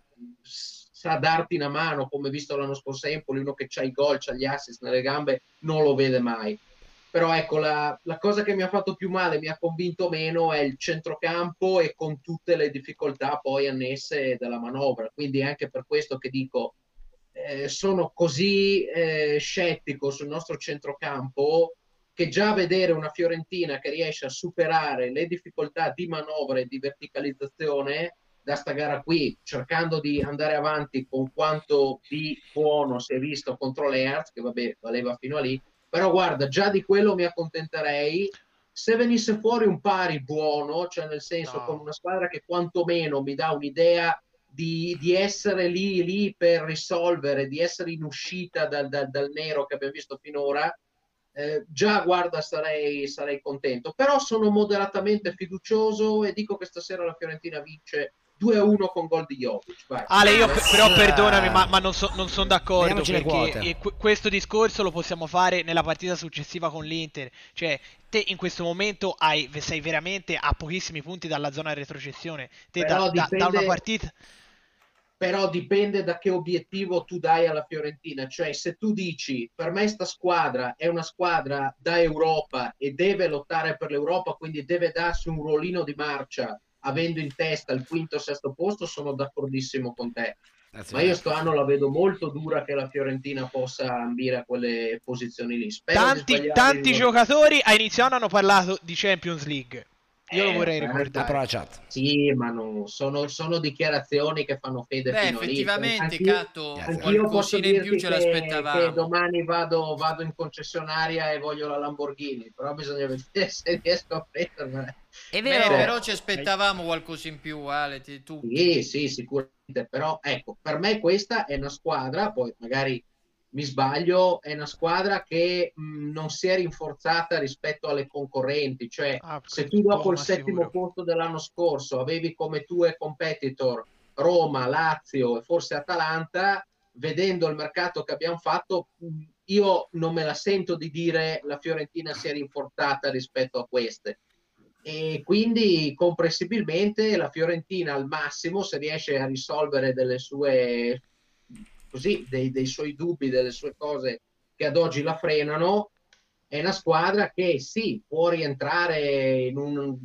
sa darti una mano, come visto l'anno scorso Empoli, uno che c'ha i gol, c'ha gli assist nelle gambe, non lo vede mai. Però ecco, la cosa che mi ha fatto più male, mi ha convinto meno, è il centrocampo, e con tutte le difficoltà poi annesse della manovra. Quindi è anche per questo che dico, sono così scettico sul nostro centrocampo, che già vedere una Fiorentina che riesce a superare le difficoltà di manovra e di verticalizzazione da sta gara qui, cercando di andare avanti con quanto di buono si è visto contro l'Earth, che vabbè valeva fino a lì, però guarda, già di quello mi accontenterei. Se venisse fuori un pari buono, cioè nel senso con una squadra che quantomeno mi dà un'idea di essere lì per risolvere, di essere in uscita dal nero che abbiamo visto finora, già guarda sarei contento. Però sono moderatamente fiducioso e dico che stasera la Fiorentina vince 2-1 con gol di Jovic. Vai. Ale, io però perdonami, ma non sono d'accordo, perché questo discorso lo possiamo fare nella partita successiva con l'Inter. Cioè, te in questo momento sei veramente a pochissimi punti dalla zona di retrocessione. Te da una partita... Però dipende da che obiettivo tu dai alla Fiorentina. Cioè, se tu dici, per me sta squadra è una squadra da Europa e deve lottare per l'Europa, quindi deve darsi un ruolino di marcia avendo in testa il quinto o sesto posto, sono d'accordissimo con te. Ma io sto anno la vedo molto dura che la Fiorentina possa ambire a quelle posizioni lì. Tanti giocatori a inizio anno hanno parlato di Champions League. Io lo vorrei ricordare. Sì, ma non sono dichiarazioni che fanno fede fino effettivamente, lì. Catto, Anch'io posso dirti in più ce l'aspettavamo. che domani vado in concessionaria e voglio la Lamborghini, però bisogna vedere se riesco a prenderla. È vero, però ci aspettavamo qualcosa in più, Ale, tu. Sì, sicuramente, però ecco, per me questa è una squadra, poi magari mi sbaglio, è una squadra che non si è rinforzata rispetto alle concorrenti. Cioè, se tu dopo il settimo posto dell'anno scorso avevi come tue competitor Roma, Lazio e forse Atalanta, vedendo il mercato che abbiamo fatto, io non me la sento di dire la Fiorentina si è rinforzata rispetto a queste. E quindi comprensibilmente la Fiorentina al massimo, se riesce a risolvere delle sue... così dei suoi dubbi, delle sue cose che ad oggi la frenano, è una squadra che sì, può rientrare in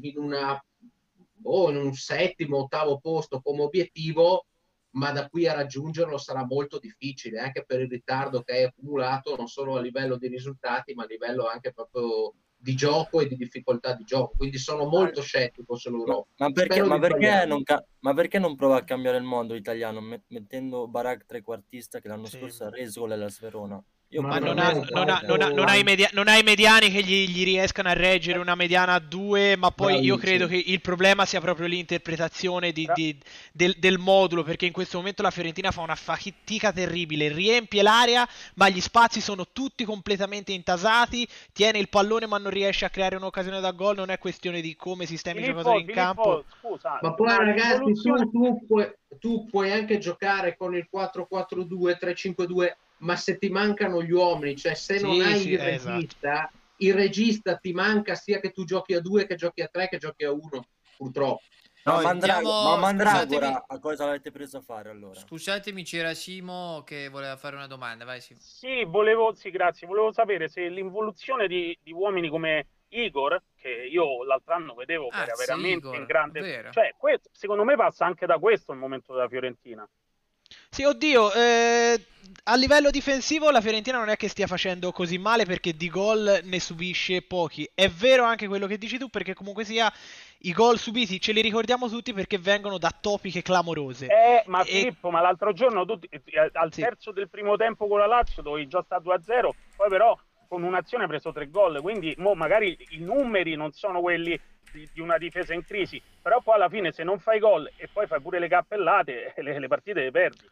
un settimo, ottavo posto come obiettivo, ma da qui a raggiungerlo sarà molto difficile, anche per il ritardo che hai accumulato, non solo a livello di risultati, ma a livello anche proprio di gioco e di difficoltà di gioco. Quindi sono molto scettico sull'Europa. Ma perché non prova a cambiare il mondo italiano mettendo Barak trequartista, che l'anno scorso ha reso gol alla Sverona? Ma non ha i mediani che gli riescano a reggere una mediana a 2, ma poi io credo che il problema sia proprio l'interpretazione del modulo, perché in questo momento la Fiorentina fa una fatica terribile, riempie l'area ma gli spazi sono tutti completamente intasati, tiene il pallone ma non riesce a creare un'occasione da gol. Non è questione di come sistemi i giocatori in campo. Scusa, ma poi ragazzi, tu puoi anche giocare con il 4-4-2, 3-5-2, ma se ti mancano gli uomini, cioè se non hai il regista, il regista ti manca sia che tu giochi a 2, che giochi a 3, che giochi a 1, purtroppo. No, Mandragora, a cosa l'avete preso a fare allora? Scusatemi, c'era Simo che voleva fare una domanda, vai Simo. Sì, grazie, volevo sapere se l'involuzione di uomini come Igor, che io l'altro anno vedevo che era veramente Igor, in grande... Vero. Cioè, secondo me passa anche da questo il momento della Fiorentina. Sì, oddio, a livello difensivo la Fiorentina non è che stia facendo così male, perché di gol ne subisce pochi. È vero anche quello che dici tu, perché comunque sia i gol subiti ce li ricordiamo tutti perché vengono da topiche clamorose. Ma Filippo, ma l'altro giorno tu, al terzo del primo tempo con la Lazio dovevi già stare 2-0, poi però con un'azione hai preso 3 gol, quindi magari i numeri non sono quelli di una difesa in crisi, però poi alla fine se non fai gol e poi fai pure le cappellate, le partite le perdi.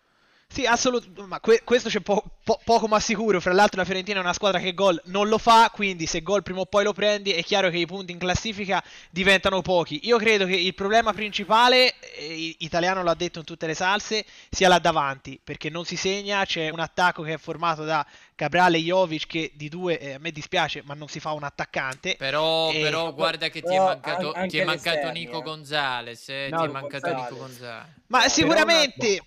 Sì, assolutamente, ma questo c'è poco ma sicuro. Fra l'altro la Fiorentina è una squadra che gol non lo fa, quindi se gol prima o poi lo prendi è chiaro che i punti in classifica diventano pochi. Io credo che il problema principale, Italiano l'ha detto in tutte le salse, sia là davanti, perché non si segna, c'è un attacco che è formato da Cabral e Jovic, che di due a me dispiace, ma non si fa un attaccante. Però guarda che ti è mancato Nico Gonzalez, ti è mancato Nico Gonzalez. Ma sicuramente...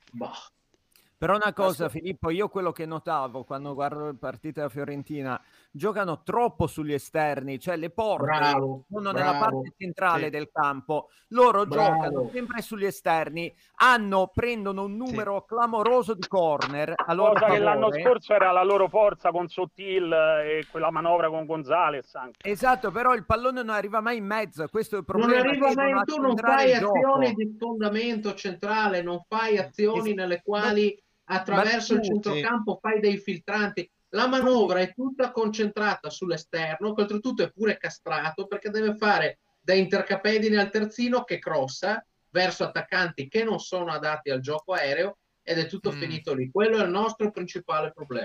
Però una cosa, Filippo, io quello che notavo quando guardo le partite della Fiorentina, giocano troppo sugli esterni, cioè le porte sono nella parte centrale del campo, loro giocano sempre sugli esterni, prendono un numero clamoroso di corner. Cosa che l'anno scorso era la loro forza con Sottil e quella manovra con Gonzalez anche. Esatto, però il pallone non arriva mai in mezzo, questo è il problema. Non arriva mai, tu non fai azioni di fondamento centrale, non fai azioni nelle quali attraverso il centrocampo fai dei filtranti. La manovra è tutta concentrata sull'esterno, che oltretutto è pure castrato perché deve fare da intercapedine al terzino che crossa verso attaccanti che non sono adatti al gioco aereo, ed è tutto finito lì. Quello è il nostro principale problema.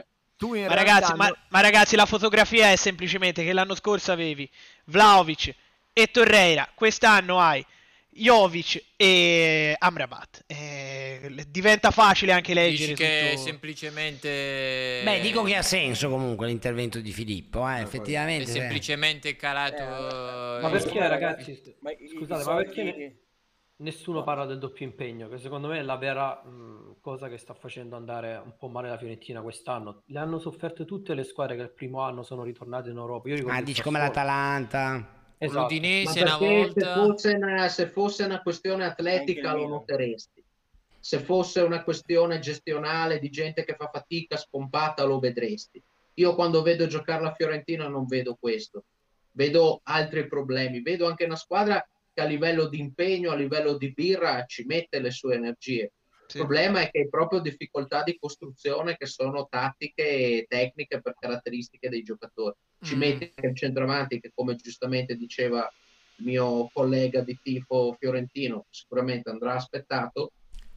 Ma ragazzi, la fotografia è semplicemente che l'anno scorso avevi Vlahovic e Torreira, quest'anno hai Jovic e Amrabat. Diventa facile anche leggere. Dici che semplicemente... Beh, dico che ha senso comunque l'intervento di Filippo, effettivamente. È semplicemente calato... Ma perché, ragazzi, scusate, ma perché nessuno parla del doppio impegno? Che secondo me è la vera cosa che sta facendo andare un po' male la Fiorentina quest'anno. Le hanno sofferte tutte le squadre che il primo anno sono ritornate in Europa. Dici come l'Atalanta... Esatto. L'Udinese una volta... se fosse una questione atletica lo noteresti, se fosse una questione gestionale di gente che fa fatica spompata lo vedresti. Io quando vedo giocare la Fiorentina non vedo questo, vedo altri problemi, vedo anche una squadra che a livello di impegno, a livello di birra ci mette le sue energie. Il problema è che hai proprio difficoltà di costruzione, che sono tattiche e tecniche per caratteristiche dei giocatori. Ci metti anche il centravanti che, come giustamente diceva il mio collega di tifo fiorentino, sicuramente andrà aspettato.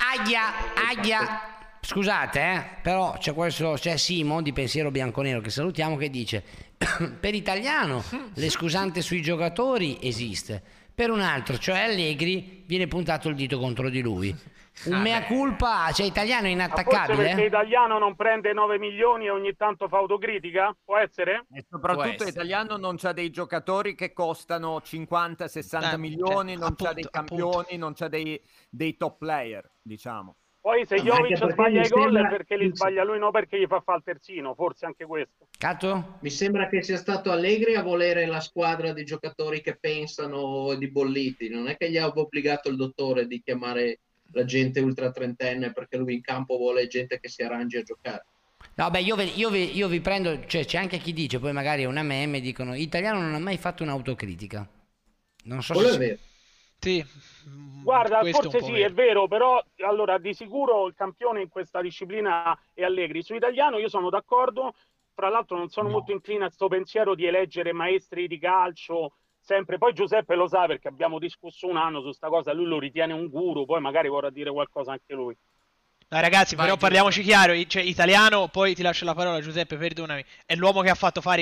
Scusate, però c'è Simo di Pensiero Bianconero, che salutiamo, che dice: per Italiano l'escusante sui giocatori esiste, per un altro, cioè Allegri, viene puntato il dito contro di lui. Un mea culpa, cioè Italiano è inattaccabile. Forse perché Italiano non prende 9 milioni e ogni tanto fa autocritica? Può essere? E soprattutto Italiano non c'ha dei giocatori che costano 50-60 milioni, non c'ha dei campioni, non c'ha dei top player, diciamo. Poi se Jovic sbaglia i gol è perché li sbaglia lui, no perché gli fa il terzino, forse anche questo. Cato? Mi sembra che sia stato Allegri a volere la squadra di giocatori che pensano di bolliti, non è che gli ha obbligato il dottore di chiamare la gente ultra trentenne perché lui in campo vuole gente che si arrangi a giocare. No, beh, io vi prendo, cioè c'è anche chi dice, poi magari è una meme, dicono Italiano non ha mai fatto un'autocritica. Non so quello se è vero. Sì. Guarda, forse sì, è vero, però allora di sicuro il campione in questa disciplina è Allegri. Su Italiano io sono d'accordo, fra l'altro non sono molto incline a sto pensiero di eleggere maestri di calcio sempre. Poi Giuseppe lo sa perché abbiamo discusso un anno su sta cosa, lui lo ritiene un guru, poi magari vorrà dire qualcosa anche lui. No, ragazzi, però parliamoci chiaro, cioè Italiano, poi ti lascio la parola Giuseppe, perdonami, è l'uomo che ha fatto fare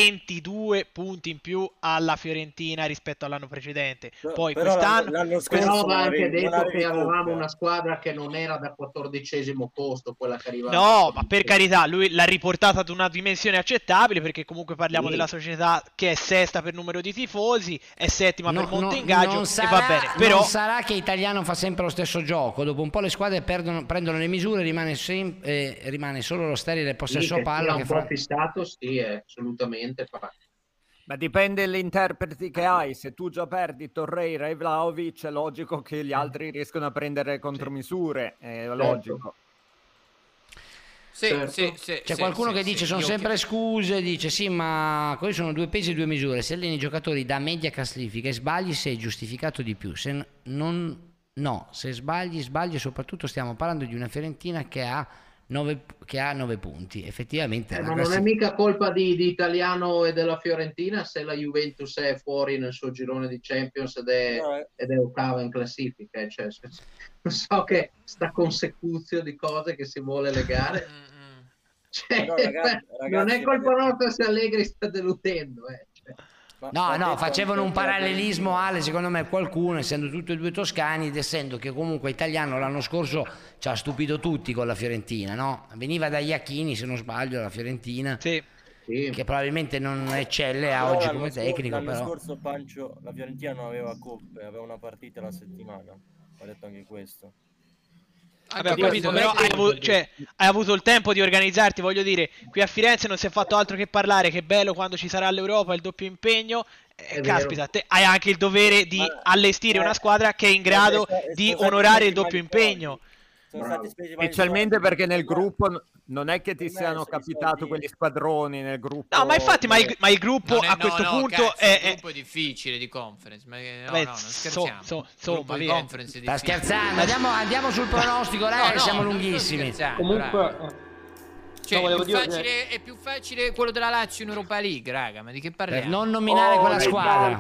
22 punti in più alla Fiorentina rispetto all'anno precedente. Poi però quest'anno... Però va anche detto che avevamo una squadra che non era da 14° posto, quella che arrivava. No, ma per carità, lui l'ha riportata ad una dimensione accettabile, perché comunque parliamo della società che è sesta per numero di tifosi, è settima per monte ingaggio, e va bene. Però... Non sarà che Italiano fa sempre lo stesso gioco, dopo un po' le squadre prendono le misure, rimane solo lo sterile possesso palla che un po' fissato, sì, assolutamente. Ma dipende dagli interpreti che hai. Se tu già perdi Torreira e Vlahovic, è logico che gli altri riescono a prendere contromisure, è logico. C'è qualcuno che dice sono sempre scuse, dice sì, ma quelli sono due pesi e due misure, se alleni i giocatori da media classifica e sbagli sei giustificato di più, se sbagli, e soprattutto stiamo parlando di una Fiorentina che ha che ha 9 punti. Effettivamente ma non è mica colpa di Italiano e della Fiorentina se la Juventus è fuori nel suo girone di Champions ed è ottava in classifica. Cioè, non so che sta consecuzio di cose che si vuole legare. Cioè, ragazzi, non è colpa nostra se Allegri sta deludendo. No, facevano un parallelismo, Ale, secondo me qualcuno, essendo tutti e due toscani ed essendo che comunque Italiano l'anno scorso ci ha stupito tutti con la Fiorentina, no? Veniva da Iachini, se non sbaglio, la Fiorentina, che probabilmente non eccelle oggi come tecnico. L'anno scorso, Pancio, la Fiorentina non aveva coppe, aveva una partita alla settimana, ho detto anche questo. Vabbè, ho capito, però hai avuto il tempo di organizzarti, voglio dire, qui a Firenze non si è fatto altro che parlare, che bello quando ci sarà l'Europa, il doppio impegno, caspita, te hai anche il dovere di allestire una squadra che è in grado di onorare il doppio impegno. Specialmente perché nel gruppo non è che ti siano capitato quegli squadroni nel gruppo. No, ma infatti, ma il gruppo a questo punto è un gruppo difficile di conference. Ma non scherziamo. Sta scherzando, andiamo sul pronostico, ragazzi, siamo lunghissimi. Comunque è più facile quello della Lazio in Europa League, raga, ma di che parliamo? Per non nominare quella squadra.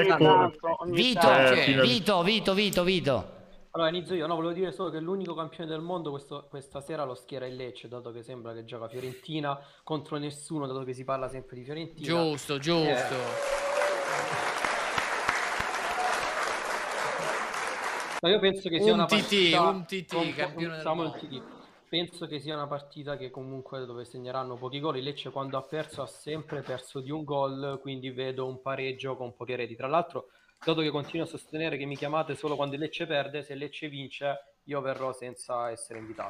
Vito. Allora inizio io, volevo dire solo che l'unico campione del mondo questa sera lo schiera il Lecce, dato che sembra che gioca Fiorentina contro nessuno, dato che si parla sempre di Fiorentina. Giusto. Ma io penso che sia una partita un TT, campione del mondo. Penso che sia una partita che comunque dove segneranno pochi gol. Il Lecce quando ha perso ha sempre perso di un gol, quindi vedo un pareggio con poche reti. Tra l'altro, dato che continuo a sostenere che mi chiamate solo quando il Lecce perde, se il Lecce vince io verrò senza essere invitato.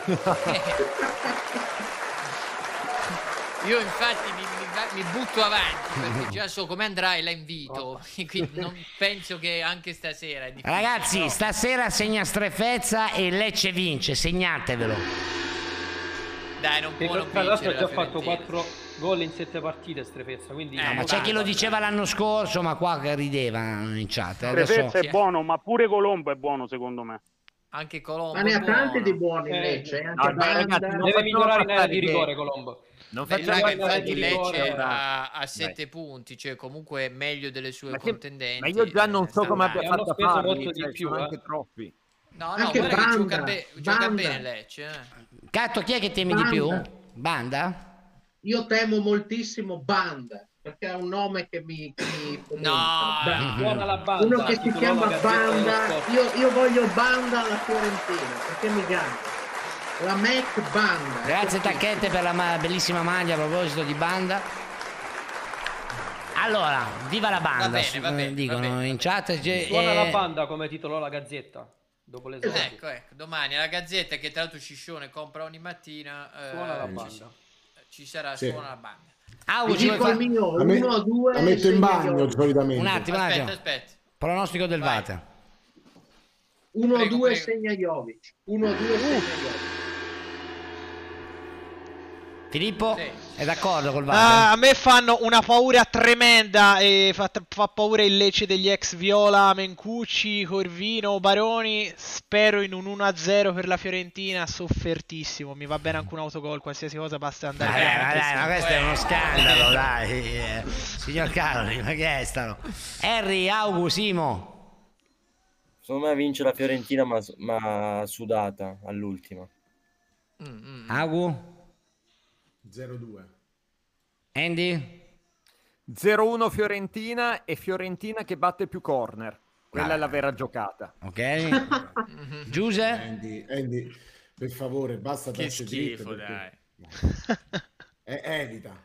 Io infatti mi butto avanti perché già so come andrà e la invito, quindi non penso che anche stasera è difficile. Ragazzi, no. Stasera segna Strefezza e il Lecce vince, segnatevelo. Dai, non può non vincere. Tra l'altro ha già fatto 4 gol in 7 partite Strefezza, quindi ma c'è chi lo diceva l'anno scorso, ma qua che rideva in chat. Strefezza è buono, ma pure Colombo è buono secondo me. Anche Colombo. Ma ne ha tanti di buoni in Lecce, anche deve migliorare in area di rigore Colombo. Non facciamo infatti Lecce a 7 punti, cioè comunque meglio delle sue contendenti. Ma io già non so come abbia fatto a farli, di più, anche troppi. No, guarda che gioca bene Lecce. Gatto, chi è che temi di più? Banda? Io temo moltissimo Banda, perché ha un nome che mi buona la Banda. Uno che si chiama Banda. Io voglio Banda alla Fiorentina, perché mi gamba. La Mac Banda. Grazie Tacchette per la bellissima maglia a proposito di Banda. Allora, viva la Banda, va bene, dicono in chat. Suona la Banda come titolò la Gazzetta dopo le ecco, domani la Gazzetta, che tra l'altro Sciscione compra ogni mattina, suona la Banda. Ci sarà, suona la Banda. La metto in bagno solitamente. Un attimo. Aspetta. Pronostico del Vate. 1-2 segna Jovic. 1-2 segna Jovic. Filippo è d'accordo col Vate? A me fanno una paura tremenda e fa paura il Lecce degli ex Viola, Mencucci, Corvino, Baroni. Spero in un 1-0 per la Fiorentina, soffertissimo. Mi va bene anche un autogol, qualsiasi cosa basta andare dai, ma questo è uno scandalo, dai. Signor Caroli, ma che è stato? Harry, Augu, Simo. Secondo me vince la Fiorentina, ma sudata all'ultima. Augu? 0-2. Andy? 0-1 Fiorentina e Fiorentina che batte più corner. Quella è la vera giocata. Ok. Giuse? Andy, per favore, basta che schifo, dai. Evita.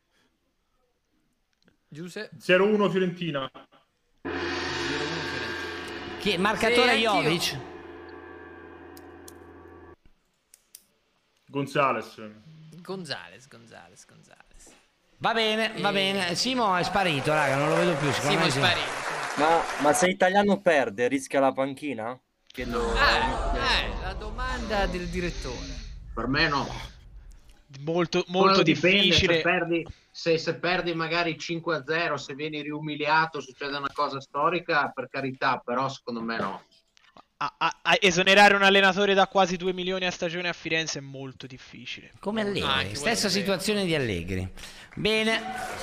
Giuse? 0-1 Fiorentina. Chi? Marcatore Jovic? Gonzales. Va bene. Simo è sparito, raga, non lo vedo più. Simo è sparito. Ma se Italiano perde, rischia la panchina? La domanda del direttore. Per me no. Molto dipende, difficile. Se perdi magari 5-0, se vieni riumiliato, succede una cosa storica, per carità, però secondo me no. esonerare un allenatore da quasi 2 milioni a stagione a Firenze è molto difficile. Come Allegri, stessa situazione di Allegri. Bene.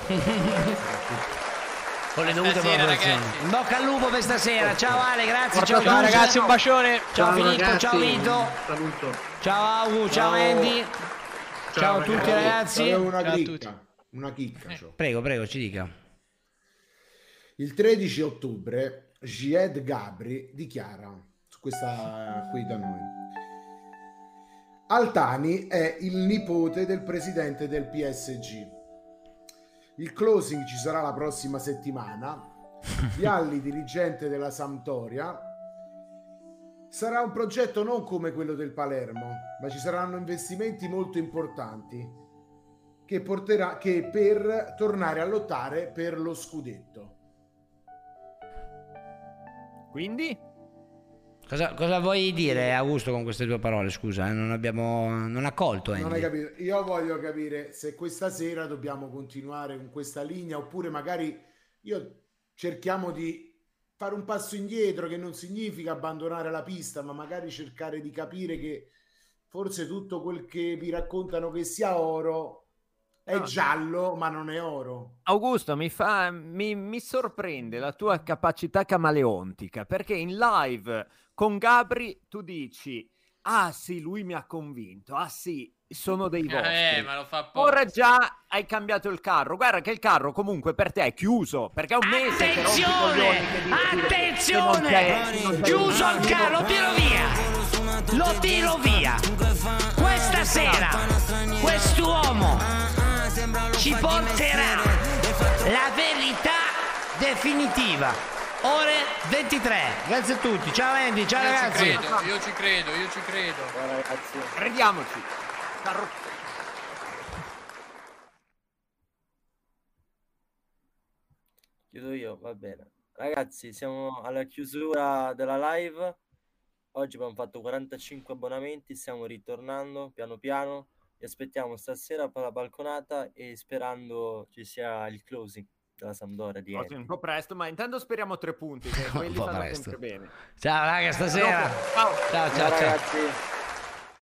Con le dovute proporzioni. In bocca al lupo per stasera. Ciao Ale, grazie. Ciao ragazzi, un bacione. Ciao Filippo, ciao Vito. Saluto. Ciao Augu, ciao Andy. Ciao a tutti ragazzi. Una chicca. Prego, ci dica. Il 13 ottobre Ziad Gabri dichiara su questa qui da noi: Altani è il nipote del presidente del PSG. Il closing ci sarà la prossima settimana. Vialli, dirigente della Sampdoria. Sarà un progetto non come quello del Palermo, ma ci saranno investimenti molto importanti che per tornare a lottare per lo scudetto. Quindi? Cosa vuoi dire, Augusto, con queste due parole? Scusa, non ha colto. Non hai capito. Io voglio capire se questa sera dobbiamo continuare con questa linea oppure magari cerchiamo di fare un passo indietro, che non significa abbandonare la pista, ma magari cercare di capire che forse tutto quel che vi raccontano che sia oro è giallo, ma non è oro. Augusto, mi sorprende la tua capacità camaleontica, perché in live con Gabri tu dici: ah sì, lui mi ha convinto, ah sì, sono dei vostri. Ma lo fa ora già hai cambiato il carro. Guarda che il carro comunque per te è chiuso, perché è un mese che rompi i coglioni, attenzione, chiuso il carro, lo tiro via. Questa sera quest'uomo ci porterà la verità definitiva. Ore 23. Grazie a tutti. Ciao Andy, ciao ragazzi. Io ci credo. Ciao ragazzi. Prendiamoci. Chiudo io, va bene. Ragazzi, siamo alla chiusura della live. Oggi abbiamo fatto 45 abbonamenti, stiamo ritornando piano piano. Vi aspettiamo stasera per la balconata e sperando ci sia il closing della Sampdoria di Andy. Un po' presto, ma intanto speriamo 3 punti, che quelli fanno sempre bene. Ciao raga, stasera. Ciao ragazzi.